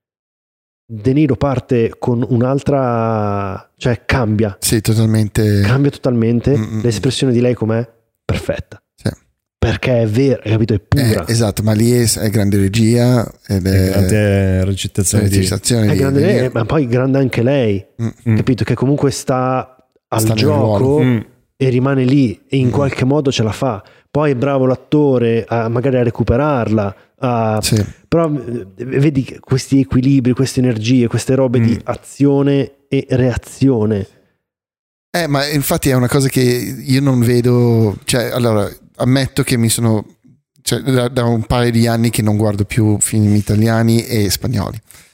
De Niro parte con un'altra, cioè cambia. Sì, totalmente. Cambia totalmente. Mm-mm. L'espressione di lei com'è? Perfetta. Sì. Perché è vera, capito? È pura. Eh, esatto, ma lì è, è grande regia ed è, è grande recitazione. recitazione di, di, è grande di lei, ma poi grande anche lei, Mm-mm. capito? Che comunque sta al sta gioco mm. e rimane lì e in mm. qualche modo ce la fa. Poi è bravo l'attore a magari a recuperarla, a... Sì. però vedi questi equilibri, queste energie, queste robe mm. di azione e reazione. Eh, ma infatti è una cosa che io non vedo, cioè, allora, ammetto che mi sono, cioè, da, da un paio di anni che non guardo più film italiani e spagnoli.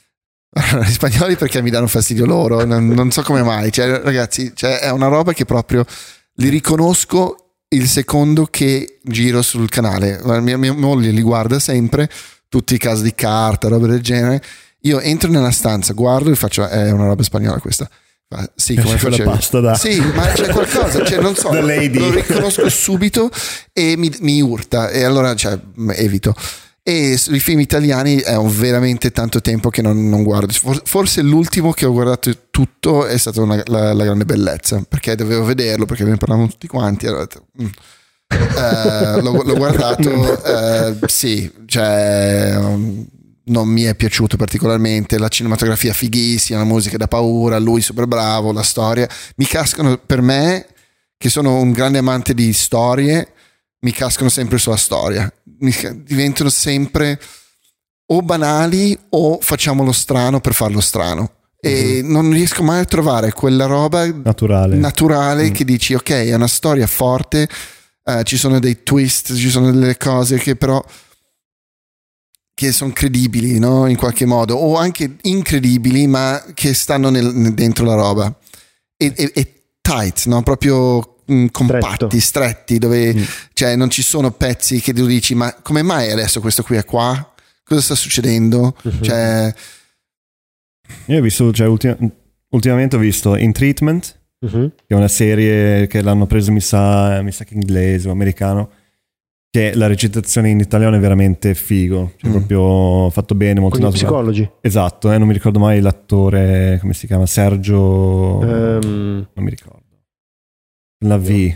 Gli spagnoli perché mi danno fastidio loro, non, non so come mai, cioè, ragazzi, cioè, è una roba che proprio li riconosco il secondo che giro sul canale. Mia, mia moglie li guarda sempre, tutti i casi di carta, robe del genere. Io entro nella stanza, guardo e faccio, è una roba spagnola questa. Ma sì, come facevi? La pasta da... Sì, ma c'è qualcosa, cioè, non so, lo riconosco subito e mi, mi urta, e allora cioè, evito. E sui film italiani è un veramente tanto tempo che non, non guardo. Forse l'ultimo che ho guardato tutto è stato una, la, la grande bellezza, perché dovevo vederlo, perché ne parlavamo tutti quanti. Allora, mm. uh, l'ho, l'ho guardato, uh, sì, cioè um, non mi è piaciuto particolarmente. La cinematografia fighissima, la musica da paura, lui super bravo, la storia. Mi cascano, per me, che sono un grande amante di storie, mi cascano sempre sulla storia, mi diventano sempre o banali o facciamo lo strano per farlo strano, e mm-hmm. non riesco mai a trovare quella roba naturale, naturale mm. che dici ok, è una storia forte, uh, ci sono dei twist, ci sono delle cose che però che sono credibili, no? In qualche modo, o anche incredibili ma che stanno nel, dentro la roba, e, e, e tight, no? Proprio compatti, Stretto. stretti, dove mm. cioè non ci sono pezzi che tu dici ma come mai adesso questo qui è qua? Cosa sta succedendo? Mm-hmm. Cioè... Io ho visto, cioè ultim- ultimamente ho visto In Treatment, mm-hmm. che è una serie che l'hanno preso mi sa, mi sa che inglese o americano, che la recitazione in italiano è veramente figo, cioè mm. proprio fatto bene, molto naturale. Psicologi. Esatto, eh, non mi ricordo mai l'attore, come si chiama, Sergio um... non mi ricordo. La V.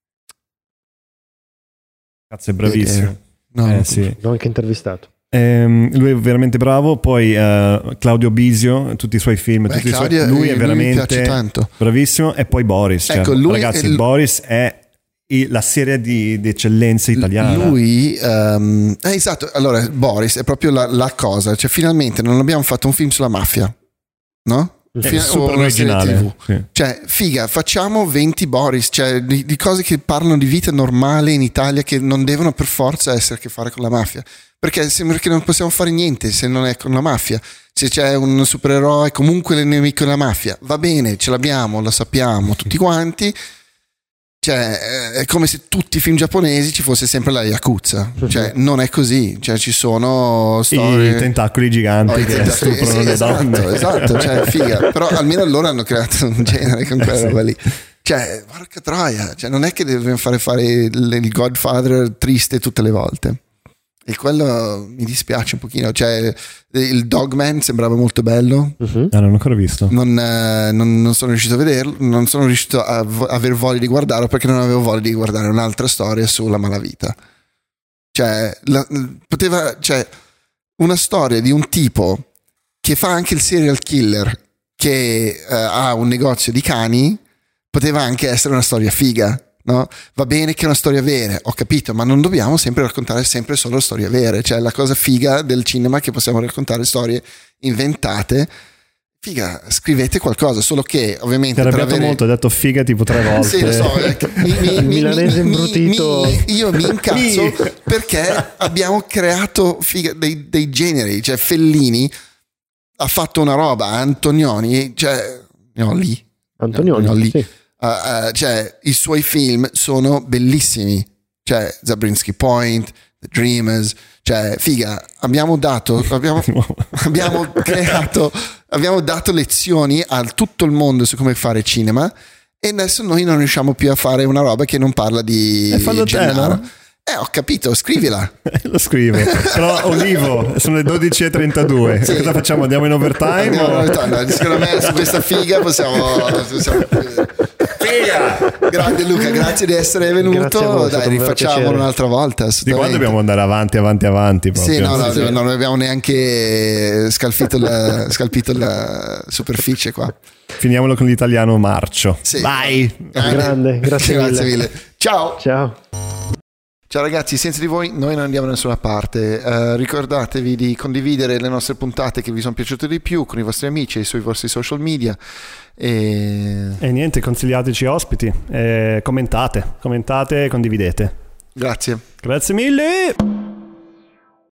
Cazzo, è bravissimo. No, eh, sì. L'ho anche intervistato. Ehm, lui è veramente bravo. Poi uh, Claudio Bisio, tutti i suoi film. Beh, tutti Claudio, i suoi... Lui è lui veramente tanto. bravissimo. E poi Boris. Ecco, cioè, lui ragazzi, è l... Boris è la serie di, di eccellenza italiana. Lui, um, eh, esatto. Allora, Boris è proprio la, la cosa. Cioè, finalmente non abbiamo fatto un film sulla mafia, no? È Fino, super originale, sì. Cioè figa, facciamo venti Boris, cioè di, di cose che parlano di vita normale in Italia, che non devono per forza essere a che fare con la mafia, perché sembra che non possiamo fare niente se non è con la mafia. Se c'è un supereroe, comunque il nemico della mafia, va bene, ce l'abbiamo, lo sappiamo tutti quanti. Cioè è come se tutti i film giapponesi ci fosse sempre la Yakuza, cioè non è così, cioè ci sono storie... i tentacoli giganti oh, che tentacoli, stuprano sì, le esatto, donne, esatto, cioè figa, però almeno loro hanno creato un genere con quella roba lì, cioè porca troia, cioè non è che devono fare fare il, il Godfather triste tutte le volte, e quello mi dispiace un pochino. Cioè il Dogman sembrava molto bello, uh-huh. ah, non l'ho ancora visto, non, eh, non, non sono riuscito a vederlo, non sono riuscito a v- aver voglia di guardarlo, perché non avevo voglia di guardare un'altra storia sulla malavita. Cioè la, poteva, cioè una storia di un tipo che fa anche il serial killer, che eh, ha un negozio di cani, poteva anche essere una storia figa. No? Va bene che è una storia vera, ho capito, ma non dobbiamo sempre raccontare sempre solo storie vere. Cioè la cosa figa del cinema è che possiamo raccontare storie inventate. Figa, scrivete qualcosa, solo che ovviamente ti arrabbiato avere... molto, hai detto figa tipo tre volte. Sì, lo so, mi, mi, il milanese mi, imbrutito. Mi, mi, io mi incazzo perché abbiamo creato figa, dei, dei generi. Cioè Fellini ha fatto una roba, Antonioni, cioè no, lì Antonioni, no, lì. Sì. Uh, uh, cioè i suoi film sono bellissimi, cioè Zabriskie Point, The Dreamers, cioè figa, abbiamo dato abbiamo, abbiamo creato abbiamo dato lezioni a tutto il mondo su come fare cinema, e adesso noi non riusciamo più a fare una roba che non parla di e fallo te, no? Eh, ho capito, scrivila. Lo scrivo. Però Olivo, sono le dodici e trentadue. Sì. Cosa facciamo? Andiamo in overtime? Andiamo o... in overtime. Secondo me su questa figa possiamo, possiamo... Figa! Grande Luca, grazie di essere venuto. Voi, dai, rifacciamolo un'altra volta. Di qua dobbiamo andare avanti, avanti, avanti. Proprio. Sì, no, no, sì, non abbiamo neanche scalfito la, scalpito la superficie qua. Finiamolo con l'italiano marcio. Sì. Vai! Grande, grande grazie, grazie mille. mille. Ciao! Ciao! Ciao ragazzi, senza di voi noi non andiamo da nessuna parte. Uh, ricordatevi di condividere le nostre puntate che vi sono piaciute di più con i vostri amici e sui vostri social media. E, e niente, consigliateci ospiti, e commentate, commentate e condividete. Grazie. Grazie mille!